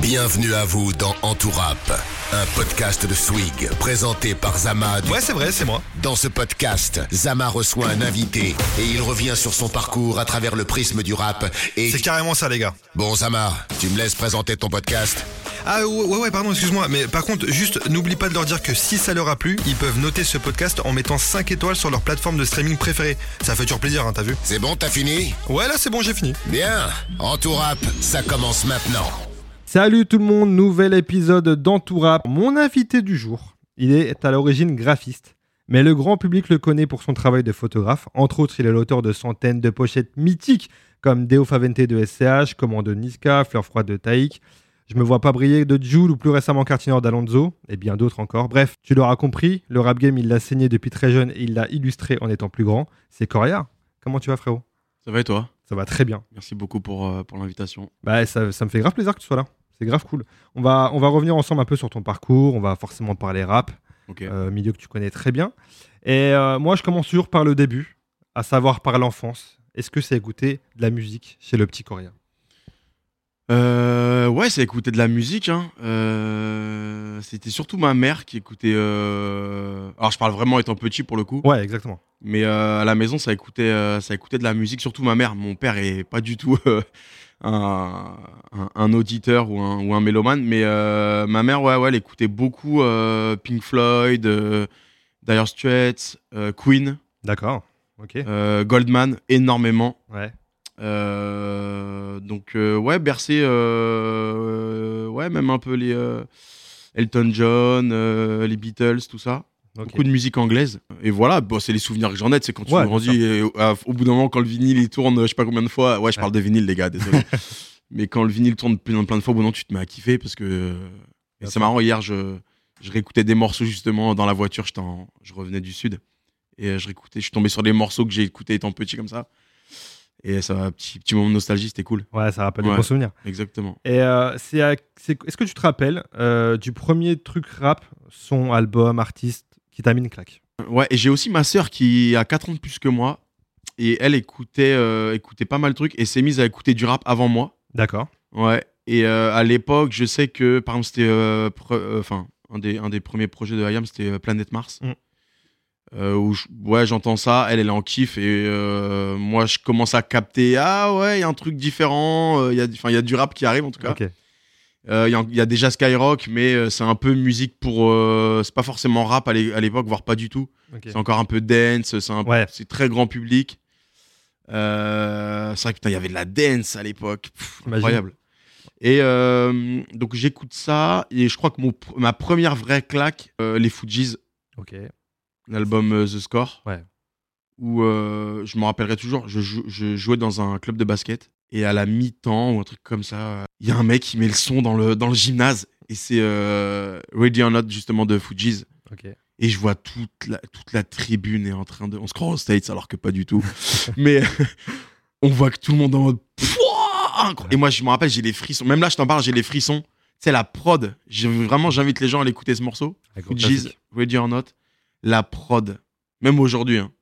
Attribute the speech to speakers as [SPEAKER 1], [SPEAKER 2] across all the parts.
[SPEAKER 1] Bienvenue à vous dans Entourap, un podcast de Swig, présenté par Zama.
[SPEAKER 2] Ouais, c'est vrai, c'est moi.
[SPEAKER 1] Dans ce podcast, Zama reçoit un invité et il revient sur son parcours à travers le prisme du rap et...
[SPEAKER 2] C'est carrément ça, les gars.
[SPEAKER 1] Bon, Zama, tu me laisses présenter ton podcast ?
[SPEAKER 2] Ah ouais, pardon, excuse-moi. Mais par contre, juste, n'oublie pas de leur dire que si ça leur a plu, ils peuvent noter ce podcast en mettant 5 étoiles sur leur plateforme de streaming préférée. Ça fait toujours plaisir, hein, t'as vu ?
[SPEAKER 1] C'est bon, t'as fini ?
[SPEAKER 2] Ouais, là, c'est bon, j'ai fini.
[SPEAKER 1] Bien, Entourap, ça commence maintenant.
[SPEAKER 3] Salut tout le monde, nouvel épisode d'Entourap. Mon invité du jour, il est à l'origine graphiste, mais le grand public le connaît pour son travail de photographe. Entre autres, il est l'auteur de centaines de pochettes mythiques comme Deo Favente de SCH, Commando Niska, Fleur froide de Taïk, Je me vois pas briller de Jul ou plus récemment Cartinor d'Alonso, et bien d'autres encore. Bref, tu l'auras compris, le rap game il l'a saigné depuis très jeune et il l'a illustré en étant plus grand. C'est Coria. Comment tu vas, frérot ?
[SPEAKER 4] Ça va et toi ?
[SPEAKER 3] Ça va très bien.
[SPEAKER 4] Merci beaucoup pour l'invitation.
[SPEAKER 3] Bah, ça me fait grave plaisir que tu sois là. C'est grave cool. On va revenir ensemble un peu sur ton parcours. On va forcément parler rap,
[SPEAKER 4] Ok.
[SPEAKER 3] milieu que tu connais très bien. Et moi, je commence toujours par le début, à savoir par l'enfance. Est-ce que c'est écouter de la musique chez le petit Coria ?
[SPEAKER 4] Ouais, c'est écouter de la musique. Hein. C'était surtout ma mère qui écoutait. Alors, je parle vraiment étant petit pour le coup.
[SPEAKER 3] Ouais, exactement.
[SPEAKER 4] Mais à la maison, ça écoutait de la musique, surtout ma mère. Mon père est pas du tout un auditeur ou un mélomane. Mais ma mère, ouais, elle écoutait beaucoup Pink Floyd, Dire Straits, Queen,
[SPEAKER 3] D'accord. Ok.
[SPEAKER 4] Goldman, énormément.
[SPEAKER 3] Ouais.
[SPEAKER 4] Donc ouais, bercé ouais, même un peu les Elton John, les Beatles, tout ça.
[SPEAKER 3] Ok.
[SPEAKER 4] Beaucoup de musique anglaise. Et voilà, bon, c'est les souvenirs que j'en ai. C'est quand tu
[SPEAKER 3] Ouais,
[SPEAKER 4] grandis et au bout d'un moment, quand le vinyle il tourne, je sais pas combien de fois. Ouais, je parle de vinyle, les gars, désolé. Mais quand le vinyle tourne plein de fois, au bout d'un moment, tu te mets à kiffer parce que et c'est marrant. Hier, je réécoutais des morceaux justement dans la voiture. Je revenais du sud et je suis tombé sur des morceaux que j'ai écoutés étant petit comme ça. Et ça, un petit moment de nostalgie, c'était cool.
[SPEAKER 3] Ouais, ça rappelle de
[SPEAKER 4] Ouais.
[SPEAKER 3] bons souvenirs.
[SPEAKER 4] Exactement.
[SPEAKER 3] Et est-ce que tu te rappelles du premier truc rap, son, album, artiste qui t'a mis une claque ?
[SPEAKER 4] Ouais, et j'ai aussi ma sœur qui a 4 ans de plus que moi. Et elle écoutait pas mal de trucs et s'est mise à écouter du rap avant moi.
[SPEAKER 3] D'accord.
[SPEAKER 4] Ouais. Et à l'époque, je sais que, par exemple, c'était un des premiers projets de IAM, c'était Planète Mars. Où j'entends ça, elle est en kiff et moi je commence à capter, ah ouais, il y a un truc différent, il y a du rap qui arrive en tout cas.
[SPEAKER 3] Ok.
[SPEAKER 4] Il y a déjà Skyrock, mais c'est un peu musique pour c'est pas forcément rap à l'époque, voire pas du tout.
[SPEAKER 3] Ok.
[SPEAKER 4] C'est encore un peu dance,
[SPEAKER 3] Ouais.
[SPEAKER 4] c'est très grand public. C'est vrai que putain, il y avait de la dance à l'époque.
[SPEAKER 3] Imagine.
[SPEAKER 4] Incroyable. Et donc j'écoute ça et je crois que ma première vraie claque, les Fujis,
[SPEAKER 3] Ok.
[SPEAKER 4] l'album The Score,
[SPEAKER 3] Ouais.
[SPEAKER 4] où je me rappellerai toujours, je jouais dans un club de basket et à la mi-temps ou un truc comme ça, il y a un mec qui met le son dans le gymnase et c'est Ready or Not justement de Fujis.
[SPEAKER 3] Ok.
[SPEAKER 4] Et je vois toute la tribune est en train de... On se croit aux States alors que pas du tout. Mais on voit que tout le monde est en mode... Pouah, et moi, je me rappelle, j'ai les frissons. Même là, je t'en parle, j'ai les frissons. C'est la prod. J'invite les gens à aller écouter ce morceau. Fujis, Ready or Not. La prod. Même aujourd'hui. Hein.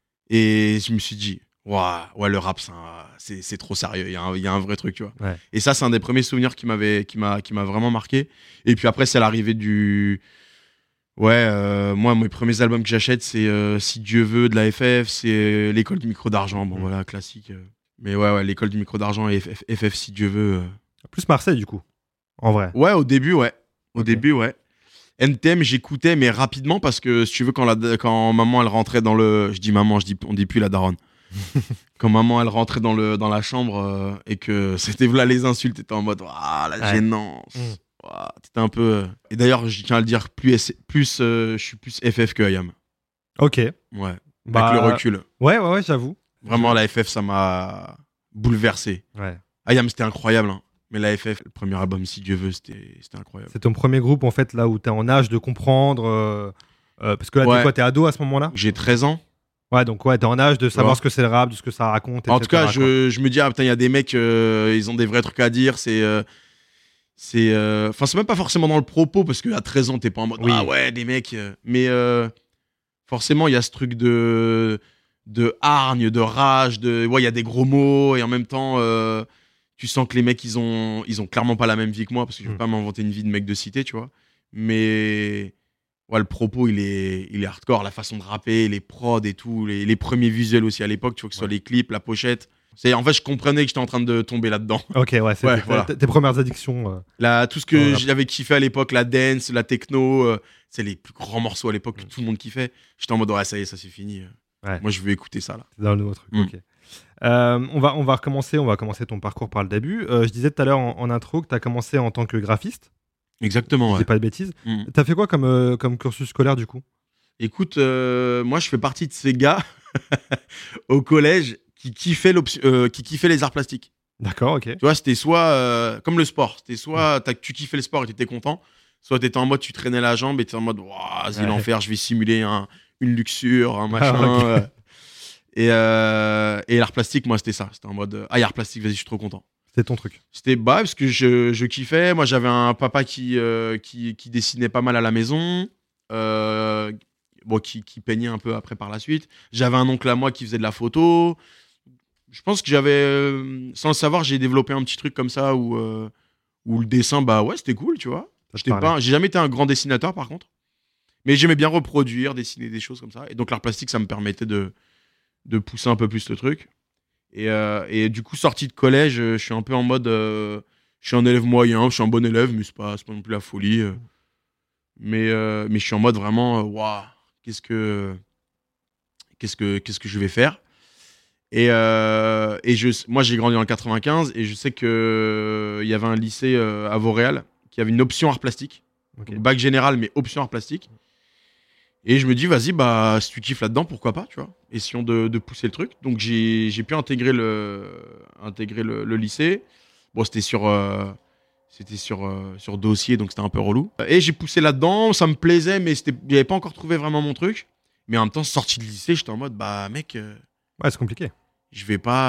[SPEAKER 4] Et je me suis dit, waouh, ouais, le rap, c'est trop sérieux. Il y a un vrai truc, tu vois.
[SPEAKER 3] Ouais.
[SPEAKER 4] Et ça, c'est un des premiers souvenirs qui m'a vraiment marqué. Et puis après, c'est l'arrivée du... Ouais, moi, mes premiers albums que j'achète, c'est Si Dieu veut de la FF, c'est L'école du micro d'argent. Bon, voilà, classique. Mais ouais, L'école du micro d'argent et FF Si Dieu veut.
[SPEAKER 3] Plus Marseille, du coup, en vrai.
[SPEAKER 4] Ouais, au début, ouais.
[SPEAKER 3] Ok.
[SPEAKER 4] NTM, j'écoutais, mais rapidement, parce que si tu veux, quand maman, elle rentrait dans le. Je dis maman, on dit plus la daronne. Quand maman, elle rentrait dans la chambre et que c'était là les insultes, t'étais en mode, ah, la gênance. Ouah, t'étais un peu. Et d'ailleurs, je tiens à le dire, je suis plus FF que IAM.
[SPEAKER 3] Ok.
[SPEAKER 4] Ouais.
[SPEAKER 3] Bah,
[SPEAKER 4] Avec le recul.
[SPEAKER 3] Ouais, j'avoue.
[SPEAKER 4] Vraiment, la FF, ça m'a bouleversé.
[SPEAKER 3] Ouais.
[SPEAKER 4] IAM, c'était incroyable. Hein. Mais la FF, le premier album, Si Dieu veut, c'était incroyable.
[SPEAKER 3] C'est ton premier groupe, en fait, là où t'es en âge de comprendre. Parce que là,
[SPEAKER 4] Ouais.
[SPEAKER 3] t'es ado à ce moment-là ?
[SPEAKER 4] J'ai 13 ans.
[SPEAKER 3] Ouais, donc ouais, t'es en âge de savoir
[SPEAKER 4] Ouais.
[SPEAKER 3] ce que c'est le rap, de ce que ça raconte.
[SPEAKER 4] En tout cas,
[SPEAKER 3] etc., quoi.
[SPEAKER 4] je me dis, ah putain, il y a des mecs, ils ont des vrais trucs à dire. Enfin, c'est même pas forcément dans le propos, parce qu'à 13 ans, t'es pas en mode,
[SPEAKER 3] Oui.
[SPEAKER 4] ah ouais, des mecs. Mais forcément, il y a ce truc de hargne, de rage, ouais, il y a des gros mots, et en même temps, Tu sens que les mecs, ils ont clairement pas la même vie que moi, parce que je veux
[SPEAKER 3] Mm.
[SPEAKER 4] pas m'inventer une vie de mec de cité, tu vois. Mais ouais, le propos, il est hardcore. La façon de rapper, les prods et tout, les premiers visuels aussi à l'époque, tu vois, que ce soit les clips, la pochette. En fait, je comprenais que j'étais en train de tomber là-dedans.
[SPEAKER 3] Ok, ouais, c'était
[SPEAKER 4] Ouais, voilà.
[SPEAKER 3] tes premières addictions.
[SPEAKER 4] Tout ce que
[SPEAKER 3] Voilà.
[SPEAKER 4] j'avais kiffé à l'époque, la dance, la techno, c'est les plus grands morceaux à l'époque que tout le monde kiffait. J'étais en mode, ouais, ça y est, ça c'est fini.
[SPEAKER 3] Ouais.
[SPEAKER 4] Moi, je veux écouter ça, là.
[SPEAKER 3] C'est dans le nouveau truc.
[SPEAKER 4] Mm.
[SPEAKER 3] Ok. On va commencer ton parcours par le début. Je disais tout à l'heure en intro que tu as commencé en tant que graphiste.
[SPEAKER 4] Exactement,
[SPEAKER 3] Je
[SPEAKER 4] ouais.
[SPEAKER 3] dis pas de bêtises.
[SPEAKER 4] Mm.
[SPEAKER 3] T'as fait quoi comme cursus scolaire du coup?
[SPEAKER 4] Écoute, moi, je fais partie de ces gars au collège qui kiffaient les arts plastiques.
[SPEAKER 3] D'accord, ok.
[SPEAKER 4] Tu vois, c'était soit comme le sport, c'était soit tu kiffais le sport et t'étais content, soit t'étais en mode tu traînais la jambe et t'étais en mode vas-y
[SPEAKER 3] Ouais.
[SPEAKER 4] l'enfer, je vais simuler une luxure, un machin.
[SPEAKER 3] ok.
[SPEAKER 4] Et l'art plastique, moi c'était ça, c'était en mode art plastique, vas-y, je suis trop content.
[SPEAKER 3] C'était ton truc.
[SPEAKER 4] C'était parce que je kiffais. Moi, j'avais un papa qui dessinait pas mal à la maison, qui peignait un peu après par la suite. J'avais un oncle à moi qui faisait de la photo. Je pense que sans le savoir, j'ai développé un petit truc comme ça où le dessin, bah ouais, c'était cool, tu vois.
[SPEAKER 3] Ça te parlait.
[SPEAKER 4] J'ai jamais été un grand dessinateur par contre, mais j'aimais bien reproduire, dessiner des choses comme ça. Et donc l'art plastique, ça me permettait de pousser un peu plus le truc. Et du coup, sorti de collège, je suis un peu en mode. Je suis un élève moyen, je suis un bon élève, mais c'est pas non plus la folie. Mais je suis en mode vraiment, waouh, qu'est-ce que je vais faire? Moi, j'ai grandi en 95 et je sais qu'il y avait un lycée à Vauréal qui avait une option art plastique.
[SPEAKER 3] Ok.
[SPEAKER 4] Donc, bac général, mais option art plastique. Et je me dis, vas-y, bah, si tu kiffes là-dedans, pourquoi pas, tu vois. Essayons de pousser le truc. Donc, j'ai pu intégrer le lycée. Bon, c'était sur dossier, donc c'était un peu relou. Et j'ai poussé là-dedans, ça me plaisait, mais j'avais pas encore trouvé vraiment mon truc. Mais en même temps, sorti de lycée, j'étais en mode, bah, mec,
[SPEAKER 3] Ouais, c'est compliqué.
[SPEAKER 4] je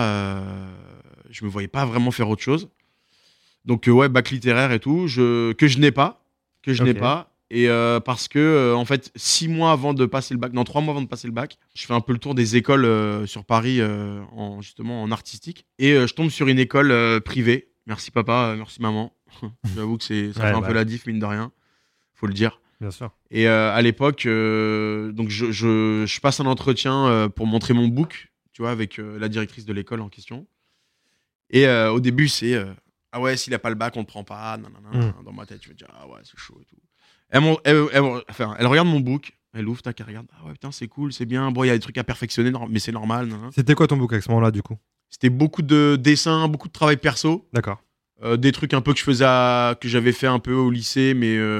[SPEAKER 4] me voyais pas vraiment faire autre chose. Donc, ouais, bac littéraire et tout, que je n'ai pas.
[SPEAKER 3] Ok.
[SPEAKER 4] Et parce que, en fait, 6 mois avant de passer le bac, non, 3 mois avant de passer le bac, je fais un peu le tour des écoles sur Paris, justement en artistique. Et je tombe sur une école privée. Merci papa, merci maman. J'avoue que ça
[SPEAKER 3] Ouais,
[SPEAKER 4] fait un
[SPEAKER 3] bah.
[SPEAKER 4] peu la diff, mine de rien. Faut le dire.
[SPEAKER 3] Bien sûr.
[SPEAKER 4] Et à l'époque, donc je passe un entretien pour montrer mon book, tu vois, avec la directrice de l'école en question. Et au début, c'est ah ouais, s'il a pas le bac, on le prend pas. Nanana. Dans ma tête, je me dis ah ouais, c'est chaud et tout. Elle regarde mon book, elle ouvre, tac, elle regarde. Ah ouais, putain, c'est cool, c'est bien. Bon, il y a des trucs à perfectionner, mais c'est normal. Nanana.
[SPEAKER 3] C'était quoi ton book à ce moment-là du coup?
[SPEAKER 4] C'était beaucoup de dessins, beaucoup de travail perso.
[SPEAKER 3] D'accord.
[SPEAKER 4] Des trucs un peu que j'avais fait un peu au lycée,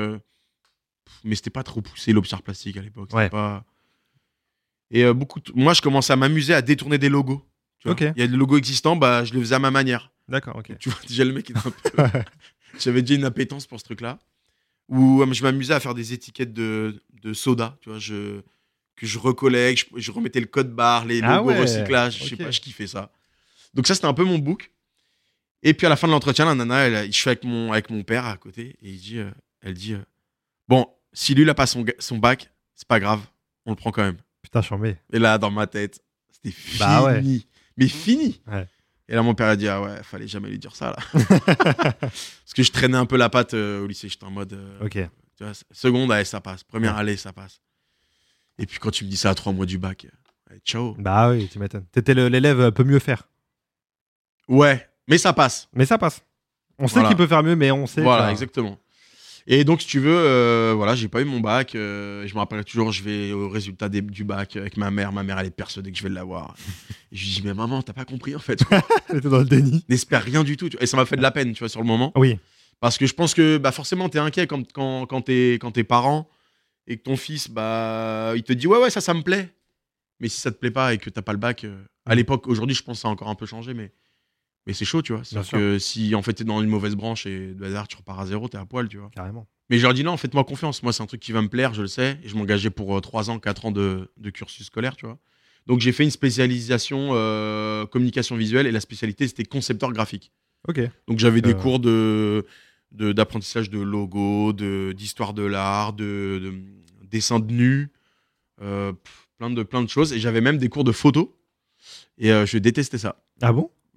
[SPEAKER 4] mais c'était pas trop poussé l'option plastique à l'époque. C'était
[SPEAKER 3] Ouais.
[SPEAKER 4] pas... Et moi, je commençais à m'amuser à détourner des logos. Tu vois.
[SPEAKER 3] Ok.
[SPEAKER 4] Il y a des logos existants, bah, je les faisais à ma manière.
[SPEAKER 3] D'accord, ok.
[SPEAKER 4] Tu vois, déjà le mec était un peu... J'avais déjà une appétence pour ce truc-là. Où je m'amusais à faire des étiquettes de soda, tu vois, que je recollais, que je remettais le code barre, les
[SPEAKER 3] Ah
[SPEAKER 4] logos
[SPEAKER 3] ouais,
[SPEAKER 4] recyclage, je sais
[SPEAKER 3] ok.
[SPEAKER 4] pas, je kiffais ça. Donc ça, c'était un peu mon book. Et puis à la fin de l'entretien, la nana, je suis avec mon père à côté, et elle dit, bon, si lui, il a pas son bac, c'est pas grave, on le prend quand même.
[SPEAKER 3] Putain, chambé.
[SPEAKER 4] Et là, dans ma tête, c'était fini.
[SPEAKER 3] Bah ouais.
[SPEAKER 4] Mais fini.
[SPEAKER 3] Ouais.
[SPEAKER 4] Et là, mon père a dit, ah ouais, fallait jamais lui dire ça, là. Parce que je traînais un peu la patte au lycée, j'étais en mode...
[SPEAKER 3] Ok.
[SPEAKER 4] Tu vois, seconde, allez, ça passe. Première, allez, ça passe. Et puis quand tu me dis ça à 3 mois du bac, allez, ciao.
[SPEAKER 3] Bah oui, tu m'étonnes. T'étais l'élève peut mieux faire.
[SPEAKER 4] Ouais, mais ça passe.
[SPEAKER 3] Mais ça passe. On sait
[SPEAKER 4] Voilà.
[SPEAKER 3] qu'il peut faire mieux, mais on sait.
[SPEAKER 4] Voilà,
[SPEAKER 3] que-
[SPEAKER 4] exactement. Et donc, si tu veux, voilà, j'ai pas eu mon bac. Je me rappelle toujours, je vais au résultat du bac avec ma mère. Ma mère, elle est persuadée que je vais l'avoir. Et je lui dis, mais maman, t'as pas compris en fait.
[SPEAKER 3] T'étais dans le déni.
[SPEAKER 4] N'espère rien du tout. Tu vois. Et ça m'a fait de la peine, tu vois, sur le moment.
[SPEAKER 3] Oui.
[SPEAKER 4] Parce que je pense que bah, forcément, t'es inquiet quand t'es parent et que ton fils, bah, il te dit, ouais, ça me plaît. Mais si ça te plaît pas et que t'as pas le bac, à l'époque, aujourd'hui, je pense que ça a encore un peu changé, mais c'est chaud, tu vois.
[SPEAKER 3] Bien
[SPEAKER 4] C'est que si en fait t'es dans une mauvaise branche et de hasard tu repars à zéro, t'es à poil, tu vois.
[SPEAKER 3] Carrément.
[SPEAKER 4] Mais je leur dis non, faites-moi confiance. Moi, c'est un truc qui va me plaire, je le sais. Et je m'engageais pour 3 ans, 4 ans de cursus scolaire, tu vois. Donc j'ai fait une spécialisation communication visuelle et la spécialité c'était concepteur graphique.
[SPEAKER 3] Ok.
[SPEAKER 4] Donc j'avais des cours d'apprentissage de logo, d'histoire de l'art, de dessin de nu, plein de choses. Et j'avais même des cours de photo. Et je détestais ça.
[SPEAKER 3] Ah bon?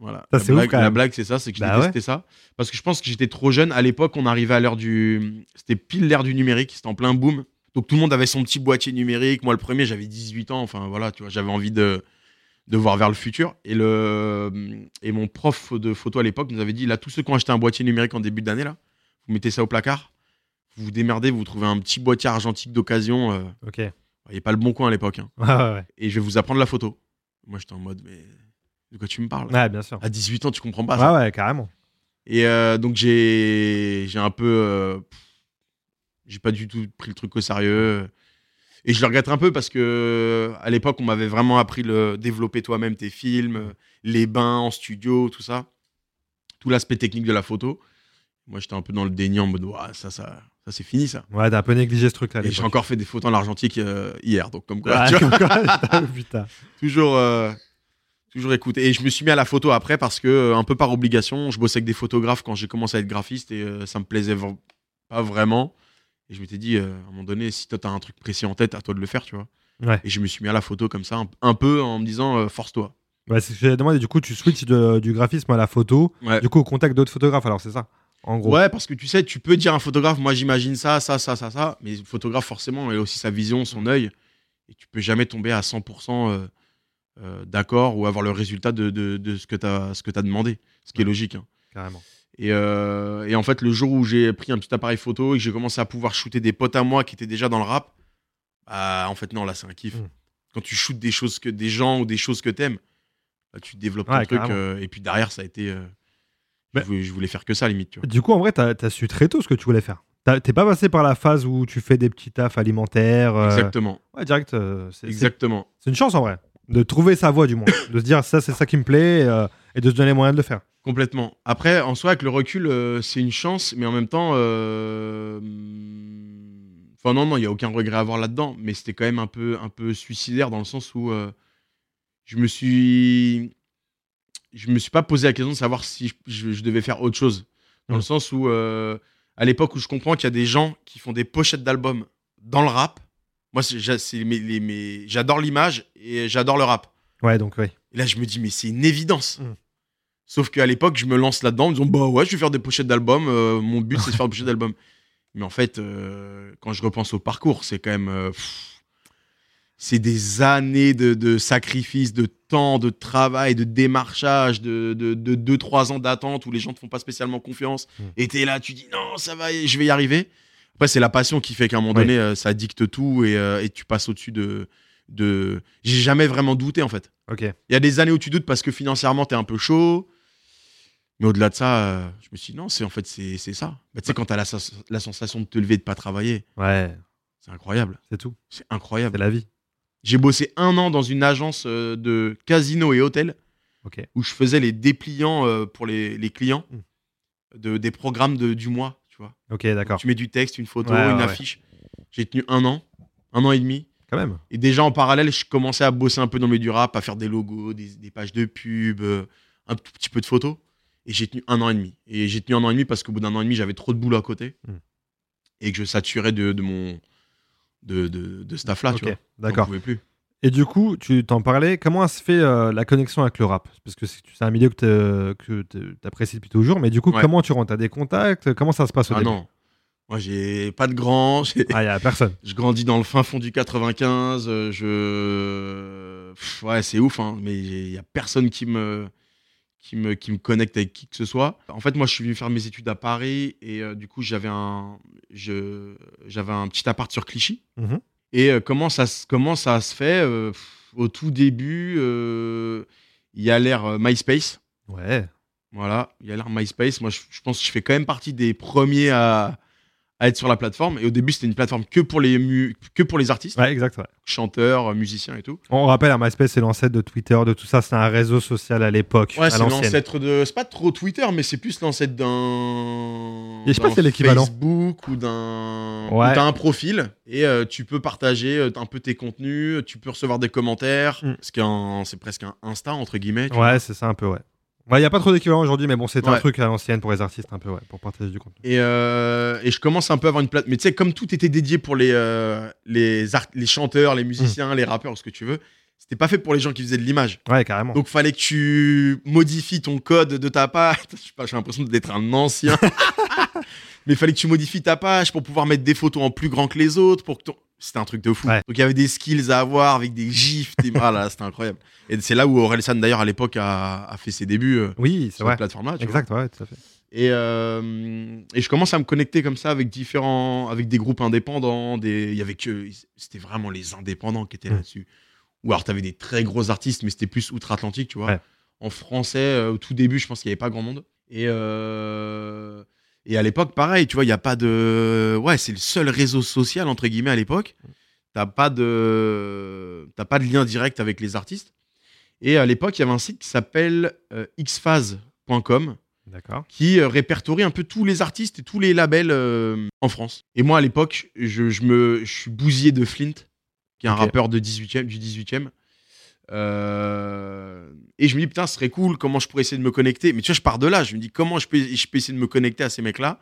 [SPEAKER 4] Voilà.
[SPEAKER 3] Ça, c'est ouf, quand
[SPEAKER 4] La
[SPEAKER 3] même.
[SPEAKER 4] blague, c'est ça, c'est que je
[SPEAKER 3] Bah
[SPEAKER 4] détestais ça. Parce que je pense que j'étais trop jeune. À l'époque, on arrivait à l'heure du. C'était pile l'ère du numérique, c'était en plein boom. Donc tout le monde avait son petit boîtier numérique. Moi, le premier, j'avais 18 ans. Enfin, voilà, tu vois, j'avais envie de voir vers le futur. Et mon prof de photo à l'époque nous avait dit là, tous ceux qui ont acheté un boîtier numérique en début d'année, là, vous mettez ça au placard, vous vous démerdez, vous trouvez un petit boîtier argentique d'occasion.
[SPEAKER 3] Ok.
[SPEAKER 4] Il n'y avait pas le bon coin à l'époque. Hein.
[SPEAKER 3] Ouais.
[SPEAKER 4] Et je vais vous apprendre la photo. Moi, j'étais en mode, mais de quoi tu me parles?
[SPEAKER 3] Ouais, bien sûr.
[SPEAKER 4] À 18 ans, tu comprends pas ça.
[SPEAKER 3] Ouais, carrément.
[SPEAKER 4] Et donc, j'ai un peu. J'ai pas du tout pris le truc au sérieux. Et je le regrette un peu parce que à l'époque, on m'avait vraiment appris le développer toi-même tes films, les bains en studio, tout ça. Tout l'aspect technique de la photo. Moi, j'étais un peu dans le déni en mode, ouah, ça c'est fini, ça.
[SPEAKER 3] Ouais, t'as un peu négligé ce truc-là. à
[SPEAKER 4] Et j'ai
[SPEAKER 3] l'époque.
[SPEAKER 4] encore fait des photos en l'argentique hier. Donc, comme quoi,
[SPEAKER 3] Ouais,
[SPEAKER 4] tu vois,
[SPEAKER 3] comme quoi, putain.
[SPEAKER 4] toujours écouté. Et je me suis mis à la photo après parce que, un peu par obligation, je bossais avec des photographes quand j'ai commencé à être graphiste et ça me plaisait pas vraiment. Et je m'étais dit, à un moment donné, si toi t'as un truc précis en tête, à toi de le faire, tu vois.
[SPEAKER 3] Ouais.
[SPEAKER 4] Et je me suis mis à la photo comme ça, un peu en me disant, force-toi.
[SPEAKER 3] Ouais, c'est ce que j'allais demander. Du coup, tu switches du graphisme à la photo.
[SPEAKER 4] Ouais.
[SPEAKER 3] Du coup, au contact d'autres photographes, alors c'est ça, en gros.
[SPEAKER 4] Ouais, parce que tu sais, tu peux dire à un photographe, moi j'imagine ça, mais le photographe, forcément, il a aussi sa vision, son œil. Et tu peux jamais tomber à 100% d'accord ou avoir le résultat de ce que t'as demandé. Ce qui est logique. Hein.
[SPEAKER 3] Carrément.
[SPEAKER 4] Et en fait, le jour où j'ai pris un petit appareil photo et que j'ai commencé à pouvoir shooter des potes à moi qui étaient déjà dans le rap, bah, en fait, non, là, c'est un kiff. Quand tu shootes des gens ou des choses que t'aimes, là, tu développes ton truc. Et puis derrière, ça a été. Je voulais faire que ça, limite. Tu vois.
[SPEAKER 3] Du coup, en vrai, t'as su très tôt ce que tu voulais faire. T'es pas passé par la phase où tu fais des petits tafs alimentaires.
[SPEAKER 4] Exactement.
[SPEAKER 3] Ouais, direct.
[SPEAKER 4] Exactement.
[SPEAKER 3] C'est une chance en vrai. De trouver sa voie, du moins. De se dire, ça, c'est ça qui me plaît et de se donner les moyens de le faire.
[SPEAKER 4] Complètement. Après, en soi, avec le recul, c'est une chance, mais en même temps. Enfin, non, il n'y a aucun regret à avoir là-dedans, mais c'était quand même un peu suicidaire dans le sens où je me suis pas posé la question de savoir si je devais faire autre chose. Dans le sens où, à l'époque où je comprends qu'il y a des gens qui font des pochettes d'albums dans le rap, moi, j'adore l'image et j'adore le rap.
[SPEAKER 3] Ouais, donc, oui.
[SPEAKER 4] Et là, je me dis, mais c'est une évidence. Sauf qu'à l'époque, je me lance là-dedans en me disant, bah ouais, je vais faire des pochettes d'albums, mon but, c'est de faire des pochettes d'albums. Mais en fait, quand je repense au parcours, c'est quand même... c'est des années de sacrifices, de temps, de travail, de démarchage, de 2-3 ans d'attente où les gens ne te font pas spécialement confiance. Et t'es là, tu dis non, ça va, je vais y arriver. Après, c'est la passion qui fait qu'à un moment donné, ça dicte tout et tu passes au-dessus de... J'ai jamais vraiment douté, en fait.
[SPEAKER 3] Ok.
[SPEAKER 4] Il y a des années où tu doutes parce que financièrement, t'es un peu chaud. Mais au-delà de ça, je me suis dit non, c'est ça. Bah, tu sais, quand t'as la sensation de te lever et de pas travailler, c'est incroyable.
[SPEAKER 3] C'est tout.
[SPEAKER 4] C'est incroyable.
[SPEAKER 3] C'est la vie.
[SPEAKER 4] J'ai bossé 1 an dans une agence de casino et hôtel où je faisais les dépliants pour les clients des programmes du mois, tu vois.
[SPEAKER 3] Ok, d'accord.
[SPEAKER 4] Tu mets du texte, une photo, une affiche. J'ai tenu 1 an et demi.
[SPEAKER 3] Quand même.
[SPEAKER 4] Et déjà en parallèle, je commençais à bosser un peu dans le milieu du rap, à faire des logos, des pages de pub, un tout petit peu de photos. Et j'ai tenu 1 an et demi. Et j'ai tenu 1 an et demi parce qu'au bout d'1 an et demi, j'avais trop de boulot à côté. Et que je saturais de ce taf-là, tu vois.
[SPEAKER 3] D'accord.
[SPEAKER 4] J'en pouvais plus.
[SPEAKER 3] Et du coup, tu t'en parlais, comment se fait la connexion avec le rap? Parce que c'est un milieu que tu apprécies depuis toujours, mais du coup, comment tu rentres? T'as des contacts? Comment ça se passe au début?
[SPEAKER 4] Non. Moi, j'ai pas de grand.
[SPEAKER 3] Ah, il n'y a personne.
[SPEAKER 4] Je grandis dans le fin fond du 95. Ouais, c'est ouf, hein, mais il y a personne qui me connecte avec qui que ce soit. En fait, moi, je suis venu faire mes études à Paris et du coup, j'avais un petit appart sur Clichy. Et comment ça se fait au tout début, il y a l'ère MySpace.
[SPEAKER 3] Ouais.
[SPEAKER 4] Voilà, il y a l'ère MySpace. Moi, je pense que je fais quand même partie des premiers à être sur la plateforme. Et au début, c'était une plateforme que pour les artistes.
[SPEAKER 3] Ouais, exact. Ouais.
[SPEAKER 4] Chanteurs, musiciens et tout.
[SPEAKER 3] On rappelle, MySpace, c'est l'ancêtre de Twitter, de tout ça. C'est un réseau social à l'époque.
[SPEAKER 4] Ouais, c'est l'ancêtre de... C'est pas trop Twitter, mais c'est plus l'ancêtre d'un...
[SPEAKER 3] Je sais pas si c'est l'équivalent.
[SPEAKER 4] Facebook ou d'un...
[SPEAKER 3] Ouais.
[SPEAKER 4] Où t'as un profil et tu peux partager un peu tes contenus, tu peux recevoir des commentaires. C'est presque un Insta, entre guillemets.
[SPEAKER 3] Ouais, c'est ça un peu, ouais. Il n'y a pas trop d'équivalent aujourd'hui, mais bon, c'est un truc à l'ancienne pour les artistes, un peu, pour partager du contenu.
[SPEAKER 4] Et je commence un peu à avoir une plate. Mais tu sais, comme tout était dédié pour les chanteurs, les musiciens, les rappeurs, ce que tu veux, c'était pas fait pour les gens qui faisaient de l'image.
[SPEAKER 3] Ouais, carrément.
[SPEAKER 4] Donc, fallait que tu modifies ton code de ta page. Je sais pas, j'ai l'impression d'être un ancien. Mais il fallait que tu modifies ta page pour pouvoir mettre des photos en plus grand que les autres. C'était un truc de fou.
[SPEAKER 3] Ouais.
[SPEAKER 4] Donc, il y avait des skills à avoir avec des gifs. Ah là, c'était incroyable. Et c'est là où Orelsan, d'ailleurs, à l'époque, a fait ses débuts
[SPEAKER 3] Oui, c'est
[SPEAKER 4] sur
[SPEAKER 3] vrai.
[SPEAKER 4] cette plateforme-là. tu
[SPEAKER 3] Exact, ouais, tout à fait.
[SPEAKER 4] Et je commence à me connecter comme ça avec des groupes indépendants. C'était vraiment les indépendants qui étaient là-dessus. Ou alors, t'avais des très gros artistes, mais c'était plus outre-Atlantique, tu vois.
[SPEAKER 3] Ouais.
[SPEAKER 4] En français, au tout début, je pense qu'il n'y avait pas grand monde. Et à l'époque, pareil, tu vois, il n'y a pas de... Ouais, c'est le seul réseau social, entre guillemets, à l'époque. T'as pas de lien direct avec les artistes. Et à l'époque, il y avait un site qui s'appelle xphase.com
[SPEAKER 3] D'accord.
[SPEAKER 4] qui répertorie un peu tous les artistes et tous les labels en France. Et moi, à l'époque, je suis bousillé de Flint, qui est un rappeur du 18e. Et je me dis, putain, ce serait cool, comment je pourrais essayer de me connecter. Mais tu vois, je pars de là, je me dis, comment je peux essayer de me connecter à ces mecs-là,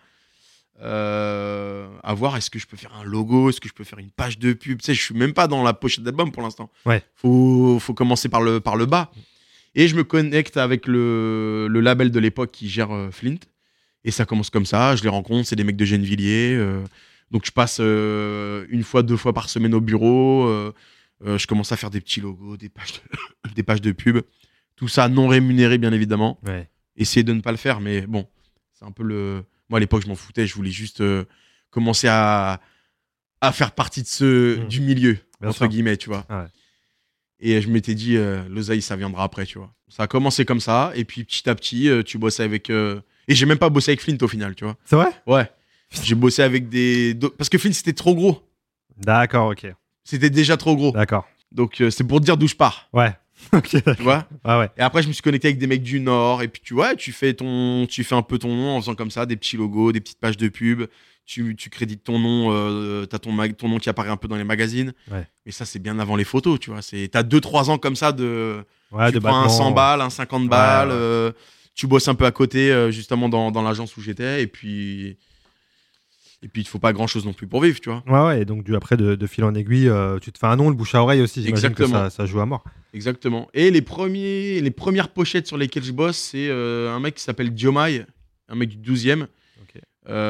[SPEAKER 4] à voir, est-ce que je peux faire un logo, est-ce que je peux faire une page de pub. Tu sais, je suis même pas dans la pochette d'album pour l'instant.
[SPEAKER 3] Ouais.
[SPEAKER 4] Faut commencer par le bas. Et je me connecte avec le label de l'époque qui gère Flint. Et ça commence comme ça, je les rencontre, c'est des mecs de Gennevilliers. Donc je passe 1 fois, 2 fois par semaine au bureau. Je commence à faire des petits logos, des pages de pub. Tout ça non rémunéré, bien évidemment.
[SPEAKER 3] Ouais.
[SPEAKER 4] Essayer de ne pas le faire, mais bon, c'est un peu le... Moi, à l'époque, je m'en foutais. Je voulais juste commencer à faire partie de du milieu,
[SPEAKER 3] Bien
[SPEAKER 4] entre
[SPEAKER 3] sûr.
[SPEAKER 4] guillemets, tu vois.
[SPEAKER 3] Ouais.
[SPEAKER 4] Et je m'étais dit, l'oseille, ça viendra après, tu vois. Ça a commencé comme ça, et puis petit à petit, tu bosses avec... Et j'ai même pas bossé avec Flint, au final, tu vois.
[SPEAKER 3] C'est vrai ?
[SPEAKER 4] Ouais. J'ai bossé avec parce que Flint, c'était trop gros.
[SPEAKER 3] D'accord, ok.
[SPEAKER 4] C'était déjà trop gros.
[SPEAKER 3] D'accord.
[SPEAKER 4] Donc, c'est pour te dire d'où je pars,
[SPEAKER 3] Ouais. Ok,
[SPEAKER 4] tu
[SPEAKER 3] d'accord.
[SPEAKER 4] vois.
[SPEAKER 3] Ah ouais.
[SPEAKER 4] Et après, je me suis connecté avec des mecs du Nord. Et puis, tu vois, tu fais un peu ton nom en faisant comme ça, des petits logos, des petites pages de pub. Tu crédites ton nom, t'as ton nom qui apparaît un peu dans les magazines.
[SPEAKER 3] Ouais.
[SPEAKER 4] Mais ça, c'est bien avant les photos, tu vois. T'as 2-3 ans comme ça de...
[SPEAKER 3] Ouais,
[SPEAKER 4] tu
[SPEAKER 3] de
[SPEAKER 4] prends un
[SPEAKER 3] battement.
[SPEAKER 4] 100 balles, un 50
[SPEAKER 3] Ouais,
[SPEAKER 4] balles.
[SPEAKER 3] ouais.
[SPEAKER 4] Tu bosses un peu à côté, justement, dans l'agence où j'étais. Et puis, il te faut pas grand-chose non plus pour vivre, tu vois.
[SPEAKER 3] Ouais, ouais, et donc après, de fil en aiguille, tu te fais un nom, le bouche à oreille aussi, j'imagine que
[SPEAKER 4] Exactement.
[SPEAKER 3] ça joue à mort.
[SPEAKER 4] Exactement. Et les premières pochettes sur lesquelles je bosse, c'est un mec qui s'appelle Diomaye, un mec du 12e,
[SPEAKER 3] Ok.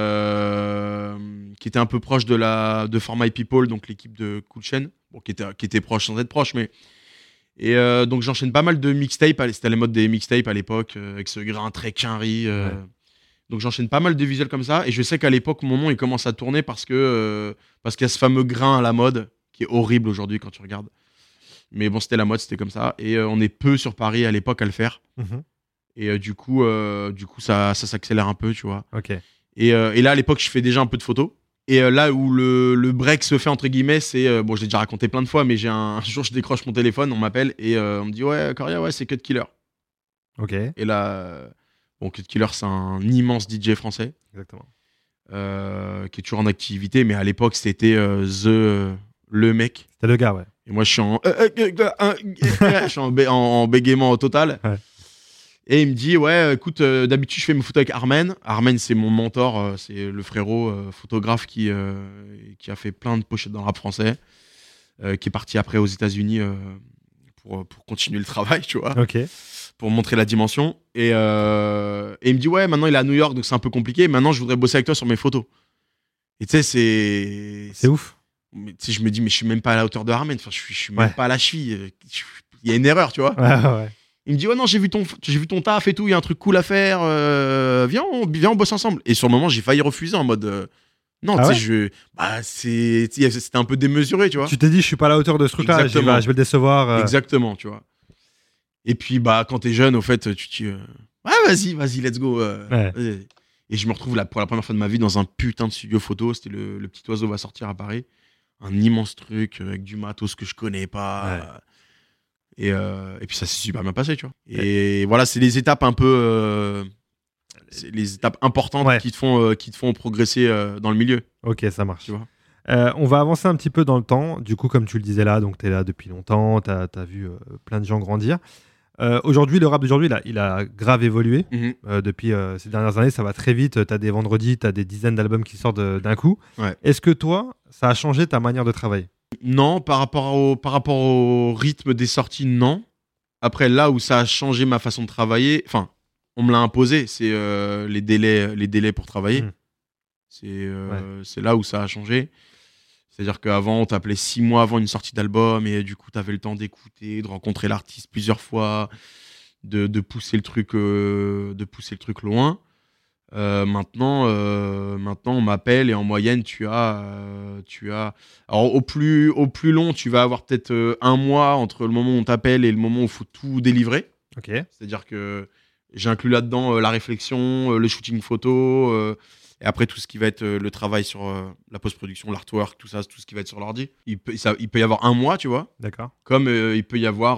[SPEAKER 4] qui était un peu proche de For My People, donc l'équipe de Cool Chain, bon, qui était proche sans être proche, mais... Et donc j'enchaîne pas mal de mixtapes, c'était la mode des mixtapes à l'époque, avec ce grain très quinri.
[SPEAKER 3] Ouais.
[SPEAKER 4] Donc j'enchaîne pas mal de visuels comme ça, et je sais qu'à l'époque, mon nom, il commence à tourner parce qu'il y a ce fameux grain à la mode, qui est horrible aujourd'hui quand tu regardes. Mais bon, c'était la mode, c'était comme ça. Et on est peu sur Paris à l'époque à le faire.
[SPEAKER 3] Mhm.
[SPEAKER 4] Et du coup, ça s'accélère un peu, tu vois.
[SPEAKER 3] Ok.
[SPEAKER 4] Et là, à l'époque, je fais déjà un peu de photos. Et là où le break se fait, entre guillemets, c'est... bon, je l'ai déjà raconté plein de fois, mais un jour, je décroche mon téléphone, on m'appelle, et on me dit « Ouais, Coria, ouais, c'est Cut Killer.
[SPEAKER 3] Ok. »
[SPEAKER 4] Et là, bon, Cut Killer, c'est un immense DJ français,
[SPEAKER 3] Exactement.
[SPEAKER 4] qui est toujours en activité, mais à l'époque, c'était le mec.
[SPEAKER 3] C'était le gars, ouais.
[SPEAKER 4] Et moi, je suis en bégaiement total.
[SPEAKER 3] Ouais.
[SPEAKER 4] Et il me dit, ouais, écoute, d'habitude, je fais mes photos avec Armen. Armen, c'est mon mentor, c'est le frérot photographe qui a fait plein de pochettes dans le rap français, qui est parti après aux États-Unis pour continuer le travail, tu vois,
[SPEAKER 3] Ok.
[SPEAKER 4] pour montrer la dimension. Et il me dit, ouais, maintenant il est à New York, donc c'est un peu compliqué. Maintenant, je voudrais bosser avec toi sur mes photos. Et tu sais,
[SPEAKER 3] C'est ouf.
[SPEAKER 4] mais, tu sais, je me dis, mais je suis même pas à la hauteur de Armen. Enfin, je suis même
[SPEAKER 3] Ouais.
[SPEAKER 4] pas à la cheville. Il y a une erreur, tu vois.
[SPEAKER 3] Ouais.
[SPEAKER 4] Il me dit, ouais, non, j'ai vu ton taf et tout, il y a un truc cool à faire, viens, on bosse ensemble. Et sur le moment, j'ai failli refuser en mode, non,
[SPEAKER 3] Ah
[SPEAKER 4] tu sais, c'était un peu démesuré, tu vois.
[SPEAKER 3] Tu t'es dit, je suis pas à la hauteur de ce truc-là,
[SPEAKER 4] Exactement.
[SPEAKER 3] je vais le décevoir.
[SPEAKER 4] Exactement, tu vois. Et puis, quand t'es jeune, au fait, tu te dis, ouais, vas-y, let's go.
[SPEAKER 3] Ouais.
[SPEAKER 4] Vas-y. Et je me retrouve pour la première fois de ma vie dans un putain de studio photo. C'était le Petit Oiseau va sortir à Paris. Un immense truc avec du matos que je connais pas. Et puis ça s'est super bien passé, tu vois. Et voilà, c'est les étapes un peu... c'est les étapes importantes
[SPEAKER 3] Ouais.
[SPEAKER 4] qui te font progresser dans le milieu,
[SPEAKER 3] Ok, ça marche.
[SPEAKER 4] tu vois.
[SPEAKER 3] On va avancer un petit peu dans le temps. Du coup, comme tu le disais là, donc tu es là depuis longtemps, tu as vu plein de gens grandir. Aujourd'hui, le rap d'aujourd'hui, il a grave évolué. Depuis ces dernières années, ça va très vite. Tu as des vendredis, tu as des dizaines d'albums qui sortent d'un coup.
[SPEAKER 4] Ouais.
[SPEAKER 3] Est-ce que toi, ça a changé ta manière de travailler ?
[SPEAKER 4] Non, par rapport au rythme des sorties, non. Après, là où ça a changé ma façon de travailler, enfin, on me l'a imposé, c'est les délais pour travailler. C'est là où ça a changé. C'est-à-dire qu'avant, on t'appelait 6 mois avant une sortie d'album et du coup, t'avais le temps d'écouter, de rencontrer l'artiste plusieurs fois, de pousser le truc loin. Maintenant, on m'appelle et en moyenne, tu as. Alors, au plus long, tu vas avoir peut-être 1 mois entre le moment où on t'appelle et le moment où il faut tout délivrer.
[SPEAKER 3] Ok.
[SPEAKER 4] C'est-à-dire que j'inclus là-dedans la réflexion, le shooting photo, et après tout ce qui va être le travail sur la post-production, l'artwork, tout ça, tout ce qui va être sur l'ordi. Il peut y avoir 1 mois, tu vois.
[SPEAKER 3] D'accord.
[SPEAKER 4] Comme il peut y avoir,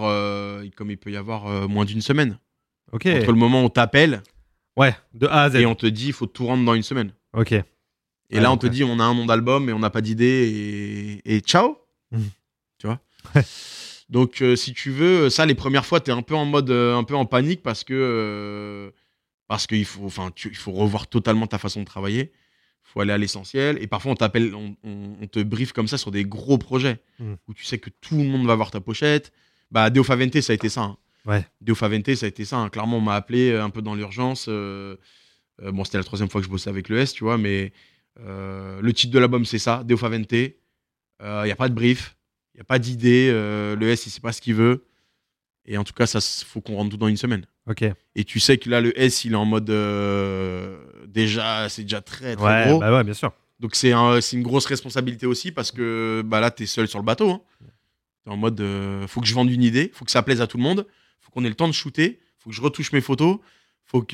[SPEAKER 4] moins d'1 semaine.
[SPEAKER 3] Ok.
[SPEAKER 4] Entre le moment où on t'appelle.
[SPEAKER 3] Ouais, de A à Z.
[SPEAKER 4] Et on te dit, il faut tout rendre dans 1 semaine.
[SPEAKER 3] Ok.
[SPEAKER 4] Et là, on te dit, on a un nom d'album, mais on n'a pas d'idée, et ciao. Tu vois. Donc, si tu veux, ça, les premières fois, t'es un peu en mode, un peu en panique parce qu'il faut revoir totalement ta façon de travailler. Il faut aller à l'essentiel. Et parfois, on t'appelle, on te briefe comme ça sur des gros projets où tu sais que tout le monde va voir ta pochette. Bah, Deo Favente, ça a été ça. Hein.
[SPEAKER 3] Ouais.
[SPEAKER 4] Deo Favente, ça a été ça. Hein. Clairement, on m'a appelé un peu dans l'urgence. Bon, c'était la 3e fois que je bossais avec le S, tu vois, mais le titre de l'album, c'est ça, Deo Favente. Il n'y a pas de brief, il n'y a pas d'idée. Le S, il sait pas ce qu'il veut. Et en tout cas, ça faut qu'on rentre tout dans 1 semaine.
[SPEAKER 3] Ok.
[SPEAKER 4] Et tu sais que là, le S, il est en mode c'est déjà très, très
[SPEAKER 3] Ouais,
[SPEAKER 4] gros.
[SPEAKER 3] bah ouais, bien sûr.
[SPEAKER 4] Donc, c'est une grosse responsabilité aussi parce que bah, là, tu es seul sur le bateau. Hein. T'es en mode faut que je vende une idée, faut que ça plaise à tout le monde, faut qu'on ait le temps de shooter, faut que je retouche mes photos, faut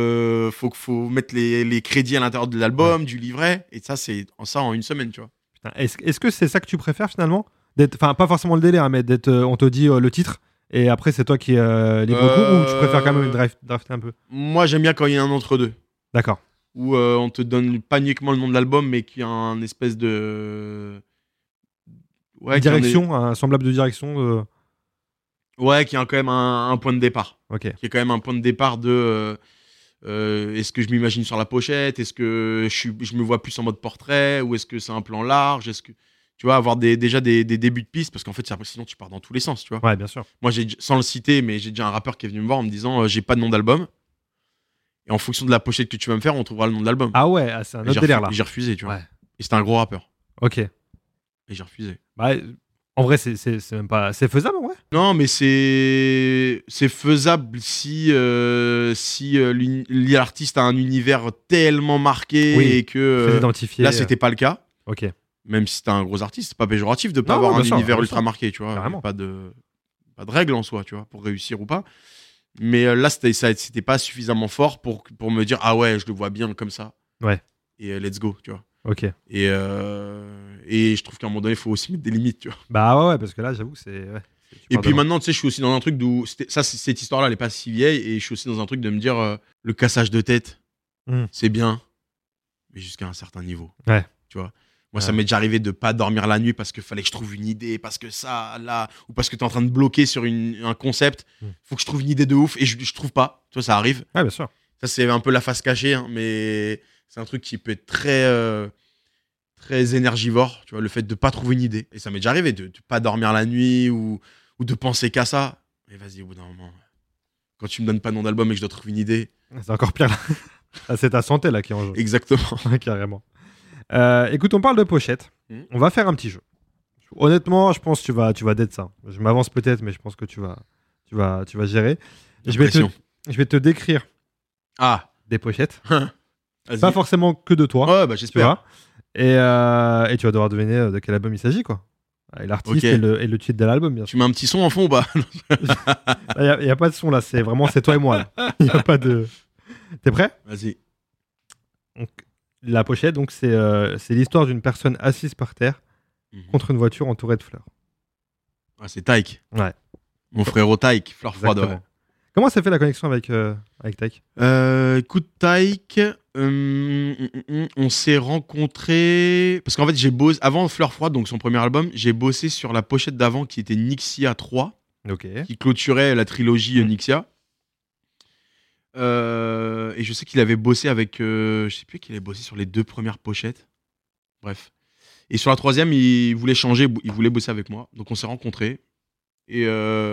[SPEAKER 4] mettre les crédits à l'intérieur de l'album, du livret, et ça, c'est ça en 1 semaine, tu vois.
[SPEAKER 3] Putain, est-ce que c'est ça que tu préfères finalement? Enfin, pas forcément le délai, hein, mais on te dit le titre, et après c'est toi qui libre cours, ou tu préfères quand même drafter un peu?
[SPEAKER 4] Moi, j'aime bien quand il y a un entre-deux.
[SPEAKER 3] D'accord.
[SPEAKER 4] Où on te donne pas uniquement le nom de l'album, mais qu'il y a un espèce de... Ouais,
[SPEAKER 3] direction, un semblable de direction.
[SPEAKER 4] Ouais, qui a quand même un point de départ.
[SPEAKER 3] Ok.
[SPEAKER 4] Qui est quand même un point de départ de... est-ce que je m'imagine sur la pochette? Est-ce que je me vois plus en mode portrait? Ou est-ce que c'est un plan large? Est-ce que... Tu vois, avoir déjà des débuts de piste, parce qu'en fait, sinon tu pars dans tous les sens, tu vois.
[SPEAKER 3] Ouais, bien sûr.
[SPEAKER 4] Moi, sans le citer, mais j'ai déjà un rappeur qui est venu me voir en me disant j'ai pas de nom d'album. Et en fonction de la pochette que tu vas me faire, on trouvera le nom de l'album.
[SPEAKER 3] Ah ouais, c'est un autre délire là.
[SPEAKER 4] Et j'ai refusé, tu vois.
[SPEAKER 3] Ouais.
[SPEAKER 4] Et c'était un gros rappeur.
[SPEAKER 3] Ok.
[SPEAKER 4] Et j'ai refusé.
[SPEAKER 3] Bah, en vrai, c'est même pas... C'est faisable, en vrai?
[SPEAKER 4] Non, mais c'est faisable si l'artiste a un univers tellement marqué et que là, c'était pas le cas.
[SPEAKER 3] Ok.
[SPEAKER 4] Même si c'était un gros artiste, c'est pas péjoratif de pas
[SPEAKER 3] Non,
[SPEAKER 4] avoir un
[SPEAKER 3] bien sûr,
[SPEAKER 4] univers
[SPEAKER 3] bien
[SPEAKER 4] ultra
[SPEAKER 3] sûr.
[SPEAKER 4] marqué, tu vois.
[SPEAKER 3] Carrément.
[SPEAKER 4] Pas de règle en soi, tu vois, pour réussir ou pas. Mais là, c'était pas suffisamment fort pour me dire ah ouais, je le vois bien comme ça.
[SPEAKER 3] Ouais.
[SPEAKER 4] Et let's go, tu vois.
[SPEAKER 3] Ok.
[SPEAKER 4] Et je trouve qu'à un moment donné, il faut aussi mettre des limites, tu vois.
[SPEAKER 3] Bah ouais, parce que là, j'avoue, c'est... Ouais,
[SPEAKER 4] et puis maintenant, tu sais, je suis aussi dans un truc d'où... cette histoire-là, elle est pas si vieille, et je suis aussi dans un truc de me dire, le cassage de tête, c'est bien, mais jusqu'à un certain niveau.
[SPEAKER 3] Ouais.
[SPEAKER 4] Tu vois. Moi, ça m'est déjà arrivé de pas dormir la nuit parce qu'il fallait que je trouve une idée, parce que ça, là, ou parce que t'es en train de bloquer sur un concept, faut que je trouve une idée de ouf, et je trouve pas. Tu vois, ça arrive.
[SPEAKER 3] Ouais, bien sûr.
[SPEAKER 4] Ça, c'est un peu la face cachée, hein, mais c'est un truc qui peut être très... très énergivore, tu vois, le fait de pas trouver une idée. Et ça m'est déjà arrivé de pas dormir la nuit ou de penser qu'à ça. Mais vas-y, au bout d'un moment, quand tu me donnes pas de nom d'album et que je dois trouver une idée...
[SPEAKER 3] C'est encore pire, là. Ah, c'est ta santé, là, qui est en jeu.
[SPEAKER 4] Exactement.
[SPEAKER 3] Ouais, carrément. Écoute, on parle de pochette. On va faire un petit jeu. Honnêtement, je pense que tu vas d'être ça. Je m'avance peut-être, mais je pense que tu vas gérer. Je vais te décrire des pochettes. Pas forcément que de toi.
[SPEAKER 4] Ouais, bah j'espère.
[SPEAKER 3] Et tu vas devoir deviner de quel album il s'agit, quoi. Et l'artiste et le titre de l'album, bien sûr.
[SPEAKER 4] Tu mets un petit son en fond ou pas?
[SPEAKER 3] Il n'y a pas de son là, c'est toi et moi. Il n'y a pas de... T'es prêt?
[SPEAKER 4] Vas-y.
[SPEAKER 3] Donc, la pochette, donc, c'est l'histoire d'une personne assise par terre contre une voiture entourée de fleurs.
[SPEAKER 4] Ah, c'est Taïk.
[SPEAKER 3] Ouais.
[SPEAKER 4] Mon frérot Taïk, fleur froide. Ouais.
[SPEAKER 3] Comment s'est fait la connexion avec Taïk?
[SPEAKER 4] Écoute, Taïk, on s'est rencontrés parce qu'en fait, avant Fleur Froide, donc son premier album, j'ai bossé sur la pochette d'avant qui était Nixia 3, qui clôturait la trilogie Nixia. Et je sais qu'il avait bossé avec... je sais plus qu'il avait bossé sur les 2 premières pochettes. Bref. Et sur la troisième, il voulait changer, il voulait bosser avec moi. Donc on s'est rencontrés. Et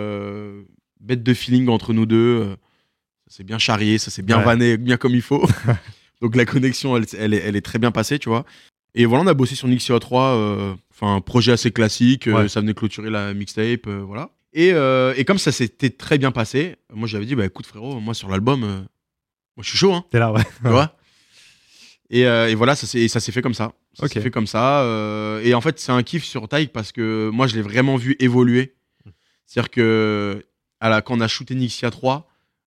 [SPEAKER 4] bête de feeling entre nous deux. Ça s'est bien charrié, ça s'est bien vanné, bien comme il faut. Donc la connexion, elle est très bien passée, tu vois. Et voilà, on a bossé sur Nixia 3, un projet assez classique. Ça venait clôturer la mixtape, voilà. Et comme ça s'était très bien passé, moi j'avais dit, bah écoute frérot, moi sur l'album, moi je suis chaud, hein.
[SPEAKER 3] T'es là, ouais.
[SPEAKER 4] Tu vois. Et voilà, ça s'est fait comme ça. Ça s'est fait comme ça. Et en fait, c'est un kiff sur Taïk parce que moi, je l'ai vraiment vu évoluer. C'est-à-dire que quand on a shooté Nixia 3,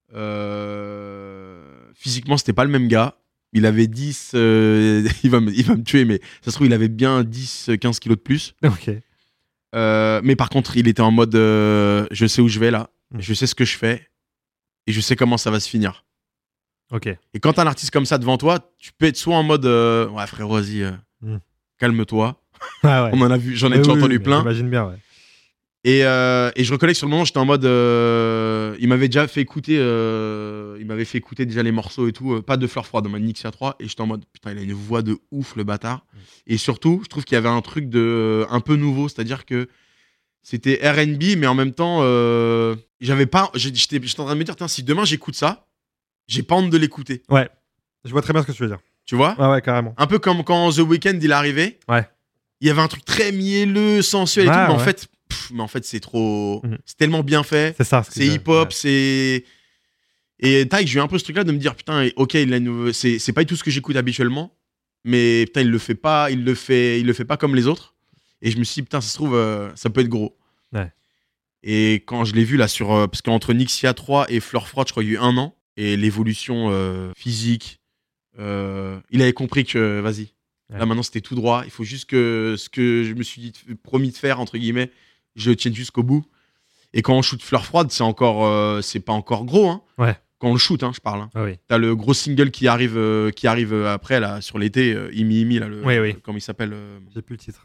[SPEAKER 4] physiquement, c'était pas le même gars. Il avait 10... il va me tuer, mais ça se trouve, il avait bien 10-15 kilos de plus.
[SPEAKER 3] Ok.
[SPEAKER 4] Mais par contre, il était en mode je sais où je vais là, je sais ce que je fais et je sais comment ça va se finir.
[SPEAKER 3] Ok.
[SPEAKER 4] Et quand t'as un artiste comme ça devant toi, tu peux être soit en mode ouais frérot, vas-y, calme-toi.
[SPEAKER 3] Ah ouais.
[SPEAKER 4] On en a vu, j'en ai déjà entendu plein.
[SPEAKER 3] J'imagine bien, ouais.
[SPEAKER 4] Et je reconnais que sur le moment, j'étais en mode il m'avait déjà fait écouter déjà les morceaux et tout, pas de fleurs froides dans ma Nixia 3, et j'étais en mode putain, il a une voix de ouf le bâtard. Et surtout, je trouve qu'il y avait un truc de un peu nouveau, c'est-à-dire que c'était R&B, mais en même temps j'étais en train de me dire, si demain j'écoute ça, j'ai pas honte de l'écouter.
[SPEAKER 3] Ouais. Je vois très bien ce que tu veux dire.
[SPEAKER 4] Tu vois ?
[SPEAKER 3] Ouais, carrément.
[SPEAKER 4] Un peu comme quand The Weeknd il est arrivé.
[SPEAKER 3] Ouais.
[SPEAKER 4] Il y avait un truc très mielleux, sensuel et tout, mais en fait c'est trop, c'est tellement bien fait.
[SPEAKER 3] C'est ça.
[SPEAKER 4] C'est hip-hop, c'est. Et Taïk, j'ai eu un peu ce truc-là de me dire putain, ok, c'est pas tout ce que j'écoute habituellement, mais putain, il le fait pas comme les autres. Et je me suis dit putain, ça se trouve, ça peut être gros.
[SPEAKER 3] Ouais.
[SPEAKER 4] Et quand je l'ai vu là parce qu'entre Nixia 3 et Fleur Froide, je crois qu'il y a eu 1 an. Et l'évolution physique, il avait compris que vas-y, là maintenant c'était tout droit, il faut juste que ce que je me suis promis de faire entre guillemets, je le tienne jusqu'au bout. Et quand on shoot Fleur Froide, c'est pas encore gros, hein.
[SPEAKER 3] Ouais.
[SPEAKER 4] Quand on le shoot, hein, je parle, hein.
[SPEAKER 3] Ah oui.
[SPEAKER 4] T'as le gros single qui arrive après là sur l'été, Imi là, comment il s'appelle,
[SPEAKER 3] J'ai plus le titre.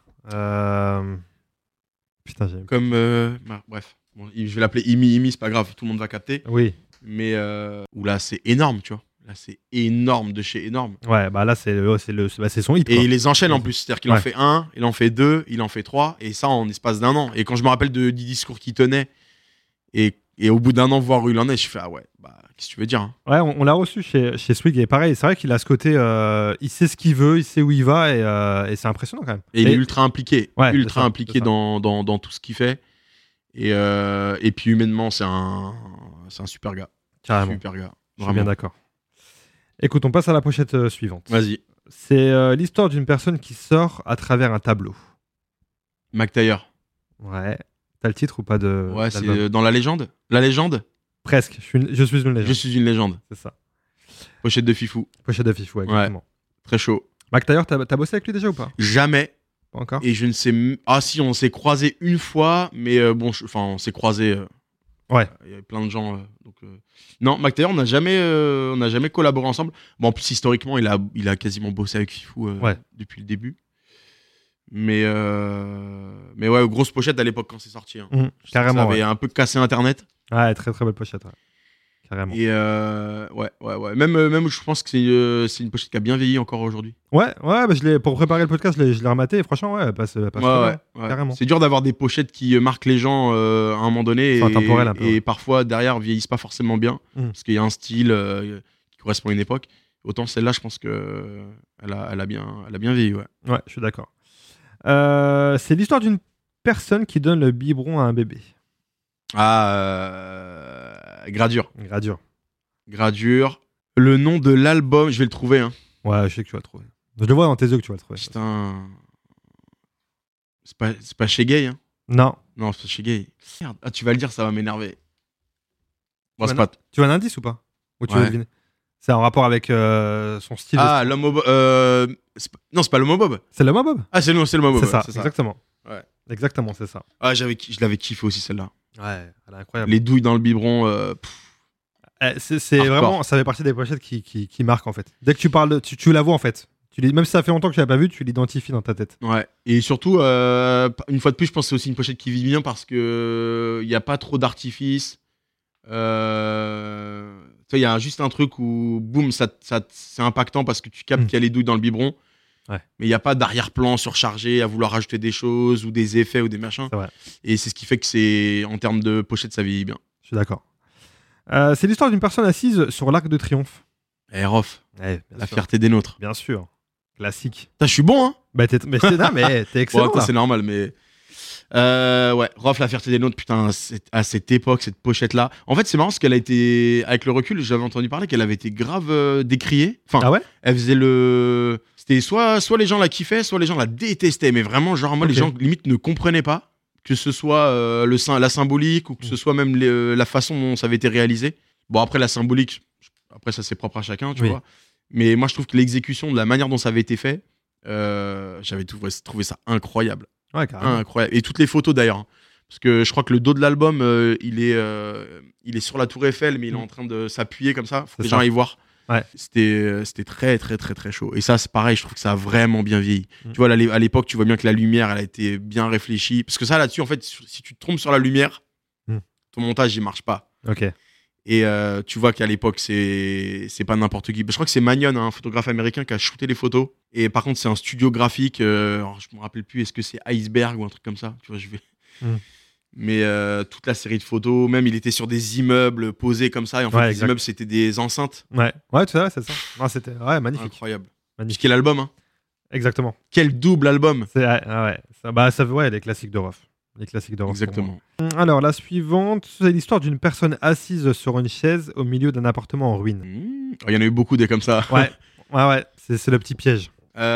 [SPEAKER 3] Putain, j'ai.
[SPEAKER 4] comme bref, bon, je vais l'appeler Imi, c'est pas grave, tout le monde va capter.
[SPEAKER 3] Oui.
[SPEAKER 4] Mais où là c'est énorme, tu vois. Là c'est énorme de chez énorme.
[SPEAKER 3] Ouais, bah là c'est son hit.
[SPEAKER 4] Et
[SPEAKER 3] quoi.
[SPEAKER 4] il les enchaîne en plus, c'est-à-dire qu'il en fait 1, il en fait 2, il en fait 3, et ça en espace d'1 an. Et quand je me rappelle du discours qu'il tenait, et au bout d'1 an voir où il en est, je fais ah ouais, bah qu'est-ce que tu veux dire, hein.
[SPEAKER 3] Ouais, on l'a reçu chez Swig et pareil, c'est vrai qu'il a ce côté, il sait ce qu'il veut, il sait où il va et c'est impressionnant quand même.
[SPEAKER 4] Et il est ultra impliqué,
[SPEAKER 3] Ouais,
[SPEAKER 4] impliqué dans tout ce qu'il fait. Et puis humainement, c'est un super gars.
[SPEAKER 3] Carrément.
[SPEAKER 4] Super gars.
[SPEAKER 3] Je suis bien d'accord. Écoute, on passe à la pochette suivante.
[SPEAKER 4] Vas-y.
[SPEAKER 3] C'est l'histoire d'une personne qui sort à travers un tableau.
[SPEAKER 4] Mac Taylor.
[SPEAKER 3] Ouais. T'as le titre ou pas de
[SPEAKER 4] Ouais,
[SPEAKER 3] d'album?
[SPEAKER 4] c'est dans La Légende. La Légende.
[SPEAKER 3] Presque. Je suis une légende.
[SPEAKER 4] Je suis une légende.
[SPEAKER 3] C'est ça.
[SPEAKER 4] Pochette de Fifou.
[SPEAKER 3] Pochette de Fifou, exactement.
[SPEAKER 4] Très chaud.
[SPEAKER 3] Mac Taylor, t'as bossé avec lui déjà ou pas?
[SPEAKER 4] Jamais.
[SPEAKER 3] Pas encore.
[SPEAKER 4] Et je ne sais. Ah si, on s'est croisés une fois, mais bon, on s'est croisés.
[SPEAKER 3] Ouais.
[SPEAKER 4] Il y avait plein de gens. Non, Mac Taylor, on n'a jamais collaboré ensemble. Bon, en plus, historiquement, il a quasiment bossé avec Fifou depuis le début. Mais ouais, grosse pochette à l'époque quand c'est sorti. Hein.
[SPEAKER 3] Carrément.
[SPEAKER 4] Ça avait un peu cassé Internet.
[SPEAKER 3] Ouais, très très belle pochette. Ouais. Carrément.
[SPEAKER 4] Et ouais. Même je pense que c'est une pochette qui a bien vieilli encore aujourd'hui.
[SPEAKER 3] Ouais, bah, pour préparer le podcast, je l'ai rematé et franchement, ouais, elle passe très bien. Carrément.
[SPEAKER 4] C'est dur d'avoir des pochettes qui marquent les gens à un moment donné
[SPEAKER 3] intemporel un peu,
[SPEAKER 4] et parfois derrière vieillissent pas forcément bien parce qu'il y a un style qui correspond à une époque. Autant celle-là, je pense que elle a bien vieilli. Ouais,
[SPEAKER 3] je suis d'accord. C'est l'histoire d'une personne qui donne le biberon à un bébé.
[SPEAKER 4] Gradure.
[SPEAKER 3] Gradure.
[SPEAKER 4] Le nom de l'album, je vais le trouver. Hein.
[SPEAKER 3] Ouais, je sais que tu vas le trouver. Je le vois dans tes yeux que tu vas le trouver.
[SPEAKER 4] Putain. C'est pas chez Gay, hein.
[SPEAKER 3] Non,
[SPEAKER 4] c'est pas chez Gay. Merde. Ah, tu vas le dire, ça va m'énerver. Bon,
[SPEAKER 3] Tu
[SPEAKER 4] c'est
[SPEAKER 3] veux
[SPEAKER 4] pas.
[SPEAKER 3] Tu veux un indice ou pas? Ou tu veux deviner? C'est en rapport avec son style.
[SPEAKER 4] Ah, l'homme au Bob. Non, c'est pas l'homme au Bob.
[SPEAKER 3] C'est l'homme à Bob.
[SPEAKER 4] Ah, c'est l'homme au Bob.
[SPEAKER 3] C'est ça, exactement.
[SPEAKER 4] Ouais.
[SPEAKER 3] Exactement, c'est ça.
[SPEAKER 4] Ah, je l'avais kiffé aussi celle-là.
[SPEAKER 3] Ouais, elle est incroyable.
[SPEAKER 4] Les douilles dans le biberon.
[SPEAKER 3] C'est vraiment, ça fait partie des pochettes qui marquent en fait. Dès que tu parles, tu la vois en fait. Même si ça fait longtemps que tu l'as pas vu, tu l'identifies dans ta tête.
[SPEAKER 4] Ouais. Et surtout, une fois de plus, je pense que c'est aussi une pochette qui vit bien parce que il y a pas trop d'artifice. Il y a juste un truc où boum, c'est impactant parce que tu captes qu'il y a les douilles dans le biberon.
[SPEAKER 3] Ouais.
[SPEAKER 4] Mais il n'y a pas d'arrière-plan surchargé à vouloir rajouter des choses ou des effets ou des machins.
[SPEAKER 3] C'est vrai.
[SPEAKER 4] Et c'est ce qui fait que en termes de pochette, ça vieillit bien.
[SPEAKER 3] Je suis d'accord. C'est l'histoire d'une personne assise sur l'Arc de Triomphe.
[SPEAKER 4] Eh, Rof,
[SPEAKER 3] Ouais,
[SPEAKER 4] la fierté des nôtres.
[SPEAKER 3] Bien sûr. Classique.
[SPEAKER 4] Putain, je suis bon, hein.
[SPEAKER 3] Mais t'es excellent.
[SPEAKER 4] Bon, toi,
[SPEAKER 3] là.
[SPEAKER 4] c'est normal, mais. Ouais, Rof, la fierté des nôtres, putain, à cette époque, cette pochette-là. En fait, c'est marrant parce qu'elle a été. Avec le recul, j'avais entendu parler qu'elle avait été grave décriée. Enfin,
[SPEAKER 3] Ah ouais.
[SPEAKER 4] elle faisait le. C'était soit les gens la kiffaient, soit les gens la détestaient. Mais vraiment, genre, moi, les
[SPEAKER 3] Ok.
[SPEAKER 4] gens limite ne comprenaient pas que ce soit la symbolique ou que ce soit même la façon dont ça avait été réalisé. Bon, après, la symbolique, après, ça, c'est propre à chacun, tu
[SPEAKER 3] Oui.
[SPEAKER 4] vois. Mais moi, je trouve que l'exécution, de la manière dont ça avait été fait, j'avais trouvé ça incroyable.
[SPEAKER 3] Ouais, carrément.
[SPEAKER 4] Incroyable. Et toutes les photos d'ailleurs. Hein. Parce que je crois que le dos de l'album, il est sur la Tour Eiffel, mais il est en train de s'appuyer comme ça. Faut
[SPEAKER 3] C'est
[SPEAKER 4] que les
[SPEAKER 3] ça.
[SPEAKER 4] gens aillent voir.
[SPEAKER 3] Ouais.
[SPEAKER 4] C'était très, très, très, très chaud. Et ça, c'est pareil, je trouve que ça a vraiment bien vieilli.
[SPEAKER 3] Mm.
[SPEAKER 4] Tu vois, là, à l'époque, tu vois bien que la lumière, elle a été bien réfléchie. Parce que ça, là-dessus, en fait, si tu te trompes sur la lumière,
[SPEAKER 3] Mm.
[SPEAKER 4] ton montage, il marche pas.
[SPEAKER 3] Ok.
[SPEAKER 4] Et tu vois qu'à l'époque, c'est pas n'importe qui. Je crois que c'est Magnon, un photographe américain, qui a shooté les photos. Et par contre, c'est un studio graphique. Alors, je me rappelle plus, est-ce que c'est Iceberg ou un truc comme ça. Tu vois, je vais.
[SPEAKER 3] Mm.
[SPEAKER 4] Mais toute la série de photos, même il était sur des immeubles posés comme ça. Et en fait,
[SPEAKER 3] Ouais,
[SPEAKER 4] les
[SPEAKER 3] exact.
[SPEAKER 4] immeubles, c'était des enceintes.
[SPEAKER 3] Ouais. Ouais, tu sais, c'est ça. Non, c'était magnifique.
[SPEAKER 4] Incroyable.
[SPEAKER 3] Magnifique.
[SPEAKER 4] Quel album, hein.
[SPEAKER 3] Exactement.
[SPEAKER 4] Quel double album.
[SPEAKER 3] C'est ouais. Ça, les classiques de Rof. Les classiques de Rof. pour
[SPEAKER 4] Exactement.
[SPEAKER 3] moi. Alors, la suivante, c'est l'histoire d'une personne assise sur une chaise au milieu d'un appartement en ruine.
[SPEAKER 4] Il y en a eu beaucoup des comme ça.
[SPEAKER 3] Ouais. Ouais. C'est le petit piège.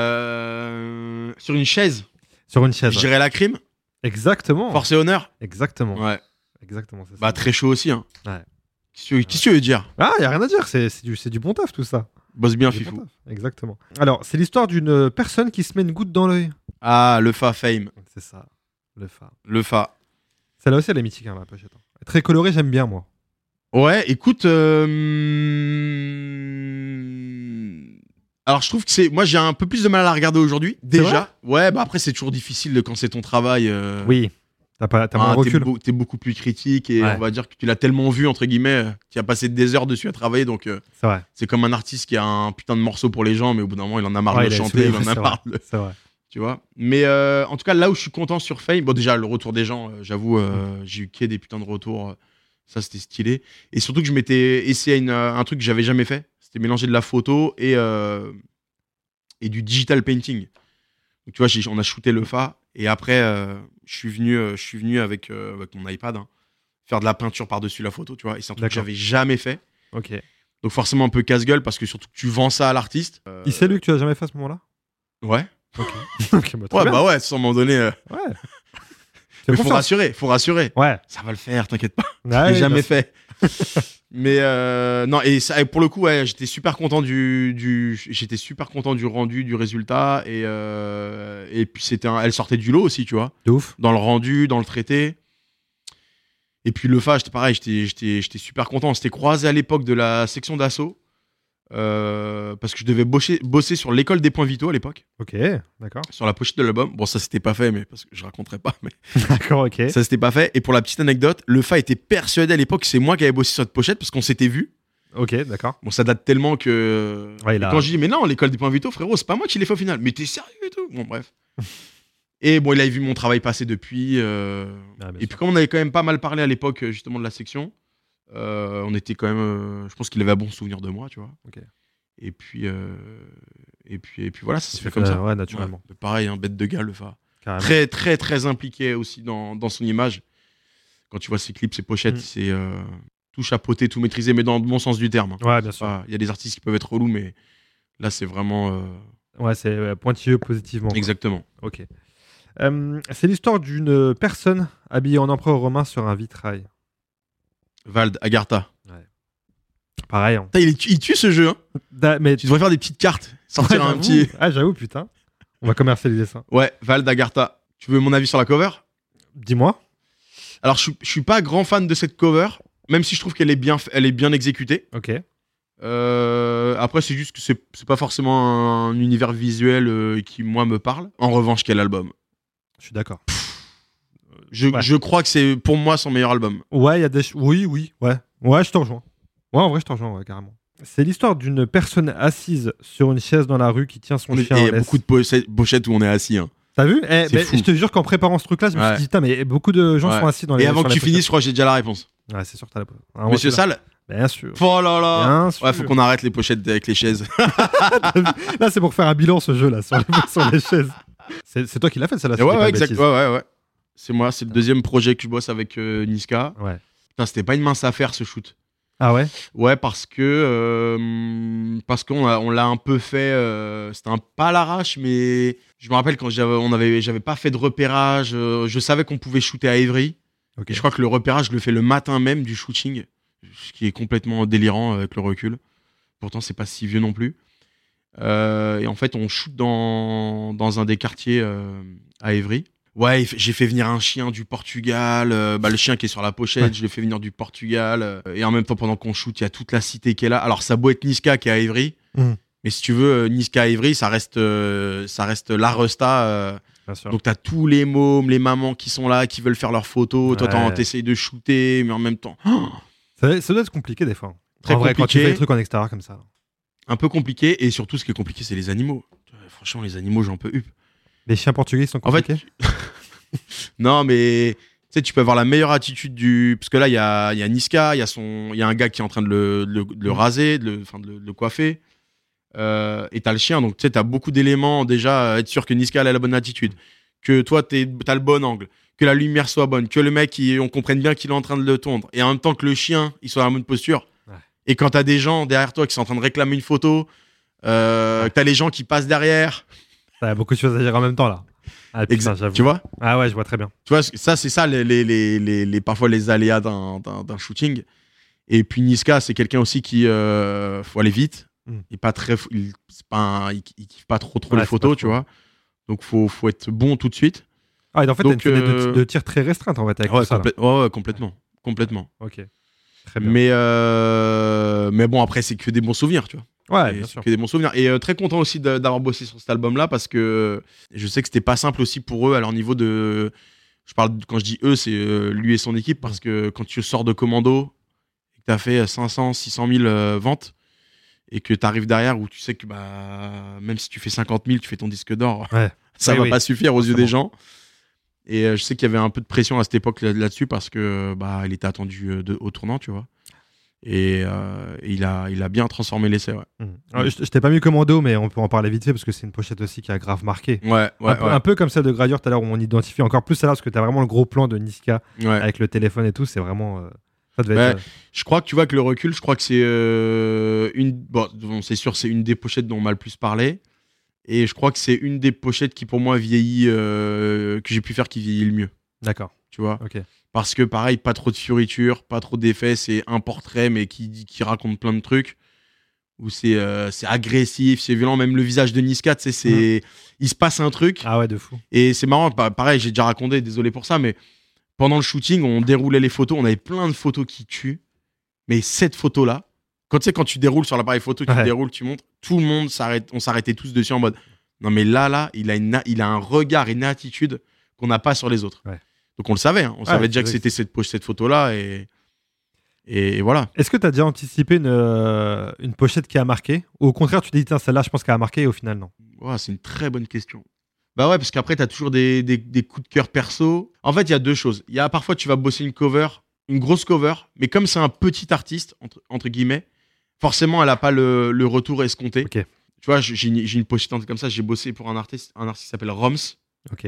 [SPEAKER 4] Sur une chaise,
[SPEAKER 3] Sur une chaise.
[SPEAKER 4] je dirais la crime.
[SPEAKER 3] Exactement.
[SPEAKER 4] Force et honneur.
[SPEAKER 3] Exactement.
[SPEAKER 4] Ouais.
[SPEAKER 3] Exactement, c'est ça.
[SPEAKER 4] Bah, très chaud aussi. Hein.
[SPEAKER 3] Ouais.
[SPEAKER 4] Qu'est-ce que tu veux dire?
[SPEAKER 3] Ah, y a rien à dire. C'est du bon taf, tout ça.
[SPEAKER 4] Bosse bien,
[SPEAKER 3] C'est du
[SPEAKER 4] Fifou.
[SPEAKER 3] bon taf. Exactement. Alors, c'est l'histoire d'une personne qui se met une goutte dans l'œil.
[SPEAKER 4] Ah, le Fa Fame.
[SPEAKER 3] C'est ça. Le fa.
[SPEAKER 4] Le Fa.
[SPEAKER 3] Celle-là aussi, elle est mythique, hein, la pochette. Très colorée, j'aime bien, moi.
[SPEAKER 4] Ouais, écoute. Alors, je trouve que moi, j'ai un peu plus de mal à la regarder aujourd'hui. Déjà. Ouais, bah après, c'est toujours difficile quand c'est ton travail.
[SPEAKER 3] Oui. T'as moins de recul.
[SPEAKER 4] T'es beaucoup plus critique et
[SPEAKER 3] Ouais.
[SPEAKER 4] on va dire que tu l'as tellement vu, entre guillemets, tu as passé des heures dessus à travailler. Donc,
[SPEAKER 3] C'est vrai.
[SPEAKER 4] c'est comme un artiste qui a un putain de morceau pour les gens, mais au bout d'un moment, il en a marre
[SPEAKER 3] Ouais,
[SPEAKER 4] de le
[SPEAKER 3] il a
[SPEAKER 4] chanter,
[SPEAKER 3] essayé,
[SPEAKER 4] il en a
[SPEAKER 3] c'est
[SPEAKER 4] marre
[SPEAKER 3] vrai.
[SPEAKER 4] de.
[SPEAKER 3] C'est vrai.
[SPEAKER 4] Tu vois. Mais en tout cas, là où je suis content sur Fame, bon, déjà, le retour des gens, j'avoue, j'ai eu des putains de retours. Ça, c'était stylé. Et surtout que je m'étais essayé un truc que j'avais jamais fait. C'était mélanger de la photo et du digital painting. Donc, tu vois, on a shooté le Fa. Et après, je suis venu avec mon iPad faire de la peinture par-dessus la photo, tu vois. Et c'est un truc que
[SPEAKER 3] D'accord.
[SPEAKER 4] j'avais jamais fait.
[SPEAKER 3] Ok.
[SPEAKER 4] Donc, forcément, un peu casse-gueule parce que surtout que tu vends ça à l'artiste.
[SPEAKER 3] Il sait, lui, que tu as jamais fait à ce moment-là.
[SPEAKER 4] Ouais.
[SPEAKER 3] Ok. Ok, bah, très
[SPEAKER 4] Ouais,
[SPEAKER 3] bien.
[SPEAKER 4] bah ouais, sans m'en donner.
[SPEAKER 3] Ouais.
[SPEAKER 4] Mais
[SPEAKER 3] Fais confiance.
[SPEAKER 4] faut rassurer.
[SPEAKER 3] Ouais.
[SPEAKER 4] Ça va le faire, t'inquiète pas.
[SPEAKER 3] Ouais,
[SPEAKER 4] Je l'ai jamais
[SPEAKER 3] bah,
[SPEAKER 4] fait. Mais non, et ça, et pour le coup, ouais, j'étais super content j'étais super content du rendu, du résultat, et puis elle sortait du lot aussi, tu vois,
[SPEAKER 3] de ouf.
[SPEAKER 4] dans le rendu, dans le traité. Et puis le Fa, j'étais pareil, j'étais super content. On s'était croisé à l'époque de la section d'assaut, parce que je devais bosser sur l'école des points vitaux à l'époque,
[SPEAKER 3] Ok, d'accord.
[SPEAKER 4] sur la pochette de l'album. Bon, ça c'était pas fait, mais parce que je raconterai pas, mais
[SPEAKER 3] D'accord, ok.
[SPEAKER 4] ça c'était pas fait. Et pour la petite anecdote, le Fa était persuadé à l'époque que c'est moi qui avais bossé sur cette pochette parce qu'on s'était vu.
[SPEAKER 3] Ok, d'accord.
[SPEAKER 4] Bon, ça date tellement que.
[SPEAKER 3] Ouais,
[SPEAKER 4] Et quand je dis, mais non, l'école des points vitaux, frérot, c'est pas moi qui l'ai fait au final. Mais t'es sérieux et tout. Bon, bref. Et bon, il avait vu mon travail passer depuis.
[SPEAKER 3] Ah, bien
[SPEAKER 4] Et
[SPEAKER 3] sûr.
[SPEAKER 4] puis, comme on avait quand même pas mal parlé à l'époque, justement, de la section, on était quand même. Je pense qu'il avait un bon souvenir de moi, tu vois.
[SPEAKER 3] Ok.
[SPEAKER 4] Et puis, voilà, ça s'est fait comme ça.
[SPEAKER 3] Ouais, naturellement.
[SPEAKER 4] Ouais. Pareil, un bête de gars, le Fa.
[SPEAKER 3] Carrément.
[SPEAKER 4] Très, très, très impliqué aussi dans son image. Quand tu vois ses clips, ses pochettes, c'est tout chapeauté, tout maîtrisé, mais dans le bon sens du terme.
[SPEAKER 3] Ouais, bien sûr.
[SPEAKER 4] Il y a des artistes qui peuvent être relous, mais là, c'est vraiment.
[SPEAKER 3] Ouais, c'est pointilleux positivement. quoi.
[SPEAKER 4] Exactement.
[SPEAKER 3] Ok. C'est l'histoire d'une personne habillée en empereur romain sur un vitrail.
[SPEAKER 4] Vald, Agartha.
[SPEAKER 3] Pareil. Hein.
[SPEAKER 4] Putain, il tue ce jeu. Hein.
[SPEAKER 3] Mais
[SPEAKER 4] Tu devrais faire des petites cartes. Sortir un
[SPEAKER 3] j'avoue.
[SPEAKER 4] petit.
[SPEAKER 3] Ah, j'avoue, putain. On va commercialiser ça.
[SPEAKER 4] Ouais, Vald, Agartha. Tu veux mon avis sur la cover?
[SPEAKER 3] Dis-moi.
[SPEAKER 4] Alors, je suis pas grand fan de cette cover, même si je trouve qu'elle est bien exécutée.
[SPEAKER 3] Ok.
[SPEAKER 4] Après, c'est juste que c'est pas forcément un univers visuel qui, moi, me parle. En revanche, quel album.
[SPEAKER 3] Je suis d'accord.
[SPEAKER 4] Je crois que c'est, pour moi, son meilleur album.
[SPEAKER 3] Ouais, il y a des... Oui. Ouais. Ouais, je te rejoins. Ouais, en vrai, je te rejoins, ouais, carrément. C'est l'histoire d'une personne assise sur une chaise dans la rue qui tient son chien
[SPEAKER 4] Et
[SPEAKER 3] en
[SPEAKER 4] il y a
[SPEAKER 3] laisse.
[SPEAKER 4] beaucoup de pochettes où on est assis. Hein.
[SPEAKER 3] T'as vu
[SPEAKER 4] fou.
[SPEAKER 3] Je te jure qu'en préparant ce truc-là, je me suis
[SPEAKER 4] Ouais.
[SPEAKER 3] dit, putain, mais beaucoup de gens
[SPEAKER 4] Ouais.
[SPEAKER 3] sont assis dans les
[SPEAKER 4] Et avant
[SPEAKER 3] sur
[SPEAKER 4] que
[SPEAKER 3] les
[SPEAKER 4] tu finisses, je crois que j'ai déjà la réponse.
[SPEAKER 3] pochettes. Ouais, c'est sûr, t'as la Ah, moi,
[SPEAKER 4] Monsieur
[SPEAKER 3] c'est là.
[SPEAKER 4] Sall.
[SPEAKER 3] Bien sûr.
[SPEAKER 4] Oh là là.
[SPEAKER 3] Bien sûr.
[SPEAKER 4] Ouais, faut qu'on arrête les pochettes avec les chaises.
[SPEAKER 3] Là, c'est pour faire un bilan, ce jeu-là, sur les chaises. C'est toi qui l'as fait, celle-là. si je dis
[SPEAKER 4] Ouais,
[SPEAKER 3] pas de
[SPEAKER 4] exact.
[SPEAKER 3] bêtises.
[SPEAKER 4] Ouais. C'est moi, c'est le deuxième projet que je bosse avec Niska.
[SPEAKER 3] Ouais.
[SPEAKER 4] Putain, c'était pas une mince affaire ce shoot.
[SPEAKER 3] Ah ouais.
[SPEAKER 4] Ouais, parce qu'on l'a un peu fait. C'était pas à l'arrache, mais je me rappelle quand j'avais pas fait de repérage. Je savais qu'on pouvait shooter à Évry.
[SPEAKER 3] Ok.
[SPEAKER 4] Et je crois que le repérage, je le fais le matin même du shooting, ce qui est complètement délirant avec le recul. Pourtant, c'est pas si vieux non plus. Et en fait, on shoot dans un des quartiers à Évry. Ouais, j'ai fait venir un chien du Portugal. Le chien qui est sur la pochette, je l'ai fait venir du Portugal. Et en même temps, pendant qu'on shoot, il y a toute la cité qui est là. Alors, ça a beau être Niska qui est à Évry. Mais si tu veux, Niska à Évry, ça reste la Resta.
[SPEAKER 3] Bien sûr.
[SPEAKER 4] Donc, t'as tous les mômes, les mamans qui sont là, qui veulent faire leurs photos. Toi,
[SPEAKER 3] Ouais.
[SPEAKER 4] t'essayes de shooter, mais en même temps,
[SPEAKER 3] Ça doit être compliqué des fois.
[SPEAKER 4] Très
[SPEAKER 3] En vrai, quand tu
[SPEAKER 4] compliqué.
[SPEAKER 3] fais des trucs en extérieur comme ça.
[SPEAKER 4] un peu compliqué. Et surtout, ce qui est compliqué, c'est les animaux. Franchement, les animaux, j'en peux up.
[SPEAKER 3] Les chiens portugais ils sont
[SPEAKER 4] En fait,
[SPEAKER 3] compliqués.
[SPEAKER 4] non, mais tu sais, tu peux avoir la meilleure attitude du. Parce que là, il y a Niska, il y a un gars qui est en train de le raser, de le coiffer. Et t'as le chien, donc tu sais, t'as beaucoup d'éléments déjà. Être sûr que Niska elle a la bonne attitude, que toi, t'as le bon angle, que la lumière soit bonne, que le mec, on comprenne bien qu'il est en train de le tondre. Et en même temps que le chien, il soit dans la bonne posture.
[SPEAKER 3] Ouais.
[SPEAKER 4] Et quand t'as des gens derrière toi qui sont en train de réclamer une photo, que t'as les gens qui passent derrière.
[SPEAKER 3] T'as beaucoup de choses à dire en même temps là. Ah, putain,
[SPEAKER 4] Exact.
[SPEAKER 3] j'avoue.
[SPEAKER 4] Tu vois?
[SPEAKER 3] Ah ouais, je vois très bien.
[SPEAKER 4] Tu vois, ça, c'est ça, parfois les aléas d'un shooting. Et puis Niska, c'est quelqu'un aussi qui faut aller vite. Il est pas très, il kiffe pas trop
[SPEAKER 3] Ouais,
[SPEAKER 4] les photos,
[SPEAKER 3] c'est pas
[SPEAKER 4] tu
[SPEAKER 3] trop.
[SPEAKER 4] vois. Donc faut être bon tout de suite.
[SPEAKER 3] Ah, et en fait,
[SPEAKER 4] Donc,
[SPEAKER 3] t'as une fenêtre de tir très restreinte en fait avec tout ça. Là.
[SPEAKER 4] Ouais, complètement.
[SPEAKER 3] Ok. Très bien.
[SPEAKER 4] Mais bon, après, c'est que des bons souvenirs, tu vois.
[SPEAKER 3] Ouais,
[SPEAKER 4] Et
[SPEAKER 3] bien
[SPEAKER 4] c'est
[SPEAKER 3] sûr.
[SPEAKER 4] que des bons souvenirs. Et très content aussi d'avoir bossé sur cet album-là parce que je sais que c'était pas simple aussi pour eux à leur niveau de. Quand je dis eux, c'est lui et son équipe parce que quand tu sors de Commando et que tu as fait 500, 600 000 ventes et que tu arrives derrière où tu sais que même si tu fais 50 000, tu fais ton disque d'or,
[SPEAKER 3] Ouais.
[SPEAKER 4] ça
[SPEAKER 3] Oui,
[SPEAKER 4] va
[SPEAKER 3] oui.
[SPEAKER 4] pas suffire aux yeux des
[SPEAKER 3] Forcément.
[SPEAKER 4] gens. Et je sais qu'il y avait un peu de pression à cette époque là-dessus parce que il était attendu au tournant, tu vois. Et il a bien transformé l'essai, ouais.
[SPEAKER 3] Alors, je t'ai pas mis Commando, mais on peut en parler vite fait parce que c'est une pochette aussi qui a grave marqué. Un peu comme celle de Gradure tout à l'heure où on identifie encore plus celle-là parce que t'as vraiment le gros plan de Niska
[SPEAKER 4] Ouais.
[SPEAKER 3] avec le téléphone et tout. C'est vraiment. Ça devait
[SPEAKER 4] Ouais.
[SPEAKER 3] être.
[SPEAKER 4] Je crois que tu vois que le recul, je crois que c'est bon, c'est sûr, c'est une des pochettes dont on m'a le plus parlé. Et je crois que c'est une des pochettes qui, pour moi, vieillit, que j'ai pu faire qui vieillit le mieux.
[SPEAKER 3] D'accord.
[SPEAKER 4] Tu vois?
[SPEAKER 3] Ok.
[SPEAKER 4] Parce que, pareil, pas trop de fioritures, pas trop d'effets. C'est un portrait, mais qui raconte plein de trucs. Où c'est agressif, c'est violent. Même le visage de Niska, tu sais, il se passe un truc.
[SPEAKER 3] Ah ouais, de fou.
[SPEAKER 4] Et c'est marrant, pareil, j'ai déjà raconté, désolé pour ça, mais pendant le shooting, on déroulait les photos, on avait plein de photos qui tuent. Mais cette photo-là, quand tu déroules sur l'appareil photo, tu déroules, tu montres, tout le monde s'arrête, on s'arrêtait tous dessus en mode non, mais là, il a un regard, une attitude qu'on n'a pas sur les autres.
[SPEAKER 3] Ouais.
[SPEAKER 4] Donc on le savait, on savait déjà que c'était cette photo-là et voilà.
[SPEAKER 3] Est-ce que t'as déjà anticipé une pochette qui a marqué ou au contraire, tu te dis, tiens, celle-là, je pense qu'elle a marqué et au final, non?
[SPEAKER 4] Ouais, c'est une très bonne question. Bah ouais, parce qu'après, t'as toujours des coups de cœur perso. En fait, il y a deux choses. Il y a parfois, tu vas bosser une cover, une grosse cover, mais comme c'est un petit artiste, entre guillemets, forcément, elle n'a pas le retour escompté.
[SPEAKER 3] Ok.
[SPEAKER 4] Tu vois, j'ai une pochette comme ça, j'ai bossé pour un artiste qui s'appelle Roms.
[SPEAKER 3] Ok.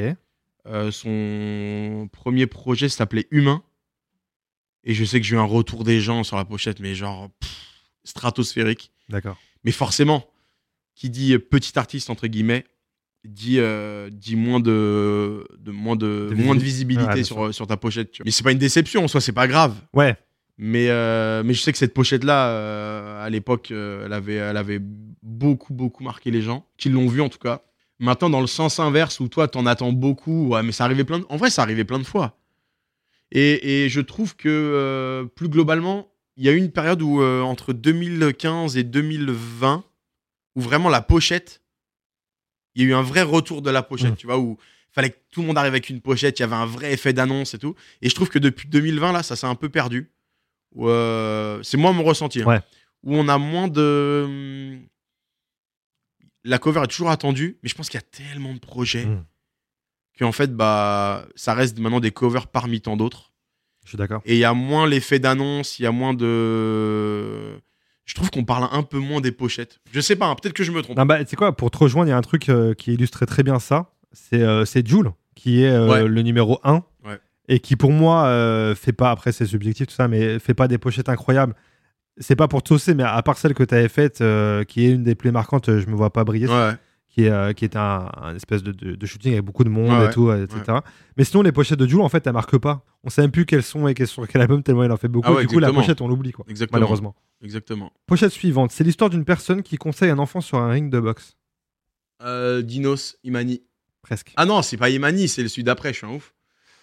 [SPEAKER 4] Son premier projet s'appelait Humain. Et je sais que j'ai eu un retour des gens sur la pochette, mais genre stratosphérique.
[SPEAKER 3] D'accord.
[SPEAKER 4] Mais forcément, qui dit petit artiste, entre guillemets, dit moins de visibilité
[SPEAKER 3] Ouais,
[SPEAKER 4] sur ta pochette. Tu vois. Mais c'est pas une déception, en soi, c'est pas grave.
[SPEAKER 3] Ouais.
[SPEAKER 4] Mais je sais que cette pochette-là, à l'époque, elle avait beaucoup marqué les gens, qui l'ont vu en tout cas. Maintenant, dans le sens inverse, où toi, t'en attends beaucoup, ouais, mais ça arrivait en vrai, ça arrivait plein de fois. Et je trouve que, plus globalement, il y a eu une période où, entre 2015 et 2020, où vraiment la pochette, il y a eu un vrai retour de la pochette, tu vois, où il fallait que tout le monde arrive avec une pochette, il y avait un vrai effet d'annonce et tout. Et je trouve que depuis 2020, là, ça s'est un peu perdu. C'est moi mon ressenti. Hein.
[SPEAKER 3] Ouais.
[SPEAKER 4] où on a moins de... La cover est toujours attendue, mais je pense qu'il y a tellement de projets qu'en fait, bah, ça reste maintenant des covers parmi tant d'autres.
[SPEAKER 3] Je suis d'accord.
[SPEAKER 4] Et il y a moins l'effet d'annonce, il y a moins de... Je trouve qu'on parle un peu moins des pochettes. Je sais pas, hein, peut-être que je me trompe.
[SPEAKER 3] Non, bah, tu sais quoi, pour te rejoindre, il y a un truc qui illustrait très bien ça. C'est Jul, qui est le numéro 1.
[SPEAKER 4] Ouais.
[SPEAKER 3] Et qui, pour moi, fait pas, après c'est subjectif tout ça, mais fait pas des pochettes incroyables. C'est pas pour te saucer, mais à part celle que tu avais faite, qui est une des plus marquantes, je me vois pas briller.
[SPEAKER 4] Ouais.
[SPEAKER 3] Qui était un espèce de shooting avec beaucoup de monde et tout, etc.
[SPEAKER 4] Ouais.
[SPEAKER 3] Mais sinon, les pochettes de Jul, en fait, elles marquent pas. On sait même plus quelles sont et sur quel album, tellement il en fait beaucoup.
[SPEAKER 4] Ah ouais,
[SPEAKER 3] du coup, la
[SPEAKER 4] exactement.
[SPEAKER 3] pochette, on l'oublie, quoi.
[SPEAKER 4] Exactement.
[SPEAKER 3] Malheureusement.
[SPEAKER 4] Exactement.
[SPEAKER 3] Pochette suivante, c'est l'histoire d'une personne qui conseille un enfant sur un ring de boxe.
[SPEAKER 4] Dinos, Imani.
[SPEAKER 3] Presque.
[SPEAKER 4] Ah non, c'est pas Imani, c'est le celui d'après, je suis un ouf.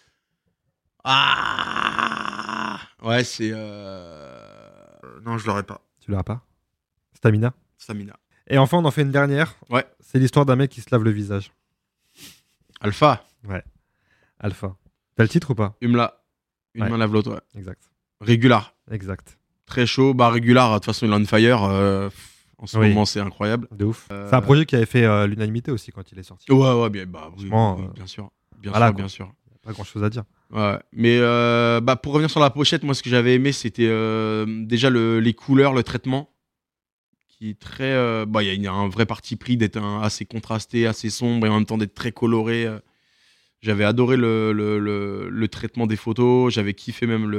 [SPEAKER 4] Ah ouais, c'est... Non, je l'aurais pas.
[SPEAKER 3] Tu l'auras pas. Stamina.
[SPEAKER 4] Stamina.
[SPEAKER 3] Et enfin, on en fait une dernière.
[SPEAKER 4] Ouais.
[SPEAKER 3] C'est l'histoire d'un mec qui se lave le visage.
[SPEAKER 4] Alpha.
[SPEAKER 3] Ouais. Alpha. T'as le titre ou pas?
[SPEAKER 4] Umla. Une
[SPEAKER 3] Ouais.
[SPEAKER 4] main lave l'autre, ouais.
[SPEAKER 3] Exact.
[SPEAKER 4] Régular.
[SPEAKER 3] Exact.
[SPEAKER 4] Très chaud. Bah, Régular, de toute façon, il est on fire. En ce
[SPEAKER 3] Oui.
[SPEAKER 4] moment, c'est incroyable.
[SPEAKER 3] De ouf. C'est un projet qui avait fait l'unanimité aussi quand il est sorti.
[SPEAKER 4] Ouais, bien, bah, oui,
[SPEAKER 3] Franchement,
[SPEAKER 4] oui, bien sûr. Bien
[SPEAKER 3] voilà,
[SPEAKER 4] sûr,
[SPEAKER 3] quoi.
[SPEAKER 4] bien sûr.
[SPEAKER 3] Pas grand chose à dire.
[SPEAKER 4] Ouais. Mais bah, pour revenir sur la pochette, moi, ce que j'avais aimé, c'était déjà les couleurs, le traitement. Qui est très. Bah, il y a un vrai parti pris d'être assez contrasté, assez sombre et en même temps d'être très coloré. J'avais adoré le traitement des photos. J'avais kiffé même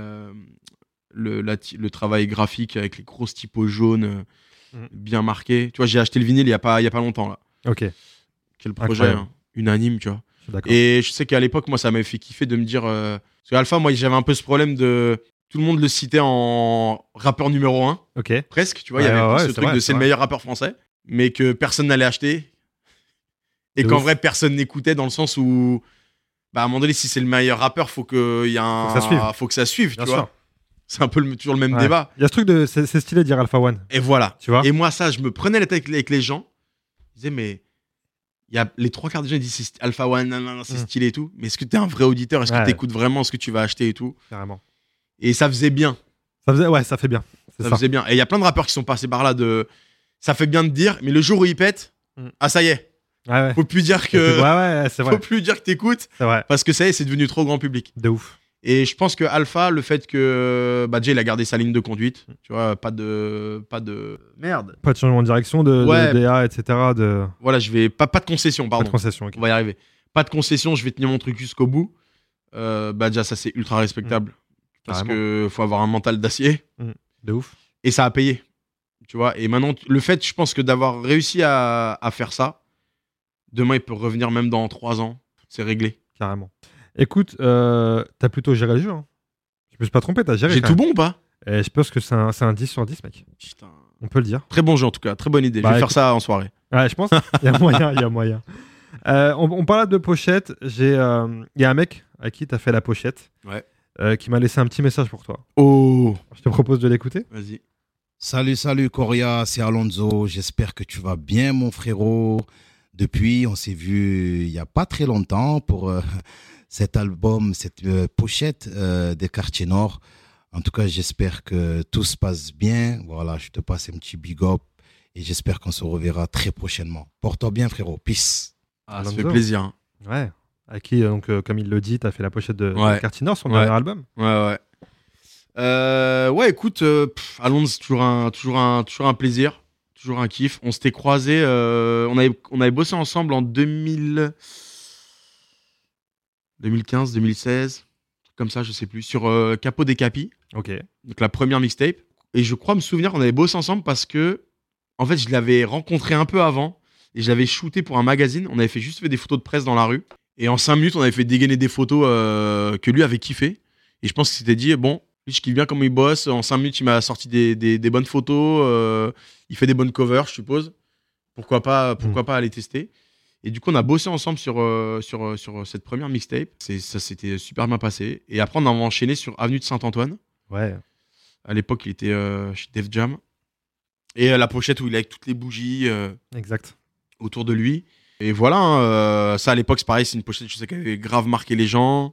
[SPEAKER 4] le travail graphique avec les grosses typos jaunes bien marqués. Tu vois, j'ai acheté le vinyle il y a pas longtemps là.
[SPEAKER 3] Ok.
[SPEAKER 4] Quel projet,
[SPEAKER 3] Incroyable.
[SPEAKER 4] hein. Unanime, tu vois.
[SPEAKER 3] Je suis d'accord.
[SPEAKER 4] Et je sais qu'à l'époque, moi, ça m'avait fait kiffer de me dire. Parce qu'Alpha, moi, j'avais un peu ce problème de. Tout le monde le citait en rappeur numéro 1,
[SPEAKER 3] Ok.
[SPEAKER 4] presque. Tu vois, il y avait un peu ce
[SPEAKER 3] c'est
[SPEAKER 4] truc
[SPEAKER 3] vrai,
[SPEAKER 4] de
[SPEAKER 3] c'est
[SPEAKER 4] c'est le
[SPEAKER 3] vrai.
[SPEAKER 4] meilleur rappeur français, mais que personne n'allait acheter. Et
[SPEAKER 3] De
[SPEAKER 4] qu'en
[SPEAKER 3] ouf.
[SPEAKER 4] vrai, personne n'écoutait dans le sens où. Bah, à un moment donné, si c'est le meilleur rappeur, faut qu'il y a un.
[SPEAKER 3] Faut que ça suive.
[SPEAKER 4] Faut que ça suive,
[SPEAKER 3] Bien
[SPEAKER 4] tu
[SPEAKER 3] sûr.
[SPEAKER 4] vois. C'est un peu toujours le même
[SPEAKER 3] Ouais.
[SPEAKER 4] débat.
[SPEAKER 3] Il y a ce truc de. C'est stylé de dire Alpha One.
[SPEAKER 4] Et voilà.
[SPEAKER 3] Tu vois.
[SPEAKER 4] Et moi, ça, je me prenais la tête avec les gens. Je disais, mais. Il y a les 3 quarts des gens ils disent c'est Alpha One, nanana, c'est stylé et tout. Mais est-ce que t'es un vrai auditeur? Est-ce que
[SPEAKER 3] Ouais.
[SPEAKER 4] t'écoutes vraiment ce que tu vas acheter et tout?
[SPEAKER 3] Carrément.
[SPEAKER 4] Et ça faisait bien.
[SPEAKER 3] Ça fait bien. C'est
[SPEAKER 4] Ça
[SPEAKER 3] ça.
[SPEAKER 4] faisait bien. Et il y a plein de rappeurs qui sont passés par là de. Ça fait bien de dire, mais le jour où ils pètent, ah ça y est,
[SPEAKER 3] Ouais.
[SPEAKER 4] faut plus dire que.
[SPEAKER 3] Ouais, c'est vrai.
[SPEAKER 4] Faut plus dire que t'écoutes,
[SPEAKER 3] C'est vrai.
[SPEAKER 4] parce que ça y est, c'est devenu trop grand public.
[SPEAKER 3] De ouf.
[SPEAKER 4] Et je pense que Alpha, le fait que. Bah, déjà, il a gardé sa ligne de conduite. Tu vois, pas de. Merde.
[SPEAKER 3] Pas de changement de direction, de
[SPEAKER 4] Ouais.
[SPEAKER 3] DA, etc. De
[SPEAKER 4] Voilà, je vais. Pas de concession,
[SPEAKER 3] pas
[SPEAKER 4] pardon.
[SPEAKER 3] de concession. Ok.
[SPEAKER 4] On va y arriver. Pas de concession, je vais tenir mon truc jusqu'au bout. Bah, déjà, ça, c'est ultra respectable. Parce
[SPEAKER 3] Carrément.
[SPEAKER 4] que faut avoir un mental d'acier.
[SPEAKER 3] De ouf.
[SPEAKER 4] Et ça a payé. Tu vois. Et maintenant, le fait, je pense que d'avoir réussi à faire ça, demain, il peut revenir même dans 3 ans. C'est réglé.
[SPEAKER 3] Carrément. Écoute, t'as plutôt géré le jeu. Hein. Je me suis pas trompé, t'as géré.
[SPEAKER 4] J'ai
[SPEAKER 3] quand
[SPEAKER 4] tout
[SPEAKER 3] même.
[SPEAKER 4] bon ou pas?
[SPEAKER 3] Et je pense que c'est un 10 sur 10, mec.
[SPEAKER 4] Putain.
[SPEAKER 3] On peut le dire.
[SPEAKER 4] Très bon jeu en tout cas. Très bonne idée.
[SPEAKER 3] Bah,
[SPEAKER 4] je vais faire
[SPEAKER 3] écoute.
[SPEAKER 4] ça en soirée.
[SPEAKER 3] Ouais, je pense. Il y a moyen, il y a moyen. On parle de pochette. Il y a un mec à qui t'as fait la pochette.
[SPEAKER 4] Ouais.
[SPEAKER 3] Qui m'a laissé un petit message pour toi.
[SPEAKER 4] Oh.
[SPEAKER 3] Je te propose de l'écouter.
[SPEAKER 4] Vas-y.
[SPEAKER 5] Salut Coria, c'est Alonso. J'espère que tu vas bien, mon frérot. Depuis, on s'est vu il n'y a pas très longtemps pour cet album, cette pochette des Quartiers Nord. En tout cas, j'espère que tout se passe bien. Voilà, je te passe un petit big up et j'espère qu'on se reverra très prochainement. Porte-toi bien, frérot. Peace.
[SPEAKER 4] Ah, ça
[SPEAKER 3] Alonso.
[SPEAKER 4] fait plaisir. Hein.
[SPEAKER 3] Ouais. À qui, donc, comme il le dit, t'as fait la pochette de
[SPEAKER 4] Ouais.
[SPEAKER 3] Quartier Nord, son
[SPEAKER 4] Ouais.
[SPEAKER 3] dernier album.
[SPEAKER 4] Ouais. Ouais, écoute, Alonso, c'est toujours un plaisir. Toujours un kiff. On s'était croisés. On avait bossé ensemble en 2015, 2016. Comme ça, je sais plus. Sur Capo des Capis.
[SPEAKER 3] Ok.
[SPEAKER 4] Donc la première mixtape. Et je crois me souvenir qu'on avait bossé ensemble parce que, en fait, je l'avais rencontré un peu avant et je l'avais shooté pour un magazine. On avait juste fait des photos de presse dans la rue. Et en 5 minutes, on avait fait dégainer des photos que lui avait kiffé. Et je pense qu'il s'était dit, bon, lui, je kiffe bien comment il bosse. En 5 minutes, il m'a sorti des bonnes photos. Il fait des bonnes covers, je suppose. Pourquoi pas aller tester. Et du coup, on a bossé ensemble sur cette première mixtape. Ça s'était super bien passé. Et après, on a enchaîné sur Avenue de Saint-Antoine.
[SPEAKER 3] Ouais.
[SPEAKER 4] À l'époque, il était chez Def Jam. Et la pochette où il est avec toutes les bougies
[SPEAKER 3] Exact.
[SPEAKER 4] autour de lui. Et voilà, hein, ça à l'époque, c'est pareil, c'est une pochette, je sais, qui avait grave marqué les gens.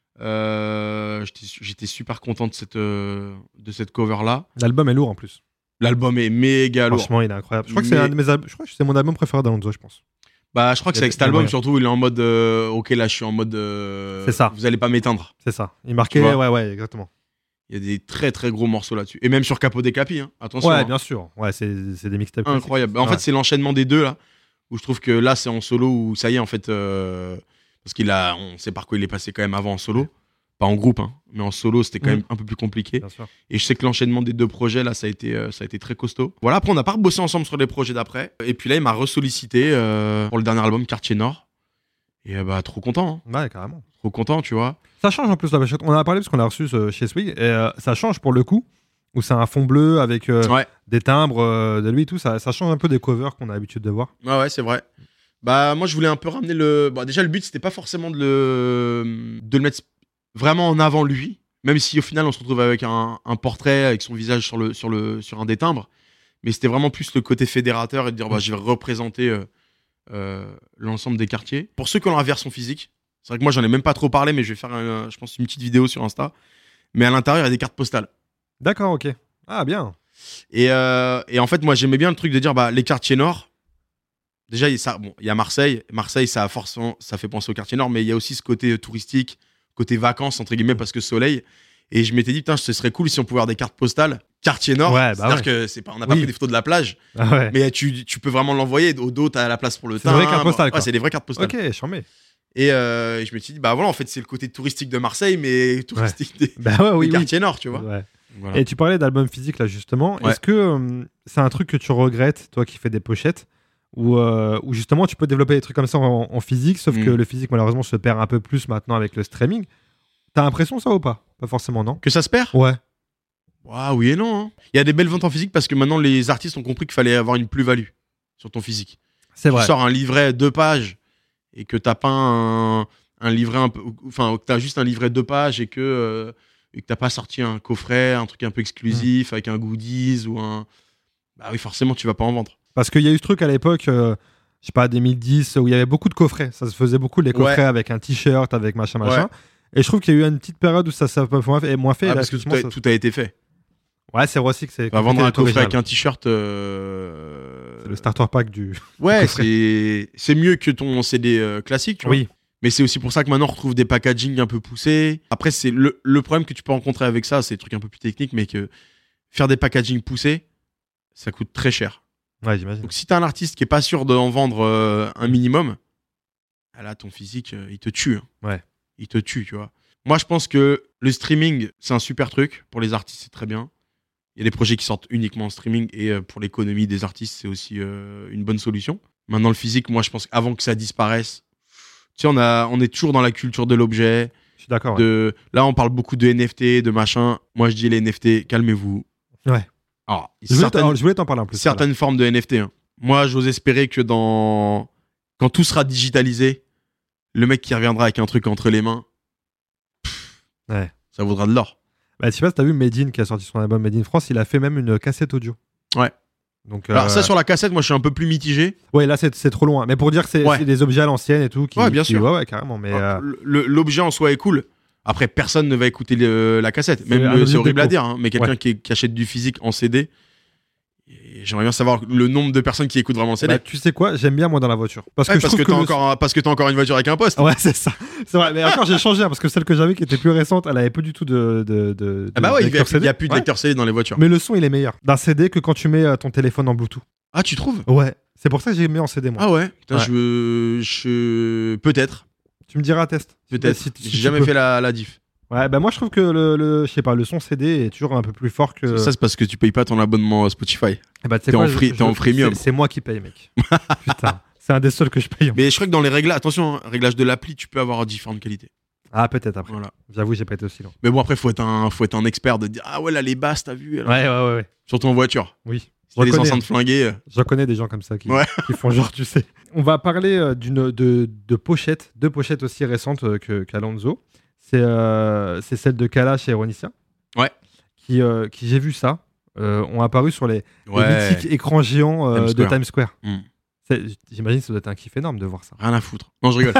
[SPEAKER 4] J'étais super content de cette cover-là.
[SPEAKER 3] L'album est lourd en plus.
[SPEAKER 4] L'album est méga lourd.
[SPEAKER 3] Franchement, il est incroyable. Je crois que c'est un de mes albums. Je crois que c'est mon album préféré d'Alonso, je pense.
[SPEAKER 4] Bah, je crois que c'est avec cet album, surtout, il est en mode. Ok, là, je suis en mode.
[SPEAKER 3] C'est ça.
[SPEAKER 4] Vous allez pas m'éteindre.
[SPEAKER 3] C'est ça. Il marquait. Ouais, exactement.
[SPEAKER 4] Il y a des très très gros morceaux là-dessus. Et même sur Capo des Capi, hein. Attention.
[SPEAKER 3] Ouais,
[SPEAKER 4] hein.
[SPEAKER 3] bien sûr. Ouais, c'est des mixtapes.
[SPEAKER 4] Incroyable. En fait, c'est l'enchaînement des deux là, où je trouve que là, c'est en solo, où ça y est, en fait. Parce on sait par quoi il est passé quand même avant en solo. Pas en groupe, hein, mais en solo, c'était quand même un peu plus compliqué.
[SPEAKER 3] Bien sûr.
[SPEAKER 4] Et je sais que l'enchaînement des deux projets, là, ça a été très costaud. Voilà, après, on n'a pas rebossé ensemble sur les projets d'après. Et puis là, il m'a ressollicité pour le dernier album, Quartier Nord. Et bah, trop content. Hein.
[SPEAKER 3] Ouais, carrément.
[SPEAKER 4] Trop content, tu vois.
[SPEAKER 3] Ça change en plus la pochette. On en a parlé parce qu'on l'a reçu chez Swig. Et ça change pour le coup, où c'est un fond bleu avec des timbres de lui et tout. Ça change un peu des covers qu'on a l'habitude de voir.
[SPEAKER 4] Ouais, c'est vrai. Bah, moi, je voulais un peu ramener le. Bah, déjà, le but, c'était pas forcément de le mettre vraiment en avant lui, même si au final on se retrouve avec un portrait avec son visage sur un des timbres, mais c'était vraiment plus le côté fédérateur et de dire bah, je vais représenter l'ensemble des quartiers. Pour ceux qui ont la version physique, c'est vrai que moi j'en ai même pas trop parlé, mais je vais faire je pense une petite vidéo sur Insta, mais à l'intérieur il y a des cartes postales.
[SPEAKER 3] D'accord, ok. Ah bien.
[SPEAKER 4] Et en fait moi j'aimais bien le truc de dire bah les quartiers nord. Déjà il y a Marseille, ça fait penser au quartier nord, mais il y a aussi ce côté touristique, côté vacances entre guillemets parce que soleil, et je m'étais dit putain ce serait cool si on pouvait avoir des cartes postales quartier nord, c'est-à-dire que on n'a pas pris des photos de la plage, mais tu peux vraiment l'envoyer au dos, t'as la place pour le timbre.
[SPEAKER 3] C'est des vraies cartes postales quoi.
[SPEAKER 4] C'est des vraies cartes postales.
[SPEAKER 3] Ok, j'en mets.
[SPEAKER 4] Et je me suis dit bah voilà en fait c'est le côté touristique de Marseille mais touristique des quartiers nord, tu vois.
[SPEAKER 3] Ouais. Voilà. Et tu parlais d'album physique là justement, est-ce que c'est un truc que tu regrettes toi qui fais des pochettes ou justement tu peux développer des trucs comme ça en physique, sauf que le physique malheureusement se perd un peu plus maintenant avec le streaming. T'as l'impression ça ou pas? Pas forcément, non?
[SPEAKER 4] Que ça se perd?
[SPEAKER 3] Ouais.
[SPEAKER 4] Oui et non. Hein. Il y a des belles ventes en physique parce que maintenant les artistes ont compris qu'il fallait avoir une plus-value sur ton physique.
[SPEAKER 3] C'est vrai.
[SPEAKER 4] Tu sors un livret 2 pages et que t'as pas un livret un peu, enfin que t'as juste un livret 2 pages et que t'as pas sorti un coffret, un truc un peu exclusif avec un goodies ou un, bah oui forcément tu vas pas en vendre.
[SPEAKER 3] Parce qu'il y a eu ce truc à l'époque, je sais pas 2010 où il y avait beaucoup de coffrets. Ça se faisait beaucoup les coffrets avec un t-shirt, avec machin. Et je trouve qu'il y a eu une petite période où ça peut moins fait.
[SPEAKER 4] Ah, parce que tout a été fait.
[SPEAKER 3] Ouais, c'est vrai aussi que c'est.
[SPEAKER 4] Vendre un coffret avec un t-shirt. C'est
[SPEAKER 3] le starter pack du.
[SPEAKER 4] Ouais, c'est mieux que ton CD classique, tu vois.
[SPEAKER 3] Oui.
[SPEAKER 4] Mais c'est aussi pour ça que maintenant on retrouve des packaging un peu poussés. Après, c'est le problème que tu peux rencontrer avec ça, c'est des trucs un peu plus techniques, mais que faire des packaging poussés, ça coûte très cher.
[SPEAKER 3] Ouais, j'imagine.
[SPEAKER 4] Donc si t'es un artiste qui est pas sûr d'en vendre un minimum, là ton physique il te tue. Hein.
[SPEAKER 3] Ouais.
[SPEAKER 4] Il te tue, tu vois. Moi je pense que le streaming c'est un super truc pour les artistes, c'est très bien. Il y a des projets qui sortent uniquement en streaming et pour l'économie des artistes c'est aussi une bonne solution. Maintenant le physique, moi je pense qu'avant que ça disparaisse, tu sais on est toujours dans la culture de l'objet.
[SPEAKER 3] Je suis d'accord.
[SPEAKER 4] Là on parle beaucoup de NFT, de machin. Moi je dis les NFT, calmez-vous.
[SPEAKER 3] Ouais.
[SPEAKER 4] Alors,
[SPEAKER 3] je voulais t'en parler en plus.
[SPEAKER 4] Certaines formes de NFT. Hein. Moi, j'ose espérer que quand tout sera digitalisé, le mec qui reviendra avec un truc entre les mains, ça vaudra de l'or.
[SPEAKER 3] Bah, je sais pas si t'as vu Medine qui a sorti son album Made in France, il a fait même une cassette audio.
[SPEAKER 4] Ouais.
[SPEAKER 3] Donc,
[SPEAKER 4] alors ça sur la cassette, moi je suis un peu plus mitigé.
[SPEAKER 3] Ouais, là c'est trop loin. Mais pour dire que c'est des objets à l'ancienne et tout.
[SPEAKER 4] Bien sûr.
[SPEAKER 3] Ouais, carrément. Mais
[SPEAKER 4] l'objet en soi est cool. Après, personne ne va écouter la cassette. Même c'est horrible à dire, hein, mais quelqu'un qui achète du physique en CD, j'aimerais bien savoir le nombre de personnes qui écoutent vraiment le CD.
[SPEAKER 3] Bah, tu sais quoi, j'aime bien moi dans la voiture. Parce que
[SPEAKER 4] t'as encore une voiture avec un poste.
[SPEAKER 3] Ouais, c'est ça. C'est vrai, mais encore j'ai changé parce que celle que j'avais qui était plus récente, elle avait pas du tout de
[SPEAKER 4] bah ouais, il y a plus de lecteur CD dans les voitures.
[SPEAKER 3] Mais le son il est meilleur d'un CD que quand tu mets ton téléphone en Bluetooth.
[SPEAKER 4] Ah, tu trouves?
[SPEAKER 3] Ouais. C'est pour ça que j'ai mis en CD moi.
[SPEAKER 4] Ah ouais. Putain, peut-être.
[SPEAKER 3] Tu me diras test.
[SPEAKER 4] Peut-être. Si j'ai jamais fait la diff.
[SPEAKER 3] Ouais, bah moi je trouve que je sais pas, le son CD est toujours un peu plus fort que.
[SPEAKER 4] Ça c'est parce que tu payes pas ton abonnement Spotify.
[SPEAKER 3] Bah,
[SPEAKER 4] t'es en freemium.
[SPEAKER 3] C'est moi qui paye, mec. Putain, c'est un des seuls que je paye.
[SPEAKER 4] Mais je crois que dans les réglages, attention, réglage de l'appli, tu peux avoir différentes qualités.
[SPEAKER 3] Ah, peut-être après.
[SPEAKER 4] Voilà.
[SPEAKER 3] J'avoue, j'ai pas été aussi long.
[SPEAKER 4] Mais bon, après, faut être un expert de dire ah ouais là les basses, t'as vu alors.
[SPEAKER 3] Ouais.
[SPEAKER 4] Surtout en voiture.
[SPEAKER 3] Oui.
[SPEAKER 4] Si les enceintes flinguées.
[SPEAKER 3] Je connais des gens comme ça qui font genre, tu sais. On va parler de pochettes, deux pochettes aussi récentes qu'Alonso. C'est celle de Kalash et Ronisia.
[SPEAKER 4] Ouais.
[SPEAKER 3] Qui j'ai vu ça, ont apparu sur les mythiques écrans géants de Times Square. J'imagine que ça doit être un kiff énorme de voir ça.
[SPEAKER 4] Rien à foutre. Non, je rigole.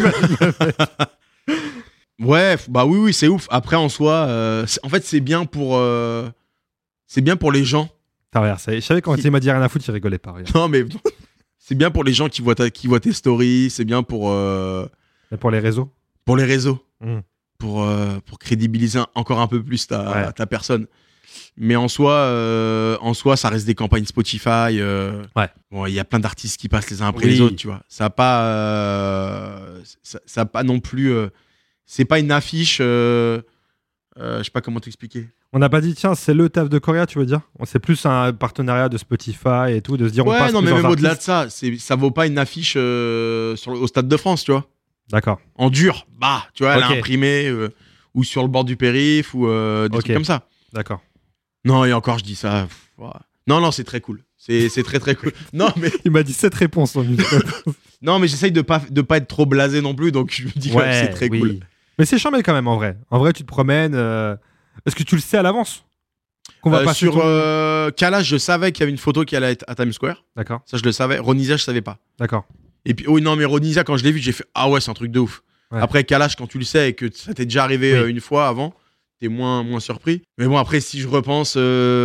[SPEAKER 4] Ouais, bah oui, c'est ouf. Après, en soi, en fait, c'est bien pour les gens.
[SPEAKER 3] Regarde, je savais quand il m'a dit rien à foutre, il rigolait pas. Regarde.
[SPEAKER 4] Non, mais c'est bien pour les gens qui voient tes stories, c'est bien pour
[SPEAKER 3] Mais pour les réseaux.
[SPEAKER 4] les réseaux,
[SPEAKER 3] Mm.
[SPEAKER 4] pour crédibiliser encore un peu plus ta personne. Mais en soi, ça reste des campagnes Spotify.
[SPEAKER 3] Ouais.
[SPEAKER 4] Bon, il y a plein d'artistes qui passent les uns après
[SPEAKER 3] Oui.
[SPEAKER 4] les autres, tu vois. Ça a pas non plus. C'est pas une affiche. Je sais pas comment t'expliquer.
[SPEAKER 3] On n'a pas dit, tiens, c'est le taf de Coria, tu veux dire? C'est plus un partenariat de Spotify et tout, de se dire on
[SPEAKER 4] Ouais,
[SPEAKER 3] passe
[SPEAKER 4] non, mais
[SPEAKER 3] plusieurs
[SPEAKER 4] même au-delà de
[SPEAKER 3] artistes.
[SPEAKER 4] ça, ça vaut pas une affiche au Stade de France, tu vois.
[SPEAKER 3] D'accord.
[SPEAKER 4] En dur, tu vois, elle
[SPEAKER 3] Ok.
[SPEAKER 4] a imprimé ou sur le bord du périph ou des
[SPEAKER 3] Ok.
[SPEAKER 4] trucs comme ça.
[SPEAKER 3] D'accord.
[SPEAKER 4] Non, et encore, je dis ça. Ouais. Non, c'est très cool. C'est très très cool. Non, mais
[SPEAKER 3] Il m'a dit 7 réponses.
[SPEAKER 4] non, mais j'essaye de pas être trop blasé non plus, donc je me dis que c'est très
[SPEAKER 3] oui.
[SPEAKER 4] cool.
[SPEAKER 3] Mais c'est charmé quand même en vrai. En vrai, tu te promènes. Est-ce que tu le sais à l'avance qu'on va passer
[SPEAKER 4] Sur
[SPEAKER 3] ton-
[SPEAKER 4] Kalash, je savais qu'il y avait une photo qui allait être à Times Square.
[SPEAKER 3] D'accord.
[SPEAKER 4] Ça, je le savais. Ronisia, je savais pas.
[SPEAKER 3] D'accord.
[SPEAKER 4] Et puis, oui, non, mais Ronisia, quand je l'ai vu, j'ai fait ah ouais, c'est un truc de ouf.
[SPEAKER 3] Ouais.
[SPEAKER 4] Après, Kalash, quand tu le sais et que ça t'est déjà arrivé
[SPEAKER 3] Oui.
[SPEAKER 4] une fois avant, t'es moins surpris. Mais bon, après, si je repense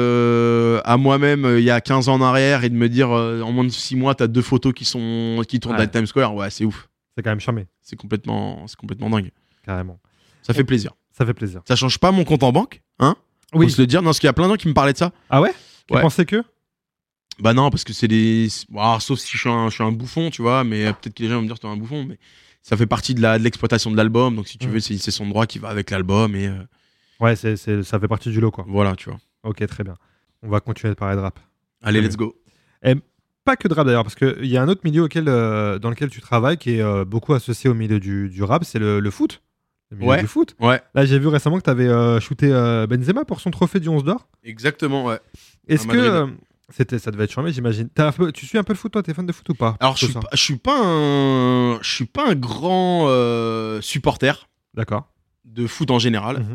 [SPEAKER 4] à moi-même il y a 15 ans en arrière et de me dire en moins de 6 mois, t'as 2 photos qui tournent
[SPEAKER 3] Ouais.
[SPEAKER 4] à Times Square, ouais, c'est ouf.
[SPEAKER 3] C'est quand même charmé,
[SPEAKER 4] C'est complètement dingue.
[SPEAKER 3] carrément.
[SPEAKER 4] Ça fait plaisir.
[SPEAKER 3] Ça fait plaisir.
[SPEAKER 4] Ça change pas mon compte en banque, hein?
[SPEAKER 3] Oui.
[SPEAKER 4] Faut se le dire. Non, parce qu'il y a plein de gens qui me parlaient de ça.
[SPEAKER 3] Ah ouais? Tu
[SPEAKER 4] Ouais.
[SPEAKER 3] pensais que?
[SPEAKER 4] Bah non, parce que c'est des. Bon, sauf si je suis un bouffon, tu vois, mais peut-être que les gens vont me dire que t'es un bouffon, mais ça fait partie de l'exploitation de l'album. Donc si tu veux, c'est une cession de droit qui va avec l'album et
[SPEAKER 3] Ouais, ça fait partie du lot, quoi.
[SPEAKER 4] voilà, tu vois.
[SPEAKER 3] Ok, très bien. On va continuer de parler de rap.
[SPEAKER 4] Allez,
[SPEAKER 3] Ouais.
[SPEAKER 4] let's go.
[SPEAKER 3] Pas que de rap d'ailleurs, parce qu'il y a un autre milieu dans lequel tu travailles qui est beaucoup associé au milieu du rap, c'est le foot. Le milieu
[SPEAKER 4] Ouais.
[SPEAKER 3] du foot.
[SPEAKER 4] Ouais,
[SPEAKER 3] Là, j'ai vu récemment que tu avais shooté Benzema pour son trophée du 11 d'or.
[SPEAKER 4] exactement, ouais.
[SPEAKER 3] Est-ce
[SPEAKER 4] Madrid.
[SPEAKER 3] que ça devait être charmé, j'imagine. Tu suis un peu le foot, toi? T'es fan de foot ou pas?
[SPEAKER 4] Alors, je
[SPEAKER 3] Plutôt ça.
[SPEAKER 4] suis pas un grand supporter
[SPEAKER 3] D'accord.
[SPEAKER 4] de foot en général.
[SPEAKER 3] Mhm.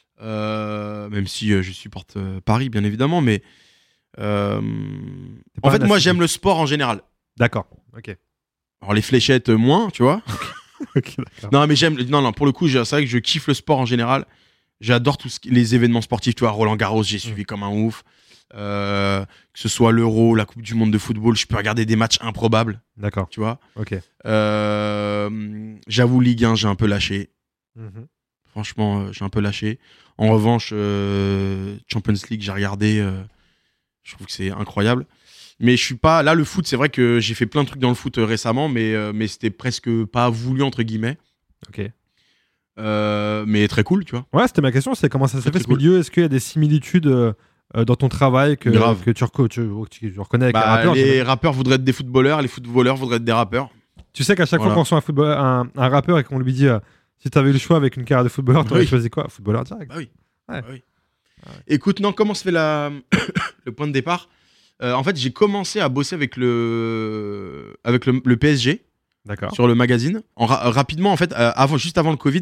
[SPEAKER 4] Même si je supporte Paris, bien évidemment, mais
[SPEAKER 3] T'es pas
[SPEAKER 4] en fait,
[SPEAKER 3] un
[SPEAKER 4] moi,
[SPEAKER 3] assidu.
[SPEAKER 4] j'aime le sport en général.
[SPEAKER 3] D'accord. Ok.
[SPEAKER 4] Alors, les fléchettes, moins, tu vois.
[SPEAKER 3] Ok, d'accord.
[SPEAKER 4] Non, mais non, pour le coup, c'est vrai que je kiffe le sport en général. J'adore les événements sportifs. Tu vois, Roland Garros, j'ai suivi comme un ouf. Que ce soit l'Euro, la Coupe du Monde de football, je peux regarder des matchs improbables,
[SPEAKER 3] D'accord.
[SPEAKER 4] tu vois.
[SPEAKER 3] Ok.
[SPEAKER 4] J'avoue, Ligue 1, j'ai un peu lâché.
[SPEAKER 3] Mhm.
[SPEAKER 4] Franchement, j'ai un peu lâché. En revanche, Champions League, j'ai regardé. Je trouve que c'est incroyable. Mais je suis pas. Là, le foot, c'est vrai que j'ai fait plein de trucs dans le foot récemment, mais c'était presque pas voulu, entre guillemets.
[SPEAKER 3] Ok.
[SPEAKER 4] Mais très cool, tu vois.
[SPEAKER 3] Ouais, c'était ma question, c'est comment ça s'est
[SPEAKER 4] Très
[SPEAKER 3] fait ce
[SPEAKER 4] cool.
[SPEAKER 3] milieu? Est-ce qu'il y a des similitudes dans ton travail que
[SPEAKER 4] Grave.
[SPEAKER 3] tu reconnais avec les
[SPEAKER 4] Bah,
[SPEAKER 3] rappeurs?
[SPEAKER 4] les rappeurs voudraient être des footballeurs, les footballeurs voudraient être des rappeurs.
[SPEAKER 3] Tu sais qu'à chaque fois
[SPEAKER 4] Voilà.
[SPEAKER 3] qu'on reçoit un rappeur et qu'on lui dit si t'avais eu le choix avec une carrière de footballeur, t'aurais
[SPEAKER 4] Oui.
[SPEAKER 3] choisi quoi? Footballeur direct.
[SPEAKER 4] Bah oui.
[SPEAKER 3] Ouais.
[SPEAKER 4] Bah oui. Écoute, non, comment se fait le point de départ? En fait, j'ai commencé à bosser avec le PSG
[SPEAKER 3] D'accord.
[SPEAKER 4] sur le magazine. Rapidement, en fait, juste avant le Covid,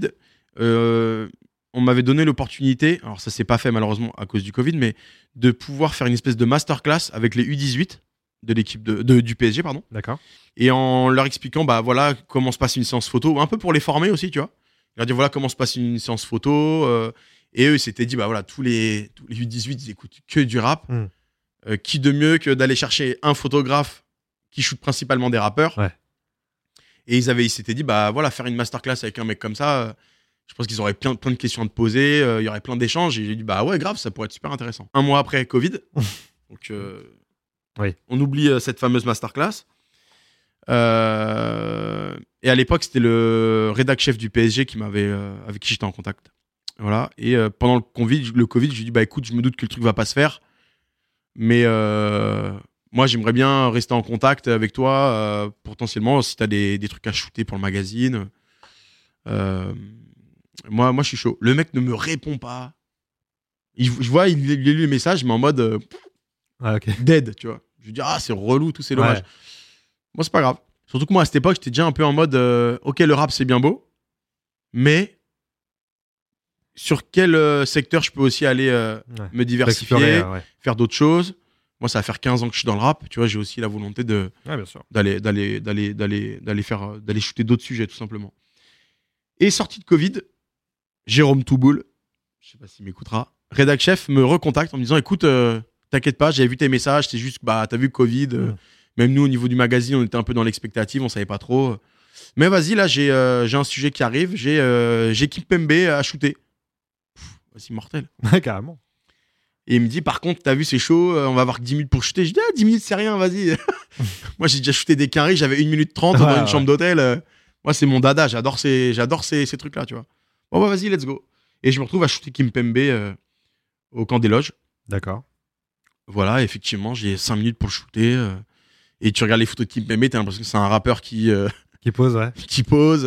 [SPEAKER 4] on m'avait donné l'opportunité, alors ça s'est pas fait malheureusement à cause du Covid, mais de pouvoir faire une espèce de masterclass avec les U18 de l'équipe du PSG, pardon.
[SPEAKER 3] D'accord.
[SPEAKER 4] Et en leur expliquant, bah voilà, comment se passe une séance photo, un peu pour les former aussi, tu vois. Leur dire, voilà comment se passe une séance photo. Et eux, ils s'étaient dit, bah voilà, tous les U18, ils écoutent que du rap.
[SPEAKER 3] Mm.
[SPEAKER 4] Qui de mieux que d'aller chercher un photographe qui shoot principalement des rappeurs.
[SPEAKER 3] Ouais.
[SPEAKER 4] Et ils s'étaient dit, bah voilà, faire une masterclass avec un mec comme ça, je pense qu'ils auraient plein de questions à te poser, il y aurait plein d'échanges. Et j'ai dit, bah ouais, grave, ça pourrait être super intéressant. Un mois après Covid, donc
[SPEAKER 3] Oui.
[SPEAKER 4] on oublie cette fameuse masterclass. Et à l'époque, c'était le rédac chef du PSG avec qui j'étais en contact. Voilà. Et pendant le Covid, je lui ai dit, bah écoute, je me doute que le truc va pas se faire. Mais moi, j'aimerais bien rester en contact avec toi, potentiellement, si tu as des trucs à shooter pour le magazine. Moi, je suis chaud. Le mec ne me répond pas. Je vois, il a lu le message, mais en mode
[SPEAKER 3] Ah, ok.
[SPEAKER 4] dead, tu vois. Je lui dis, c'est relou, tout, c'est dommage.
[SPEAKER 3] Ouais.
[SPEAKER 4] Moi, c'est pas grave. Surtout que moi, à cette époque, j'étais déjà un peu en mode, ok, le rap, c'est bien beau, mais sur quel secteur je peux aussi aller
[SPEAKER 3] Ouais.
[SPEAKER 4] me diversifier,
[SPEAKER 3] Explorer, ouais.
[SPEAKER 4] faire d'autres choses. Moi, ça va faire 15 ans que je suis dans le rap. Tu vois, j'ai aussi la volonté
[SPEAKER 3] Ouais, bien sûr.
[SPEAKER 4] d'aller shooter d'autres sujets, tout simplement. Et sortie de Covid, Jérôme Touboul, je sais pas s'il m'écoutera, rédac chef me recontacte en me disant, écoute, t'inquiète pas, j'avais vu tes messages, c'est juste, bah, t'as vu Covid. Même nous, au niveau du magazine, on était un peu dans l'expectative, on savait pas trop. Mais vas-y, là, j'ai un sujet qui arrive, j'ai Kimpembe à shooter. Vas-y, mortel.
[SPEAKER 3] Ouais, carrément.
[SPEAKER 4] Et il me dit, par contre, t'as vu, c'est chaud, on va avoir que 10 minutes pour shooter. Je dis, 10 minutes, c'est rien, vas-y. Moi, j'ai déjà shooté des quinries, j'avais 1 minute 30 dans une chambre d'hôtel. Moi, c'est mon dada, j'adore ces trucs-là, tu vois. Bon, bah, vas-y, let's go. Et je me retrouve à shooter Kimpembe au camp des loges.
[SPEAKER 3] D'accord.
[SPEAKER 4] Voilà, effectivement, j'ai 5 minutes pour le shooter. Et tu regardes les photos de Kimpembe, t'as l'impression que c'est un rappeur qui
[SPEAKER 3] pose, ouais.
[SPEAKER 4] qui pose.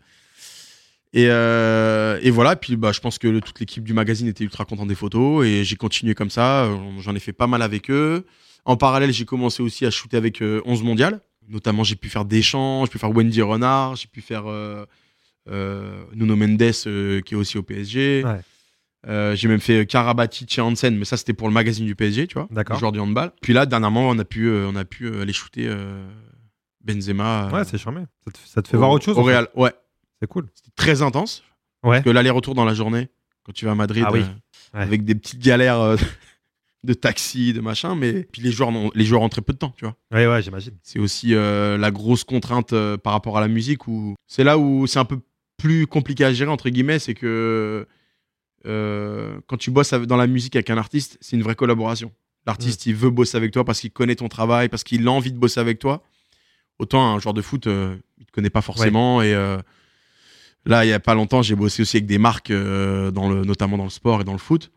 [SPEAKER 4] Et voilà, puis bah, je pense que toute l'équipe du magazine était ultra contente des photos. Et j'ai continué comme ça. J'en ai fait pas mal avec eux. En parallèle, j'ai commencé aussi à shooter avec 11 Mondial. Notamment, j'ai pu faire Deschamps, j'ai pu faire Wendy Renard, j'ai pu faire Nuno Mendes, qui est aussi au PSG.
[SPEAKER 3] Ouais.
[SPEAKER 4] J'ai même fait Karabatic et Hansen, mais ça, c'était pour le magazine du PSG, tu vois.
[SPEAKER 3] D'accord.
[SPEAKER 4] Le joueur du handball. Puis là, dernièrement, on a pu aller shooter Benzema.
[SPEAKER 3] Ouais, c'est charmé. Ça te fait voir autre chose
[SPEAKER 4] Au
[SPEAKER 3] en fait.
[SPEAKER 4] Real, ouais.
[SPEAKER 3] C'est cool.
[SPEAKER 4] C'était très intense.
[SPEAKER 3] Ouais.
[SPEAKER 4] Parce que l'aller-retour dans la journée, quand tu vas à Madrid,
[SPEAKER 3] Ah oui. Ouais.
[SPEAKER 4] avec des petites galères de taxi, de machin, mais puis les joueurs ont très peu de temps, tu vois.
[SPEAKER 3] Ouais, j'imagine.
[SPEAKER 4] C'est aussi la grosse contrainte par rapport à la musique, où c'est là où c'est un peu plus compliqué à gérer, entre guillemets, c'est que quand tu bosses dans la musique avec un artiste, c'est une vraie collaboration. L'artiste, il veut bosser avec toi parce qu'il connaît ton travail, parce qu'il a envie de bosser avec toi. Autant un joueur de foot, il te connaît pas forcément. Ouais. Et là, il y a pas longtemps, j'ai bossé aussi avec des marques, notamment dans le sport et dans le foot.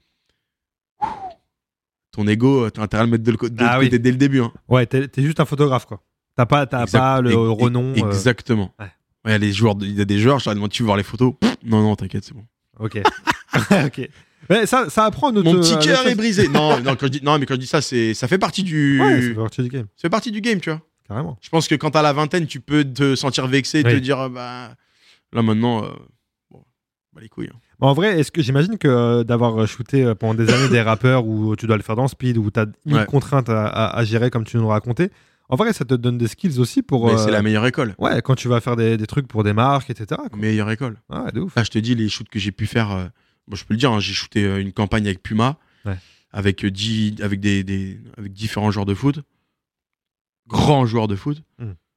[SPEAKER 4] Ton ego, t'as intérêt à le mettre de l'autre côté dès le début. Hein.
[SPEAKER 3] Ouais, t'es juste un photographe, quoi. T'as pas le renom.
[SPEAKER 4] Exactement. Ouais, il y a des joueurs, je leur demande, tu veux voir les photos? Non, t'inquiète, c'est bon.
[SPEAKER 3] Ok. Ok. Mais ça apprend notre.
[SPEAKER 4] Mon petit cœur est brisé. Mais quand je dis ça, ça fait partie du.
[SPEAKER 3] Ouais, ça fait partie du game.
[SPEAKER 4] Ça fait partie du game, tu vois.
[SPEAKER 3] Carrément.
[SPEAKER 4] Je pense que quand t'as la vingtaine, tu peux te sentir vexé et te dire, bah, là maintenant, bah les couilles. Hein.
[SPEAKER 3] Bon, en vrai, est-ce que j'imagine que d'avoir shooté pendant des années des rappeurs où tu dois le faire dans le speed, où t'as une contrainte à gérer comme tu nous racontais, en vrai, ça te donne des skills aussi pour.
[SPEAKER 4] Mais c'est la meilleure école.
[SPEAKER 3] Ouais, quand tu vas faire des trucs pour des marques, etc. Quoi.
[SPEAKER 4] Meilleure école.
[SPEAKER 3] Ouais, de ouf.
[SPEAKER 4] Là, je te dis, les shoots que j'ai pu faire, bon, je peux le dire, hein, j'ai shooté une campagne avec Puma, avec différents joueurs de foot, grands joueurs de foot.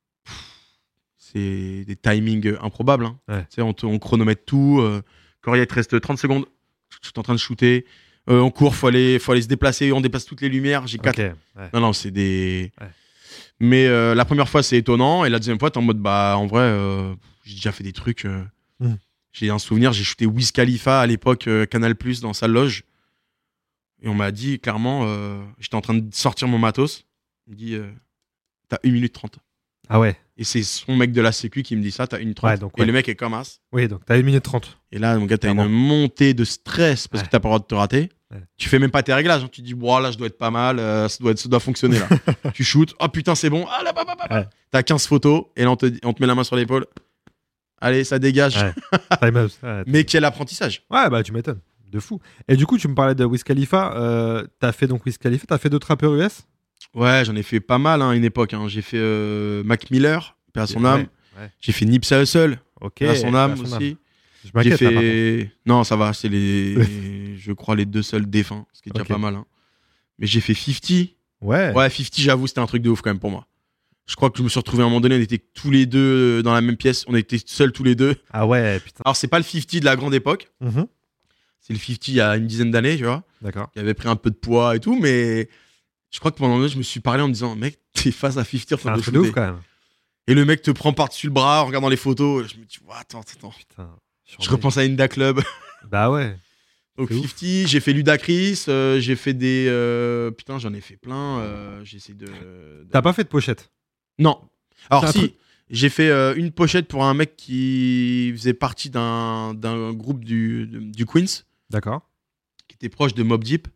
[SPEAKER 4] C'est des timings improbables. Hein. Ouais. Tu sais, on chronomètre tout. Quand il te reste 30 secondes, je suis en train de shooter. On court, faut aller se déplacer. On dépasse toutes les lumières. J'ai 4. Okay, ouais. Non, c'est des. Ouais. Mais la première fois, c'est étonnant. Et la deuxième fois, t'es en mode, bah, en vrai, j'ai déjà fait des trucs. J'ai un souvenir, j'ai shooté Wiz Khalifa à l'époque, Canal+, dans sa loge. Et on m'a dit, clairement, j'étais en train de sortir mon matos. Il me dit, t'as 1 minute 30.
[SPEAKER 3] Ah ouais.
[SPEAKER 4] Et c'est son mec de la sécu qui me dit ça, t'as 1 minute 30. Ouais, donc, et le mec est comme as.
[SPEAKER 3] Oui, donc t'as 1 minute 30.
[SPEAKER 4] Et là, mon gars, t'as une montée de stress parce que t'as pas le droit de te rater. Ouais. Tu fais même pas tes réglages. Hein. Tu dis, bon, là, je dois être pas mal, ça doit fonctionner là. Tu shootes, oh putain, c'est bon. Ah là, T'as 15 photos et là, on te met la main sur l'épaule. Allez, ça dégage. Ouais. Mais quel apprentissage.
[SPEAKER 3] Ouais, bah tu m'étonnes. De fou. Et du coup, tu me parlais de Wiz Khalifa. T'as fait donc Wiz Khalifa, t'as fait d'autres rappeurs US?
[SPEAKER 4] Ouais, j'en ai fait pas mal à une époque. Hein. J'ai fait Mac Miller, paix à son âme. Ouais. J'ai fait Nipsey Hussle, paix à son âme aussi. J'ai fait. Non, ça va, c'est je crois les 2 seuls défunts, ce qui est déjà pas mal. Hein. Mais j'ai fait 50. Ouais, 50, j'avoue, c'était un truc de ouf quand même pour moi. Je crois que je me suis retrouvé à un moment donné, on était tous les deux dans la même pièce, on était seuls tous les deux.
[SPEAKER 3] Ah ouais, putain.
[SPEAKER 4] Alors, c'est pas le 50 de la grande époque. C'est le 50 il y a une dizaine d'années, tu vois.
[SPEAKER 3] D'accord.
[SPEAKER 4] Qui avait pris un peu de poids et tout, mais je crois que pendant un moment, je me suis parlé en me disant, mec, t'es face à 50 en train de shooter.
[SPEAKER 3] C'est ouf quand même.
[SPEAKER 4] Et le mec te prend par-dessus le bras en regardant les photos. Je me dis, attends.
[SPEAKER 3] Putain,
[SPEAKER 4] je repense à Inda Club.
[SPEAKER 3] Bah ouais.
[SPEAKER 4] Donc 50, j'ai fait Ludacris, j'ai fait des... putain, j'en ai fait plein. J'ai essayé de...
[SPEAKER 3] T'as pas fait de pochette?
[SPEAKER 4] Non. Alors si, j'ai fait une pochette pour un mec qui faisait partie d'un groupe du Queens.
[SPEAKER 3] D'accord.
[SPEAKER 4] Qui était proche de Mobb Deep.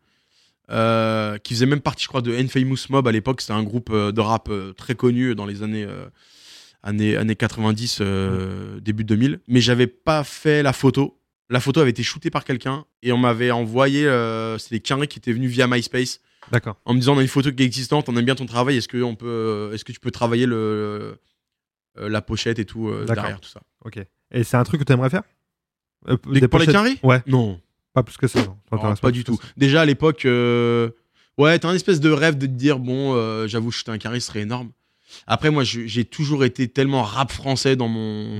[SPEAKER 4] Qui faisait même partie, je crois, de Infamous Mob à l'époque. C'était un groupe de rap très connu dans les années 90, début 2000. Mais j'avais pas fait la photo. La photo avait été shootée par quelqu'un et on m'avait envoyé, c'est les carrés qui étaient venus via MySpace.
[SPEAKER 3] D'accord.
[SPEAKER 4] En me disant, on a une photo qui est existante, on aime bien ton travail, est-ce que tu peux travailler la pochette et tout derrière tout ça.
[SPEAKER 3] Ok. Et c'est un truc que tu aimerais faire
[SPEAKER 4] pour les carrés?
[SPEAKER 3] Ouais.
[SPEAKER 4] Non.
[SPEAKER 3] Pas plus que ça.
[SPEAKER 4] Non, pas du tout. Déjà à l'époque, Ouais, t'as un espèce de rêve de te dire, bon, j'avoue, shooter un carré serait énorme. Après, moi, j'ai toujours été tellement rap français dans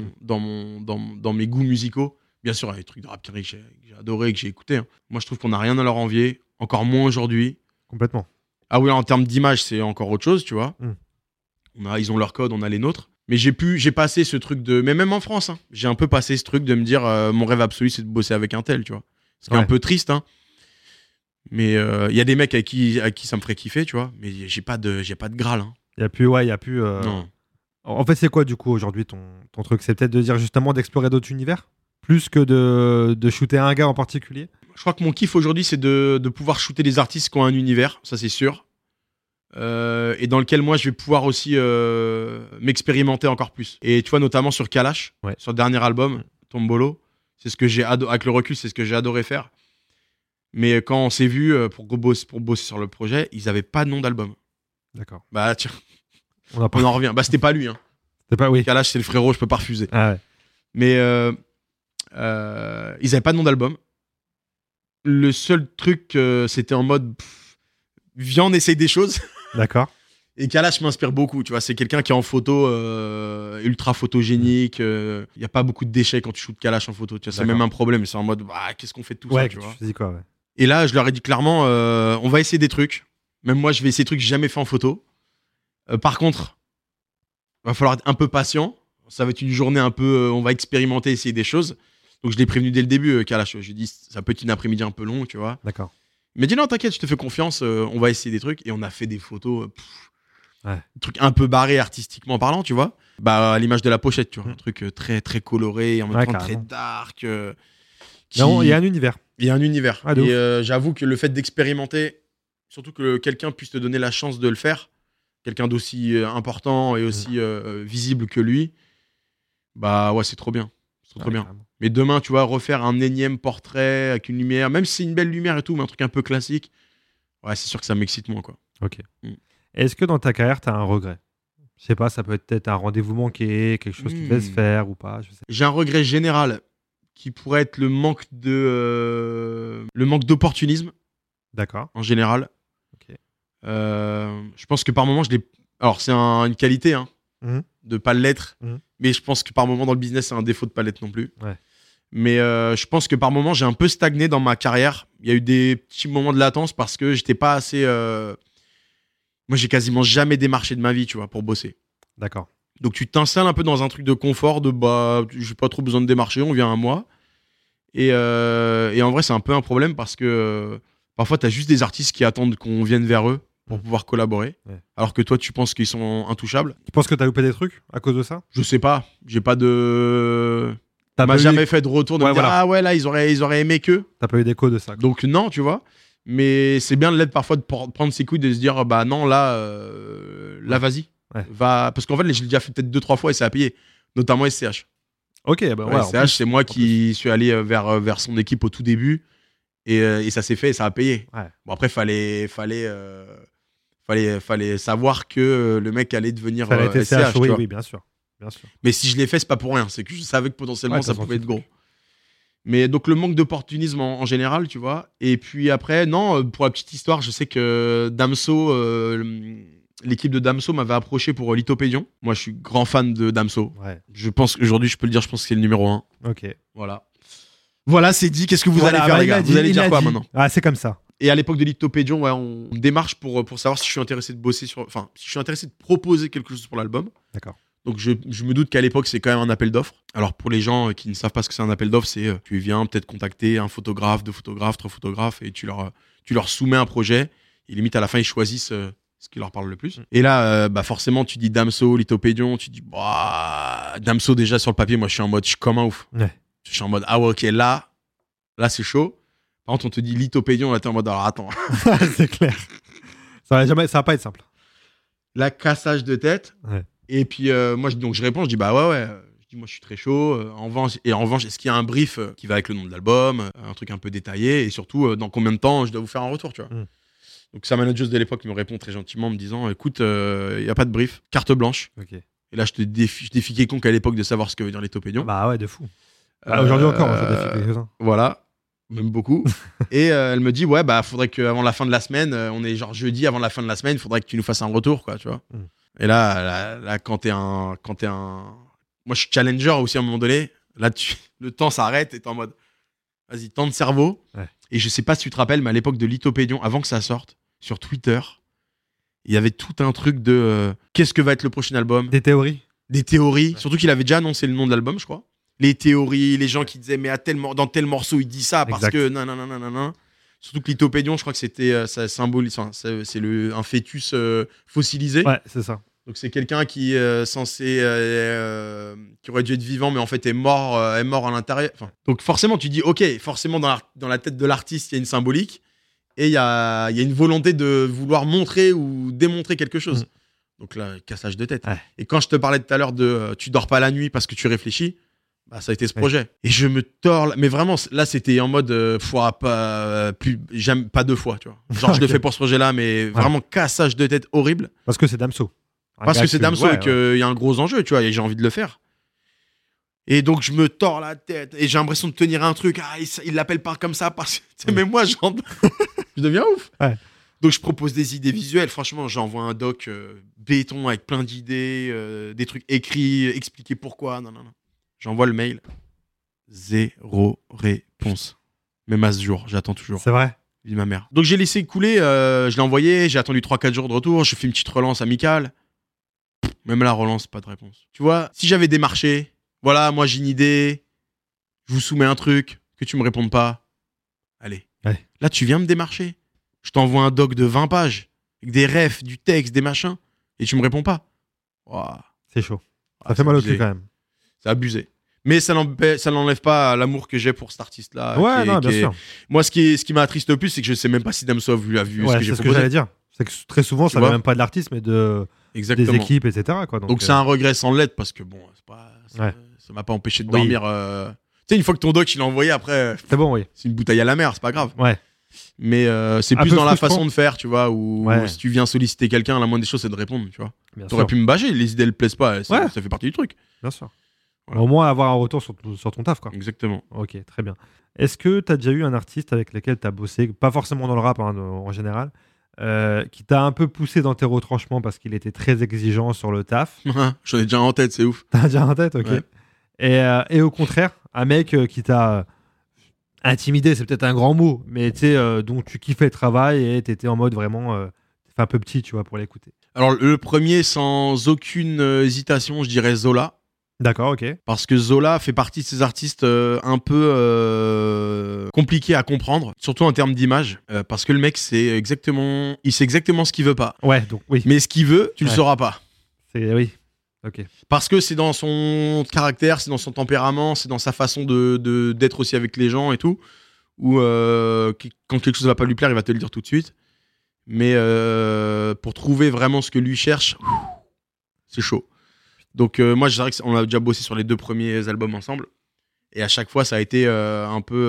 [SPEAKER 4] mes goûts musicaux. Bien sûr, il y a des trucs de rap carré que j'ai adoré, que j'ai écouté. Hein. Moi, je trouve qu'on n'a rien à leur envier, encore moins aujourd'hui.
[SPEAKER 3] Complètement.
[SPEAKER 4] Ah oui, en termes d'image, c'est encore autre chose, tu vois.
[SPEAKER 3] Mm.
[SPEAKER 4] Ils ont leur code, on a les nôtres. Mais j'ai passé ce truc de... Mais même en France, hein, j'ai un peu passé ce truc de me dire, mon rêve absolu, c'est de bosser avec un tel, tu vois. Ce qui est un peu triste, hein. Mais il y a des mecs avec qui ça me ferait kiffer, tu vois. Mais j'ai pas de Graal, hein.
[SPEAKER 3] Il y a plus.
[SPEAKER 4] Non.
[SPEAKER 3] En fait, c'est quoi du coup aujourd'hui ton truc? C'est peut-être de dire justement d'explorer d'autres univers plus que de shooter un gars en particulier.
[SPEAKER 4] Je crois que mon kiff aujourd'hui, c'est de pouvoir shooter des artistes qui ont un univers, ça c'est sûr. Et dans lequel moi je vais pouvoir aussi m'expérimenter encore plus. Et tu vois, notamment sur Kalash, sur le dernier album, Tombolo, c'est ce que j'ai avec le recul, c'est ce que j'ai adoré faire. Mais quand on s'est vu pour bosser sur le projet, ils avaient pas de nom d'album.
[SPEAKER 3] D'accord.
[SPEAKER 4] Bah tiens,
[SPEAKER 3] on
[SPEAKER 4] en revient. Bah c'était pas lui, hein.
[SPEAKER 3] C'était pas, oui.
[SPEAKER 4] Kalash, c'est le frérot, je peux pas refuser.
[SPEAKER 3] Ah ouais.
[SPEAKER 4] Mais ils avaient pas de nom d'album. Le seul truc, c'était en mode viens, on essaye des choses.
[SPEAKER 3] D'accord.
[SPEAKER 4] Et Kalash m'inspire beaucoup, tu vois. C'est quelqu'un qui est en photo ultra photogénique. Il n'y a pas beaucoup de déchets quand tu shootes Kalash en photo. Tu vois, c'est même un problème. C'est en mode, qu'est-ce qu'on fait de tout ça, tu vois.
[SPEAKER 3] Dis quoi, ouais.
[SPEAKER 4] Et là, je leur ai dit clairement, on va essayer des trucs. Même moi, je vais essayer des trucs que j'ai jamais fait en photo. Par contre, va falloir être un peu patient. Ça va être une journée un peu, on va expérimenter, essayer des choses. Donc je l'ai prévenu dès le début, Kalash. Je lui ai dit, ça peut être une après-midi un peu long, tu vois.
[SPEAKER 3] D'accord.
[SPEAKER 4] Il m'a dit non, t'inquiète, je te fais confiance, on va essayer des trucs. Et on a fait des photos,
[SPEAKER 3] des
[SPEAKER 4] trucs un peu barrés artistiquement parlant, tu vois. Bah, à l'image de la pochette, tu vois. Un truc très, très coloré, en même temps très dark.
[SPEAKER 3] Non, il y a un univers.
[SPEAKER 4] Il y a un univers.
[SPEAKER 3] Ah,
[SPEAKER 4] et j'avoue que le fait d'expérimenter, surtout que quelqu'un puisse te donner la chance de le faire, quelqu'un d'aussi important et aussi visible que lui, bah ouais, c'est trop bien. C'est trop bien.
[SPEAKER 3] Carrément.
[SPEAKER 4] Mais demain, tu vois, refaire un énième portrait avec une lumière, même si c'est une belle lumière et tout, mais un truc un peu classique, ouais, c'est sûr que ça m'excite moins, quoi.
[SPEAKER 3] Ok. Est-ce que dans ta carrière, tu as un regret? Je sais pas, ça peut être peut-être un rendez-vous manqué, quelque chose qui te laisse faire ou pas. Je sais.
[SPEAKER 4] J'ai un regret général qui pourrait être le manque d'opportunisme.
[SPEAKER 3] D'accord.
[SPEAKER 4] En général.
[SPEAKER 3] Ok.
[SPEAKER 4] Je pense que par moment, alors, c'est une qualité, hein, de pas l'être. Mais je pense que par moment, dans le business, c'est un défaut de pas l'être non plus.
[SPEAKER 3] Ouais.
[SPEAKER 4] Mais je pense que par moment, j'ai un peu stagné dans ma carrière. Il y a eu des petits moments de latence parce que j'étais pas assez... Moi, j'ai quasiment jamais démarché de ma vie, tu vois, pour bosser.
[SPEAKER 3] D'accord.
[SPEAKER 4] Donc, tu t'installes un peu dans un truc de confort, j'ai pas trop besoin de démarcher, on vient à moi. Et en vrai, c'est un peu un problème parce que parfois, t'as juste des artistes qui attendent qu'on vienne vers eux pour pouvoir collaborer. Ouais. Alors que toi, tu penses qu'ils sont intouchables.
[SPEAKER 3] Tu penses que t'as loupé des trucs à cause de ça?
[SPEAKER 4] Je sais pas. J'ai pas de... Ça m'a jamais fait de retour de me dire, ah ouais, là, ils auraient aimé que.
[SPEAKER 3] T'as pas eu d'écho de ça, quoi.
[SPEAKER 4] Donc non, tu vois. Mais c'est bien de l'aide parfois de prendre ses couilles, de se dire, bah non, là, vas-y.
[SPEAKER 3] Ouais.
[SPEAKER 4] Va... Parce qu'en fait, je l'ai déjà fait peut-être 2-3 fois et ça a payé. Notamment SCH.
[SPEAKER 3] Ok, bah ouais.
[SPEAKER 4] SCH, c'est moi qui suis allé vers son équipe au tout début. Et ça s'est fait et ça a payé.
[SPEAKER 3] Ouais.
[SPEAKER 4] Bon, après, fallait savoir que le mec allait devenir SCH.
[SPEAKER 3] Oui, bien sûr.
[SPEAKER 4] Mais si je l'ai fait, c'est pas pour rien. C'est que je savais que potentiellement ça pouvait être gros. Mais donc le manque d'opportunisme en général, tu vois. Et puis après, non, pour la petite histoire, je sais que Damso, l'équipe de Damso m'avait approché pour Lithopédion. Moi, je suis grand fan de Damso.
[SPEAKER 3] Ouais.
[SPEAKER 4] Je pense qu'aujourd'hui, je peux le dire, je pense que c'est le numéro 1.
[SPEAKER 3] Ok.
[SPEAKER 4] Voilà, c'est dit. Qu'est-ce que vous allez faire, les gars? Vous allez dire quoi maintenant?
[SPEAKER 3] Ah, c'est comme ça.
[SPEAKER 4] Et à l'époque de Lithopédion, ouais, on démarche pour savoir si je suis intéressé de bosser sur... Enfin, si je suis intéressé de proposer quelque chose pour l'album.
[SPEAKER 3] D'accord.
[SPEAKER 4] Donc je me doute qu'à l'époque, c'est quand même un appel d'offres. Alors pour les gens qui ne savent pas ce que c'est un appel d'offres, c'est tu viens peut-être contacter un photographe, 2 photographes, 3 photographes, et tu leur soumets un projet. Et limite, à la fin, ils choisissent ce qui leur parle le plus. Et là, forcément, tu dis Damso, Lithopédion, tu dis Damso, déjà sur le papier, moi je suis comme un ouf.
[SPEAKER 3] Ouais.
[SPEAKER 4] Je suis en mode, ah ouais, ok, là c'est chaud. Par contre, on te dit Lithopédion, là t'es en mode, alors attends.
[SPEAKER 3] C'est clair. Ça va pas être simple.
[SPEAKER 4] La cassage de tête.
[SPEAKER 3] Ouais.
[SPEAKER 4] Et puis moi, je réponds, je dis bah ouais. Je dis moi, je suis très chaud. En revanche, est-ce qu'il y a un brief qui va avec le nom de l'album, un truc un peu détaillé, et surtout dans combien de temps je dois vous faire un retour, tu vois. Donc sa manageuse de l'époque me répond très gentiment en me disant, écoute, il y a pas de brief, carte blanche.
[SPEAKER 3] Ok.
[SPEAKER 4] Et là, je défie quiconque à l'époque de savoir ce que veut dire Lithopédion.
[SPEAKER 3] Bah ouais, de fou. Aujourd'hui encore, je défie quelques-uns.
[SPEAKER 4] Voilà. même beaucoup. Et elle me dit, ouais, bah, faudrait qu'avant la fin de la semaine, on est genre jeudi avant la fin de la semaine, faudrait que tu nous fasses un retour, quoi, tu vois. Et là, quand t'es un. Moi, je suis challenger aussi à un moment donné. Là, le temps s'arrête et t'es en mode, vas-y, temps de cerveau.
[SPEAKER 3] Ouais.
[SPEAKER 4] Et je sais pas si tu te rappelles, mais à l'époque de Lithopédion, avant que ça sorte, sur Twitter, il y avait tout un truc de qu'est-ce que va être le prochain album.
[SPEAKER 3] Des théories.
[SPEAKER 4] Des théories. Surtout qu'il avait déjà annoncé le nom de l'album, je crois. Les théories, les gens qui disaient, mais dans tel morceau, il dit ça parce que non. Surtout que Lithopédion, je crois que c'était ça symbolise, c'est un fœtus fossilisé.
[SPEAKER 3] Ouais, c'est ça.
[SPEAKER 4] Donc c'est quelqu'un qui est censé, qui aurait dû être vivant, mais en fait est mort à l'intérieur. Enfin, donc forcément, tu dis, ok, forcément dans la tête de l'artiste, il y a une symbolique et il y a une volonté de vouloir montrer ou démontrer quelque chose. Donc là, cassage de tête.
[SPEAKER 3] Ouais.
[SPEAKER 4] Et quand je te parlais tout à l'heure de tu dors pas la nuit parce que tu réfléchis, bah, ça a été ce projet. Et je me tords, mais vraiment, là, c'était en mode pas 2 fois, tu vois. Genre, je le fais pour ce projet-là, mais vraiment cassage de tête horrible.
[SPEAKER 3] Parce que c'est Damso.
[SPEAKER 4] Parce que c'est Damso et qu'il y a un gros enjeu, tu vois, et j'ai envie de le faire. Et donc, je me tords la tête et j'ai l'impression de tenir un truc. Ah, il l'appelle pas comme ça parce que, mais moi, je deviens ouf. Ouais. Donc, je propose des idées visuelles. Franchement, j'envoie un doc béton avec plein d'idées, des trucs écrits, expliquer pourquoi. Non. J'envoie le mail. 0 réponse. Même à ce jour, j'attends toujours.
[SPEAKER 3] C'est vrai.
[SPEAKER 4] Vive ma mère. Donc j'ai laissé couler, je l'ai envoyé, j'ai attendu 3-4 jours de retour, je fais une petite relance amicale. Même la relance, pas de réponse. Tu vois, si j'avais démarché, voilà, moi j'ai une idée, je vous soumets un truc, que tu me répondes pas, allez.
[SPEAKER 3] Ouais.
[SPEAKER 4] Là, tu viens me démarcher. Je t'envoie un doc de 20 pages, avec des refs, du texte, des machins, et tu me réponds pas. Wow.
[SPEAKER 3] C'est chaud. Ça fait mal au cul quand même.
[SPEAKER 4] C'est abusé. Mais ça n'enlève pas l'amour que j'ai pour cet artiste-là.
[SPEAKER 3] Ouais, non, bien sûr.
[SPEAKER 4] Moi, ce qui m'attriste le plus, c'est que je sais même pas si Damso a vu ce que j'ai proposé.
[SPEAKER 3] C'est ce que j'allais dire. C'est que très souvent, ça ne vient même pas de l'artiste, mais des équipes, etc. Quoi.
[SPEAKER 4] Donc c'est un regret sans l'être, parce que bon, ça m'a pas empêché de dormir. Tu sais, une fois que ton doc, il l'a envoyé, après,
[SPEAKER 3] c'est bon, oui.
[SPEAKER 4] C'est une bouteille à la mer, c'est pas grave.
[SPEAKER 3] Ouais.
[SPEAKER 4] Mais c'est plus dans la façon de faire, tu vois, où si tu viens solliciter quelqu'un, la moindre des choses, c'est de répondre, tu vois. T'aurais pu me bâcher, les idées, elles plaisent pas, ça fait partie du truc.
[SPEAKER 3] Bien sûr.
[SPEAKER 4] Voilà.
[SPEAKER 3] Au moins avoir un retour sur ton taf, quoi.
[SPEAKER 4] Exactement.
[SPEAKER 3] Ok, très bien. Est-ce que tu as déjà eu un artiste avec lequel tu as bossé, pas forcément dans le rap en général, qui t'a un peu poussé dans tes retranchements parce qu'il était très exigeant sur le taf?
[SPEAKER 4] J'en ai déjà en tête, c'est ouf.
[SPEAKER 3] T'as déjà en tête, ok.
[SPEAKER 4] Ouais.
[SPEAKER 3] Et au contraire, un mec qui t'a intimidé, c'est peut-être un grand mot, mais tu sais, dont tu kiffais le travail et t'étais en mode vraiment un peu petit, tu vois, pour l'écouter.
[SPEAKER 4] Alors, le premier, sans aucune hésitation, je dirais Zola.
[SPEAKER 3] D'accord, ok.
[SPEAKER 4] Parce que Zola fait partie de ces artistes un peu compliqués à comprendre, surtout en termes d'image, parce que le mec, il sait exactement ce qu'il veut pas.
[SPEAKER 3] Ouais, donc oui.
[SPEAKER 4] Mais ce qu'il veut, tu le sauras pas.
[SPEAKER 3] Oui, ok.
[SPEAKER 4] Parce que c'est dans son caractère, c'est dans son tempérament, c'est dans sa façon d'être aussi avec les gens et tout, où quand quelque chose va pas lui plaire, il va te le dire tout de suite. Mais pour trouver vraiment ce que lui cherche, c'est chaud. Donc moi je dirais qu'on a déjà bossé sur les 2 premiers albums ensemble et à chaque fois ça a été un peu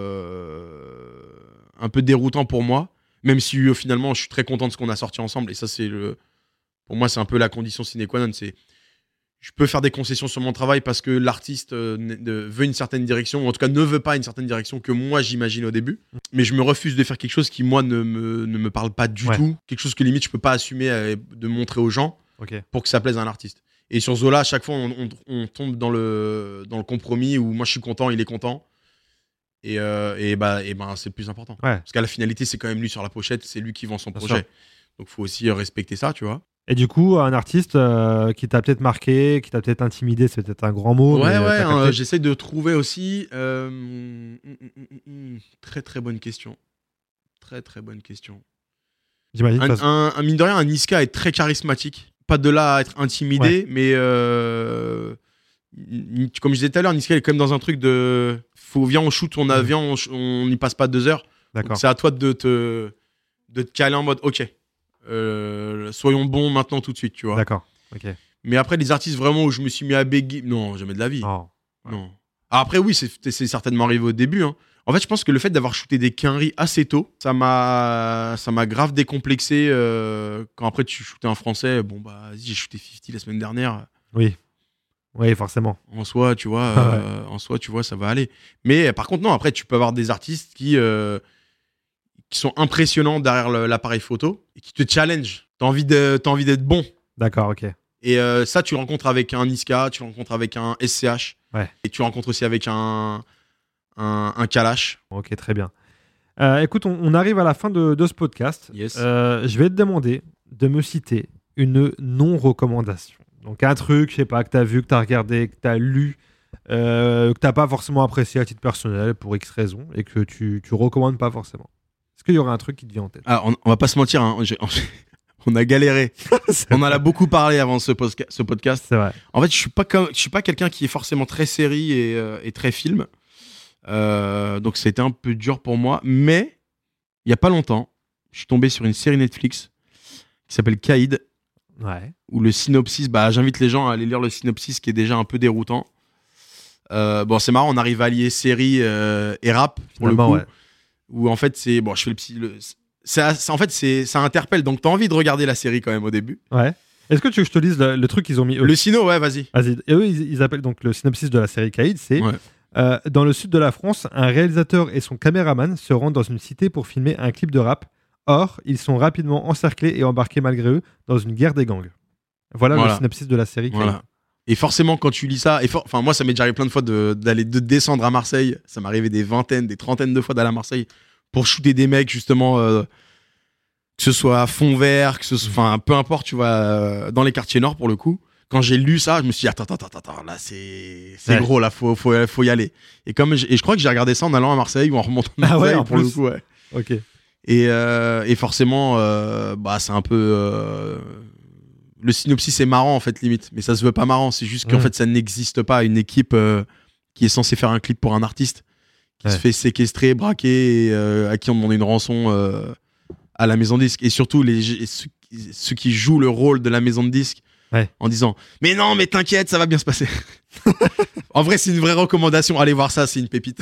[SPEAKER 4] déroutant pour moi, même si finalement je suis très content de ce qu'on a sorti ensemble et ça pour moi c'est un peu la condition sine qua non, c'est je peux faire des concessions sur mon travail parce que l'artiste veut une certaine direction, ou en tout cas ne veut pas une certaine direction que moi j'imagine au début, mais je me refuse de faire quelque chose qui moi ne me parle pas du tout, quelque chose que limite je peux pas assumer de montrer aux gens pour que ça plaise à un artiste. Et sur Zola, à chaque fois, on tombe dans le compromis où moi je suis content, il est content. Et c'est le plus important. Ouais. Parce qu'à la finalité, c'est quand même lui sur la pochette, c'est lui qui vend son projet. Donc il faut aussi respecter ça, tu vois.
[SPEAKER 3] Et du coup, un artiste qui t'a peut-être marqué, qui t'a peut-être intimidé, c'est peut-être un grand mot.
[SPEAKER 4] Ouais, j'essaie de trouver aussi. Très très bonne question. Très très bonne question.
[SPEAKER 3] J'imagine.
[SPEAKER 4] Mine de rien, un Niska est très charismatique. Pas de là à être intimidé, mais comme je disais tout à l'heure, Niska est quand même dans un truc de viens on shoot, on n'y passe pas 2 heures. D'accord. Donc c'est à toi de te caler en mode ok, soyons bons maintenant tout de suite, tu vois.
[SPEAKER 3] D'accord. Ok.
[SPEAKER 4] Mais après les artistes vraiment où je me suis mis à bégayer, non, jamais de la vie.
[SPEAKER 3] Oh.
[SPEAKER 4] Non. Alors après oui, c'est certainement arrivé au début. Hein. En fait, je pense que le fait d'avoir shooté des quinries assez tôt, ça m'a grave décomplexé. Quand après tu shootais un français, bon bah vas-y, j'ai shooté 50 la semaine dernière.
[SPEAKER 3] Oui. Oui, forcément.
[SPEAKER 4] En soi, tu vois, ça va aller. Mais par contre, non, après, tu peux avoir des artistes qui sont impressionnants derrière l'appareil photo et qui te challenge. T'as envie d'être bon.
[SPEAKER 3] D'accord, ok.
[SPEAKER 4] Et ça, tu le rencontres avec un Niska, tu le rencontres avec un SCH.
[SPEAKER 3] Ouais.
[SPEAKER 4] Et tu le rencontres aussi avec un Kalash.
[SPEAKER 3] Ok, très bien. Écoute, on arrive à la fin de ce podcast.
[SPEAKER 4] Yes.
[SPEAKER 3] Je vais te demander de me citer une non-recommandation. Donc un truc, je sais pas, que t'as vu, que t'as regardé, que t'as lu, que t'as pas forcément apprécié à titre personnel pour X raisons et que tu recommandes pas forcément. Est-ce qu'il y aurait un truc qui te vient en tête?
[SPEAKER 4] Ah, on va pas se mentir, hein, on a galéré. On en a beaucoup parlé avant ce podcast.
[SPEAKER 3] C'est vrai.
[SPEAKER 4] En fait, je suis pas quelqu'un qui est forcément très série et très film. Donc c'était un peu dur pour moi. Mais il y a pas longtemps, je suis tombé sur une série Netflix qui s'appelle Caïd.
[SPEAKER 3] Ouais.
[SPEAKER 4] Où le synopsis, j'invite les gens à aller lire le synopsis qui est déjà un peu déroutant. Bon, c'est marrant, on arrive à allier série et rap pour
[SPEAKER 3] Finalement,
[SPEAKER 4] le coup. Où en fait, je fais ça interpelle, donc t'as envie de regarder la série quand même au début.
[SPEAKER 3] Ouais. Est-ce que tu veux que je te lise le truc qu'ils ont mis eux?
[SPEAKER 4] Le sino, ouais, vas-y.
[SPEAKER 3] Vas-y. Et eux, ils appellent donc le synopsis de la série Caïd, c'est
[SPEAKER 4] Ouais.
[SPEAKER 3] dans le sud de la France, un réalisateur et son caméraman se rendent dans une cité pour filmer un clip de rap. Or, ils sont rapidement encerclés et embarqués malgré eux dans une guerre des gangs. Voilà. Le synopsis de la série Caïd.
[SPEAKER 4] Voilà. Et forcément, quand tu lis ça, moi, ça m'est déjà arrivé plein de fois de descendre à Marseille. Ça m'est arrivé des vingtaines, des trentaines de fois d'aller à Marseille pour shooter des mecs, justement, que ce soit à fond vert, peu importe, tu vois, dans les quartiers nord pour le coup. Quand j'ai lu ça, je me suis dit, attends, là, c'est gros, là, faut y aller. Et je crois que j'ai regardé ça en allant à Marseille ou en remontant à Marseille,
[SPEAKER 3] en
[SPEAKER 4] pour
[SPEAKER 3] plus.
[SPEAKER 4] le coup, ouais.
[SPEAKER 3] Ok.
[SPEAKER 4] Et forcément, c'est un peu. Le synopsis est marrant, en fait, limite. Mais ça se veut pas marrant. C'est juste qu'en fait, ça n'existe pas. Une équipe qui est censée faire un clip pour un artiste qui se fait séquestrer, braquer, et à qui on demande une rançon à la maison de disque. Et surtout, ceux qui jouent le rôle de la maison de disque en disant « Mais non, mais t'inquiète, ça va bien se passer. » En vrai, c'est une vraie recommandation. Allez voir ça, c'est une pépite.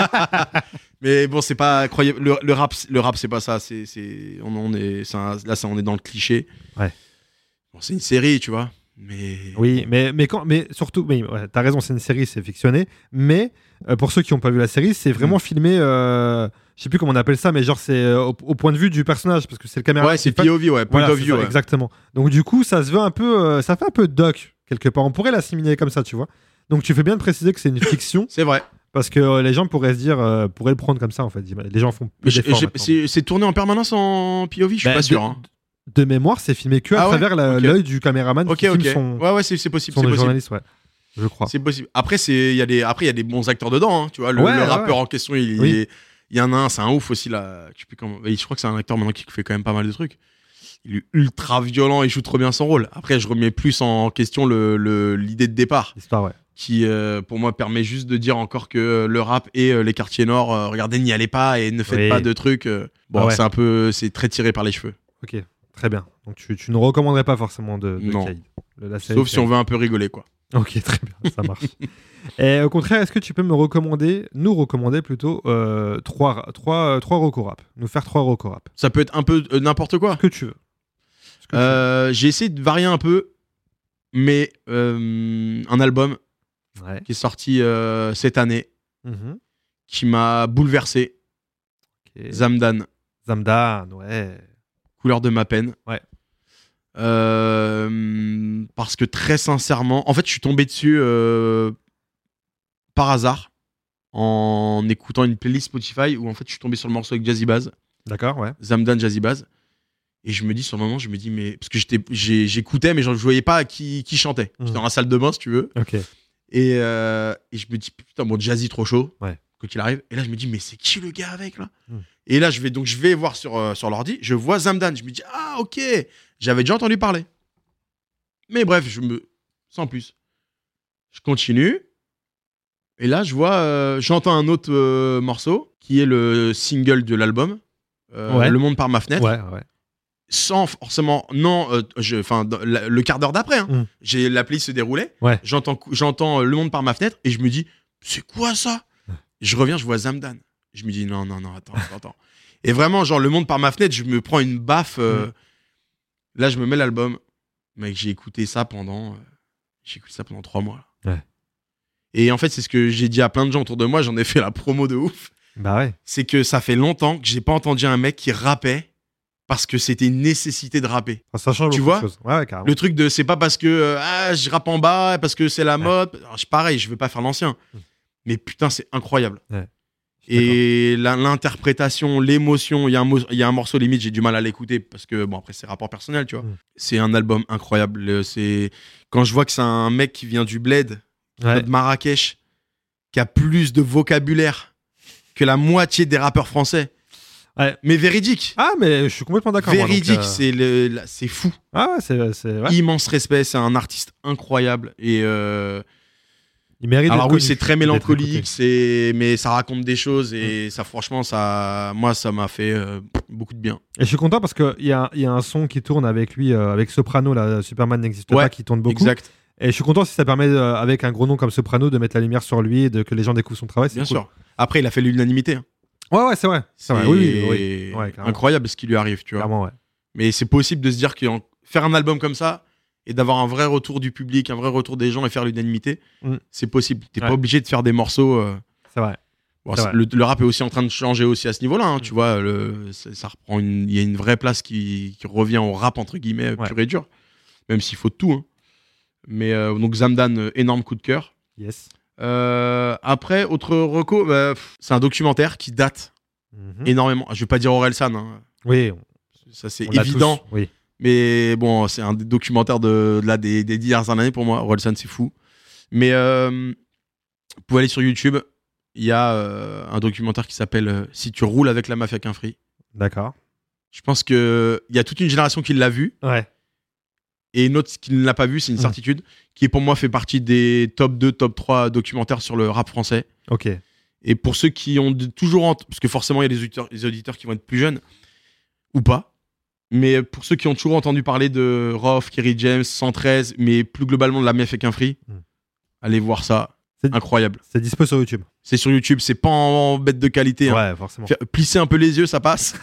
[SPEAKER 4] Mais bon, c'est pas croyez le rap c'est pas ça. On est dans le cliché.
[SPEAKER 3] Ouais.
[SPEAKER 4] Bon, c'est une série, tu vois. Mais
[SPEAKER 3] oui, mais surtout, t'as raison, c'est une série, c'est fictionné. Mais pour ceux qui n'ont pas vu la série, c'est vraiment filmé. Je sais plus comment on appelle ça, mais genre c'est au point de vue du personnage parce que c'est le caméra.
[SPEAKER 4] Ouais, c'est POV, ouais, point of view.
[SPEAKER 3] Exactement. Donc du coup, ça se veut un peu, ça fait un peu doc quelque part. On pourrait l'assimiler comme ça, tu vois. Donc tu fais bien de préciser que c'est une fiction.
[SPEAKER 4] C'est vrai.
[SPEAKER 3] Parce que les gens pourraient se dire, pourraient le prendre comme ça en fait. Les gens font plus d'efforts.
[SPEAKER 4] C'est tourné en permanence en POV, je suis pas sûr.
[SPEAKER 3] De mémoire, c'est filmé que à travers l'œil du caméraman qui filme son.
[SPEAKER 4] Ouais, c'est possible.
[SPEAKER 3] Son journaliste, ouais. Je crois.
[SPEAKER 4] C'est possible. Après, il y a des bons acteurs dedans. Hein, tu vois, le rappeur en question, il y en a un, c'est un ouf aussi là. Je crois que c'est un acteur maintenant qui fait quand même pas mal de trucs. Il est ultra violent, il joue trop bien son rôle. Après, je remets plus en question l'idée de départ.
[SPEAKER 3] L'histoire, ouais.
[SPEAKER 4] Qui, pour moi, permet juste de dire encore que le rap et les quartiers nord, regardez, n'y allez pas et ne faites pas de trucs. C'est très tiré par les cheveux.
[SPEAKER 3] Ok, très bien. Donc tu ne recommanderais pas forcément de Caïd, la série.
[SPEAKER 4] Sauf si on veut un peu rigoler, quoi.
[SPEAKER 3] Ok, très bien, ça marche. Et au contraire, est-ce que tu peux nous recommander plutôt trois recos rap, nous faire 3 recos rap?
[SPEAKER 4] Ça peut être un peu n'importe quoi.
[SPEAKER 3] Ce que tu veux.
[SPEAKER 4] J'ai essayé de varier un peu, mais un album qui est sorti cette année, qui m'a bouleversé. Okay. Zamdan,
[SPEAKER 3] ouais.
[SPEAKER 4] Couleur de ma peine.
[SPEAKER 3] Ouais.
[SPEAKER 4] Parce que très sincèrement, en fait, je suis tombé dessus par hasard en écoutant une playlist Spotify où en fait je suis tombé sur le morceau avec Jazzy Baz.
[SPEAKER 3] D'accord, ouais.
[SPEAKER 4] Zamdan, Jazzy Baz. Et je me dis sur le moment, mais parce que j'écoutais, mais je voyais pas qui chantait. J'étais dans la salle de bain, si tu veux.
[SPEAKER 3] Ok.
[SPEAKER 4] Et je me dis putain, bon, Jazzy trop chaud.
[SPEAKER 3] Ouais.
[SPEAKER 4] Quoi qu'il arrive. Et là, je me dis mais c'est qui le gars avec là? Et là, je vais voir sur l'ordi. Je vois Zamdan. Je me dis ah ok. J'avais déjà entendu parler. Mais bref, sans plus. Je continue. Et là, j'entends un autre morceau qui est le single de l'album, Le Monde par ma fenêtre.
[SPEAKER 3] Ouais.
[SPEAKER 4] Sans forcément, le quart d'heure d'après, hein, j'ai l'appli se déroulait.
[SPEAKER 3] Ouais.
[SPEAKER 4] J'entends Le Monde par ma fenêtre et je me dis, c'est quoi ça? Je reviens, je vois Zamdan. Je me dis, non, attends. Et vraiment, genre, Le Monde par ma fenêtre, je me prends une baffe. Là, je me mets l'album. Mec, j'ai écouté ça pendant 3 mois.
[SPEAKER 3] Ouais.
[SPEAKER 4] Et en fait, c'est ce que j'ai dit à plein de gens autour de moi, j'en ai fait la promo de ouf.
[SPEAKER 3] Bah ouais.
[SPEAKER 4] C'est que ça fait longtemps que j'ai pas entendu un mec qui rappait parce que c'était une nécessité de rapper.
[SPEAKER 3] Enfin, ça change
[SPEAKER 4] Tu
[SPEAKER 3] beaucoup
[SPEAKER 4] vois
[SPEAKER 3] de choses. Ouais, carrément.
[SPEAKER 4] Le truc de c'est pas parce que je rappe en bas, parce que c'est la mode. Alors, pareil, je veux pas faire l'ancien. Mais putain, c'est incroyable.
[SPEAKER 3] Ouais.
[SPEAKER 4] Et l'interprétation, l'émotion, il y a un morceau limite, j'ai du mal à l'écouter parce que bon, après, c'est rapport personnel, tu vois. C'est un album incroyable. Quand je vois que c'est un mec qui vient du Bled, de Marrakech, qui a plus de vocabulaire que la moitié des rappeurs français.
[SPEAKER 3] Ouais.
[SPEAKER 4] Mais véridique.
[SPEAKER 3] Ah, mais je suis complètement d'accord.
[SPEAKER 4] Véridique,
[SPEAKER 3] moi, donc,
[SPEAKER 4] c'est fou.
[SPEAKER 3] Ah ouais, c'est ouais.
[SPEAKER 4] Immense respect, c'est un artiste incroyable. Et
[SPEAKER 3] Il mérite
[SPEAKER 4] alors
[SPEAKER 3] d'être
[SPEAKER 4] oui,
[SPEAKER 3] connu,
[SPEAKER 4] c'est très
[SPEAKER 3] d'être
[SPEAKER 4] mélancolique,
[SPEAKER 3] écouté.
[SPEAKER 4] mais ça raconte des choses et ça, franchement, moi, ça m'a fait beaucoup de bien.
[SPEAKER 3] Et je suis content parce qu'il y a un son qui tourne avec lui, avec Soprano, là, Superman n'existe pas, qui tourne beaucoup.
[SPEAKER 4] Exact.
[SPEAKER 3] Et je suis content si ça permet, avec un gros nom comme Soprano, de mettre la lumière sur lui et que les gens découvrent son travail.
[SPEAKER 4] Bien
[SPEAKER 3] cool.
[SPEAKER 4] sûr. Après, il a fait l'unanimité. Hein.
[SPEAKER 3] Ouais, c'est vrai. C'est vrai. Oui. Ouais,
[SPEAKER 4] incroyable ce qui lui arrive, tu vois.
[SPEAKER 3] Clairement, ouais.
[SPEAKER 4] Mais c'est possible de se dire que faire un album comme ça et d'avoir un vrai retour du public, un vrai retour des gens et faire l'unanimité, c'est possible. T'es pas obligé de faire des morceaux.
[SPEAKER 3] C'est vrai.
[SPEAKER 4] Bon, le rap est aussi en train de changer aussi à ce niveau-là, hein, tu vois. Ça reprend il y a une vraie place qui revient au rap entre guillemets pur et dur, même s'il faut tout. Hein. Mais donc Zamdan, énorme coup de cœur.
[SPEAKER 3] Yes.
[SPEAKER 4] Après, autre reco, c'est un documentaire qui date énormément. Je vais pas dire Orelsan. Hein.
[SPEAKER 3] Oui.
[SPEAKER 4] Ça c'est évident.
[SPEAKER 3] Tous. Oui.
[SPEAKER 4] Mais bon, c'est un documentaire des 10 dernières années pour moi. Orelsan, c'est fou. Mais vous pouvez aller sur YouTube. Il y a un documentaire qui s'appelle Si tu roules avec la mafia qu'un free.
[SPEAKER 3] D'accord.
[SPEAKER 4] Je pense qu'il y a toute une génération qui l'a vu.
[SPEAKER 3] Ouais.
[SPEAKER 4] Et une autre qui ne l'a pas vu, c'est une certitude, qui pour moi fait partie des top 2, top 3 documentaires sur le rap français.
[SPEAKER 3] Ok.
[SPEAKER 4] Et pour ceux qui ont toujours... Parce que forcément, il y a des auditeurs qui vont être plus jeunes, ou pas. Mais pour ceux qui ont toujours entendu parler de Rof, Kerry James, 113, mais plus globalement de la mafia qu'un free, allez voir ça. C'est incroyable. C'est
[SPEAKER 3] dispo sur YouTube.
[SPEAKER 4] C'est sur YouTube, c'est pas en bête de qualité.
[SPEAKER 3] Ouais,
[SPEAKER 4] hein.
[SPEAKER 3] Forcément.
[SPEAKER 4] Plisser un peu les yeux, ça passe.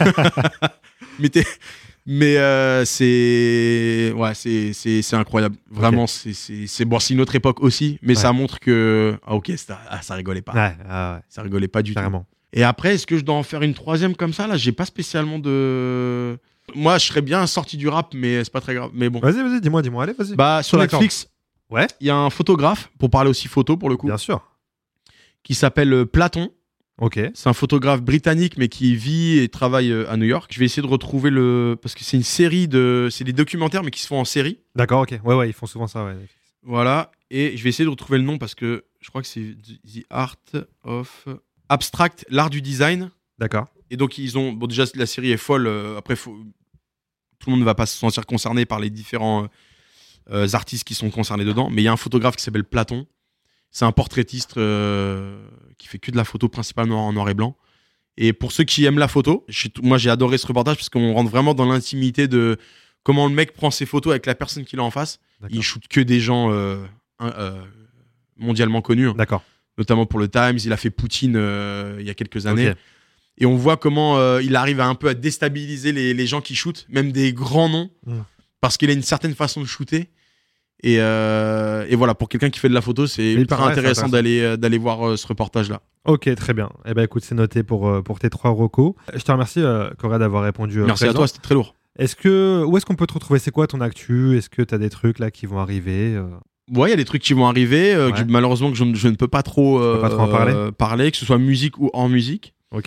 [SPEAKER 4] Mais c'est incroyable. Vraiment,
[SPEAKER 3] okay.
[SPEAKER 4] c'est bon, c'est une autre époque aussi, mais ça montre que ça rigolait pas.
[SPEAKER 3] Ouais.
[SPEAKER 4] Ça rigolait pas du
[SPEAKER 3] Carrément.
[SPEAKER 4] tout. Et après, est-ce que je dois en faire une troisième comme ça là? J'ai pas spécialement de. Moi, je serais bien sorti du rap, mais c'est pas très grave. Mais bon.
[SPEAKER 3] Vas-y, dis-moi, allez, vas-y.
[SPEAKER 4] Bah sur Netflix, il y a un photographe pour parler aussi photo pour le coup.
[SPEAKER 3] Bien sûr.
[SPEAKER 4] Qui s'appelle Platon.
[SPEAKER 3] Ok.
[SPEAKER 4] C'est un photographe britannique mais qui vit et travaille à New York. Je vais essayer de retrouver parce que c'est une série c'est des documentaires mais qui se font en série.
[SPEAKER 3] D'accord, ok. Ouais, ils font souvent ça, ouais.
[SPEAKER 4] Voilà. Et je vais essayer de retrouver le nom parce que je crois que c'est The Art of Abstract, l'art du design.
[SPEAKER 3] D'accord.
[SPEAKER 4] Et donc ils ont déjà la série est folle. Après tout le monde ne va pas se sentir concerné par les différents artistes qui sont concernés dedans. Mais il y a un photographe qui s'appelle Platon. C'est un portraitiste qui fait que de la photo principalement en noir et blanc. Et pour ceux qui aiment la photo, moi j'ai adoré ce reportage parce qu'on rentre vraiment dans l'intimité de comment le mec prend ses photos avec la personne qu'il a en face. Il shoot que des gens mondialement connus. Hein.
[SPEAKER 3] D'accord.
[SPEAKER 4] Notamment pour le Times, il a fait Poutine il y a quelques années. Okay. Et on voit comment il arrive un peu à déstabiliser les gens qui shootent, même des grands noms, parce qu'il a une certaine façon de shooter. Et voilà, pour quelqu'un qui fait de la photo, c'est ultra intéressant d'aller voir ce reportage-là.
[SPEAKER 3] Ok, très bien. Eh ben écoute, c'est noté pour tes 3 recos. Je te remercie, Corrède, d'avoir répondu.
[SPEAKER 4] Merci à toi, c'était très lourd.
[SPEAKER 3] Où est-ce qu'on peut te retrouver? C'est quoi ton actu? Est-ce que tu as des trucs là qui vont arriver?
[SPEAKER 4] Ouais, il y a des trucs qui vont arriver, malheureusement que je ne peux pas trop,
[SPEAKER 3] en
[SPEAKER 4] parler, que ce soit musique ou hors musique.
[SPEAKER 3] Ok.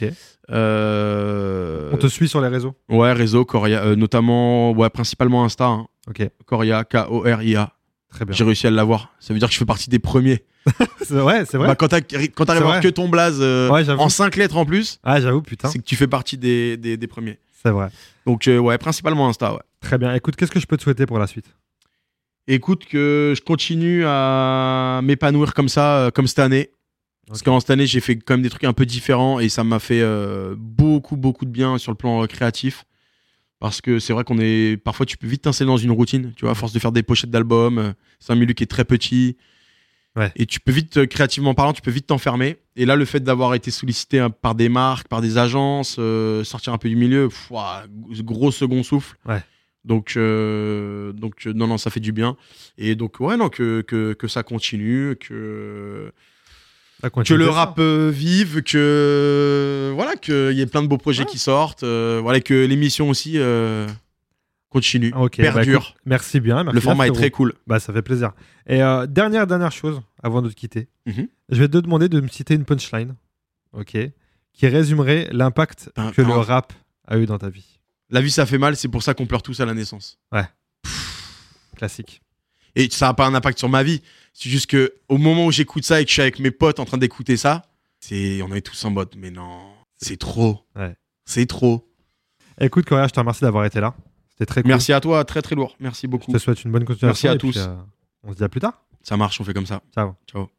[SPEAKER 3] On te suit sur les réseaux?
[SPEAKER 4] Ouais, réseau, Coria, notamment, principalement Insta. Hein.
[SPEAKER 3] Ok.
[SPEAKER 4] Coria, Koria.
[SPEAKER 3] Très bien.
[SPEAKER 4] J'ai réussi à l'avoir. Ça veut dire que je fais partie des premiers.
[SPEAKER 3] c'est vrai.
[SPEAKER 4] Bah, quand t'arrives à voir que ton blaze en 5 lettres en plus,
[SPEAKER 3] j'avoue, putain.
[SPEAKER 4] C'est que tu fais partie des premiers.
[SPEAKER 3] C'est vrai.
[SPEAKER 4] Donc, principalement Insta, ouais.
[SPEAKER 3] Très bien. Écoute, qu'est-ce que je peux te souhaiter pour la suite?
[SPEAKER 4] Écoute, que je continue à m'épanouir comme ça, comme cette année. Parce qu'en cette année, j'ai fait quand même des trucs un peu différents et ça m'a fait beaucoup de bien sur le plan créatif. Parce que c'est vrai parfois tu peux vite t'installer dans une routine, tu vois, à force de faire des pochettes d'albums. C'est un milieu qui est très petit. Ouais. Et tu peux vite, créativement parlant, tu peux vite t'enfermer. Et là, le fait d'avoir été sollicité par des marques, par des agences, sortir un peu du milieu, gros second souffle.
[SPEAKER 3] Ouais.
[SPEAKER 4] Donc non, ça fait du bien. Et donc, ouais, non, que ça continue, que le rap vive, voilà, qu'il y ait plein de beaux projets qui sortent, voilà, que l'émission aussi continue, perdure.
[SPEAKER 3] Écoute, merci bien. Merci
[SPEAKER 4] le format est
[SPEAKER 3] frérot.
[SPEAKER 4] très cool.
[SPEAKER 3] Bah, ça fait plaisir. Et dernière chose, avant de te quitter,
[SPEAKER 4] Mhm.
[SPEAKER 3] je vais te demander de me citer une punchline, ok, qui résumerait l'impact que le rap a eu dans ta vie.
[SPEAKER 4] La vie, ça fait mal, c'est pour ça qu'on pleure tous à la naissance.
[SPEAKER 3] Classique.
[SPEAKER 4] Et ça n'a pas un impact sur ma vie. C'est juste que au moment où j'écoute ça et que je suis avec mes potes en train d'écouter ça, on est tous en mode, mais non, c'est trop.
[SPEAKER 3] Ouais.
[SPEAKER 4] C'est trop.
[SPEAKER 3] Écoute, Correa, je te remercie d'avoir été là. C'était très cool.
[SPEAKER 4] Merci à toi, très très lourd. Merci beaucoup.
[SPEAKER 3] Je te souhaite une bonne continuation.
[SPEAKER 4] Merci à
[SPEAKER 3] et puis,
[SPEAKER 4] tous.
[SPEAKER 3] on se dit à plus tard.
[SPEAKER 4] Ça marche, on fait comme ça.
[SPEAKER 3] Ciao.
[SPEAKER 4] Ciao.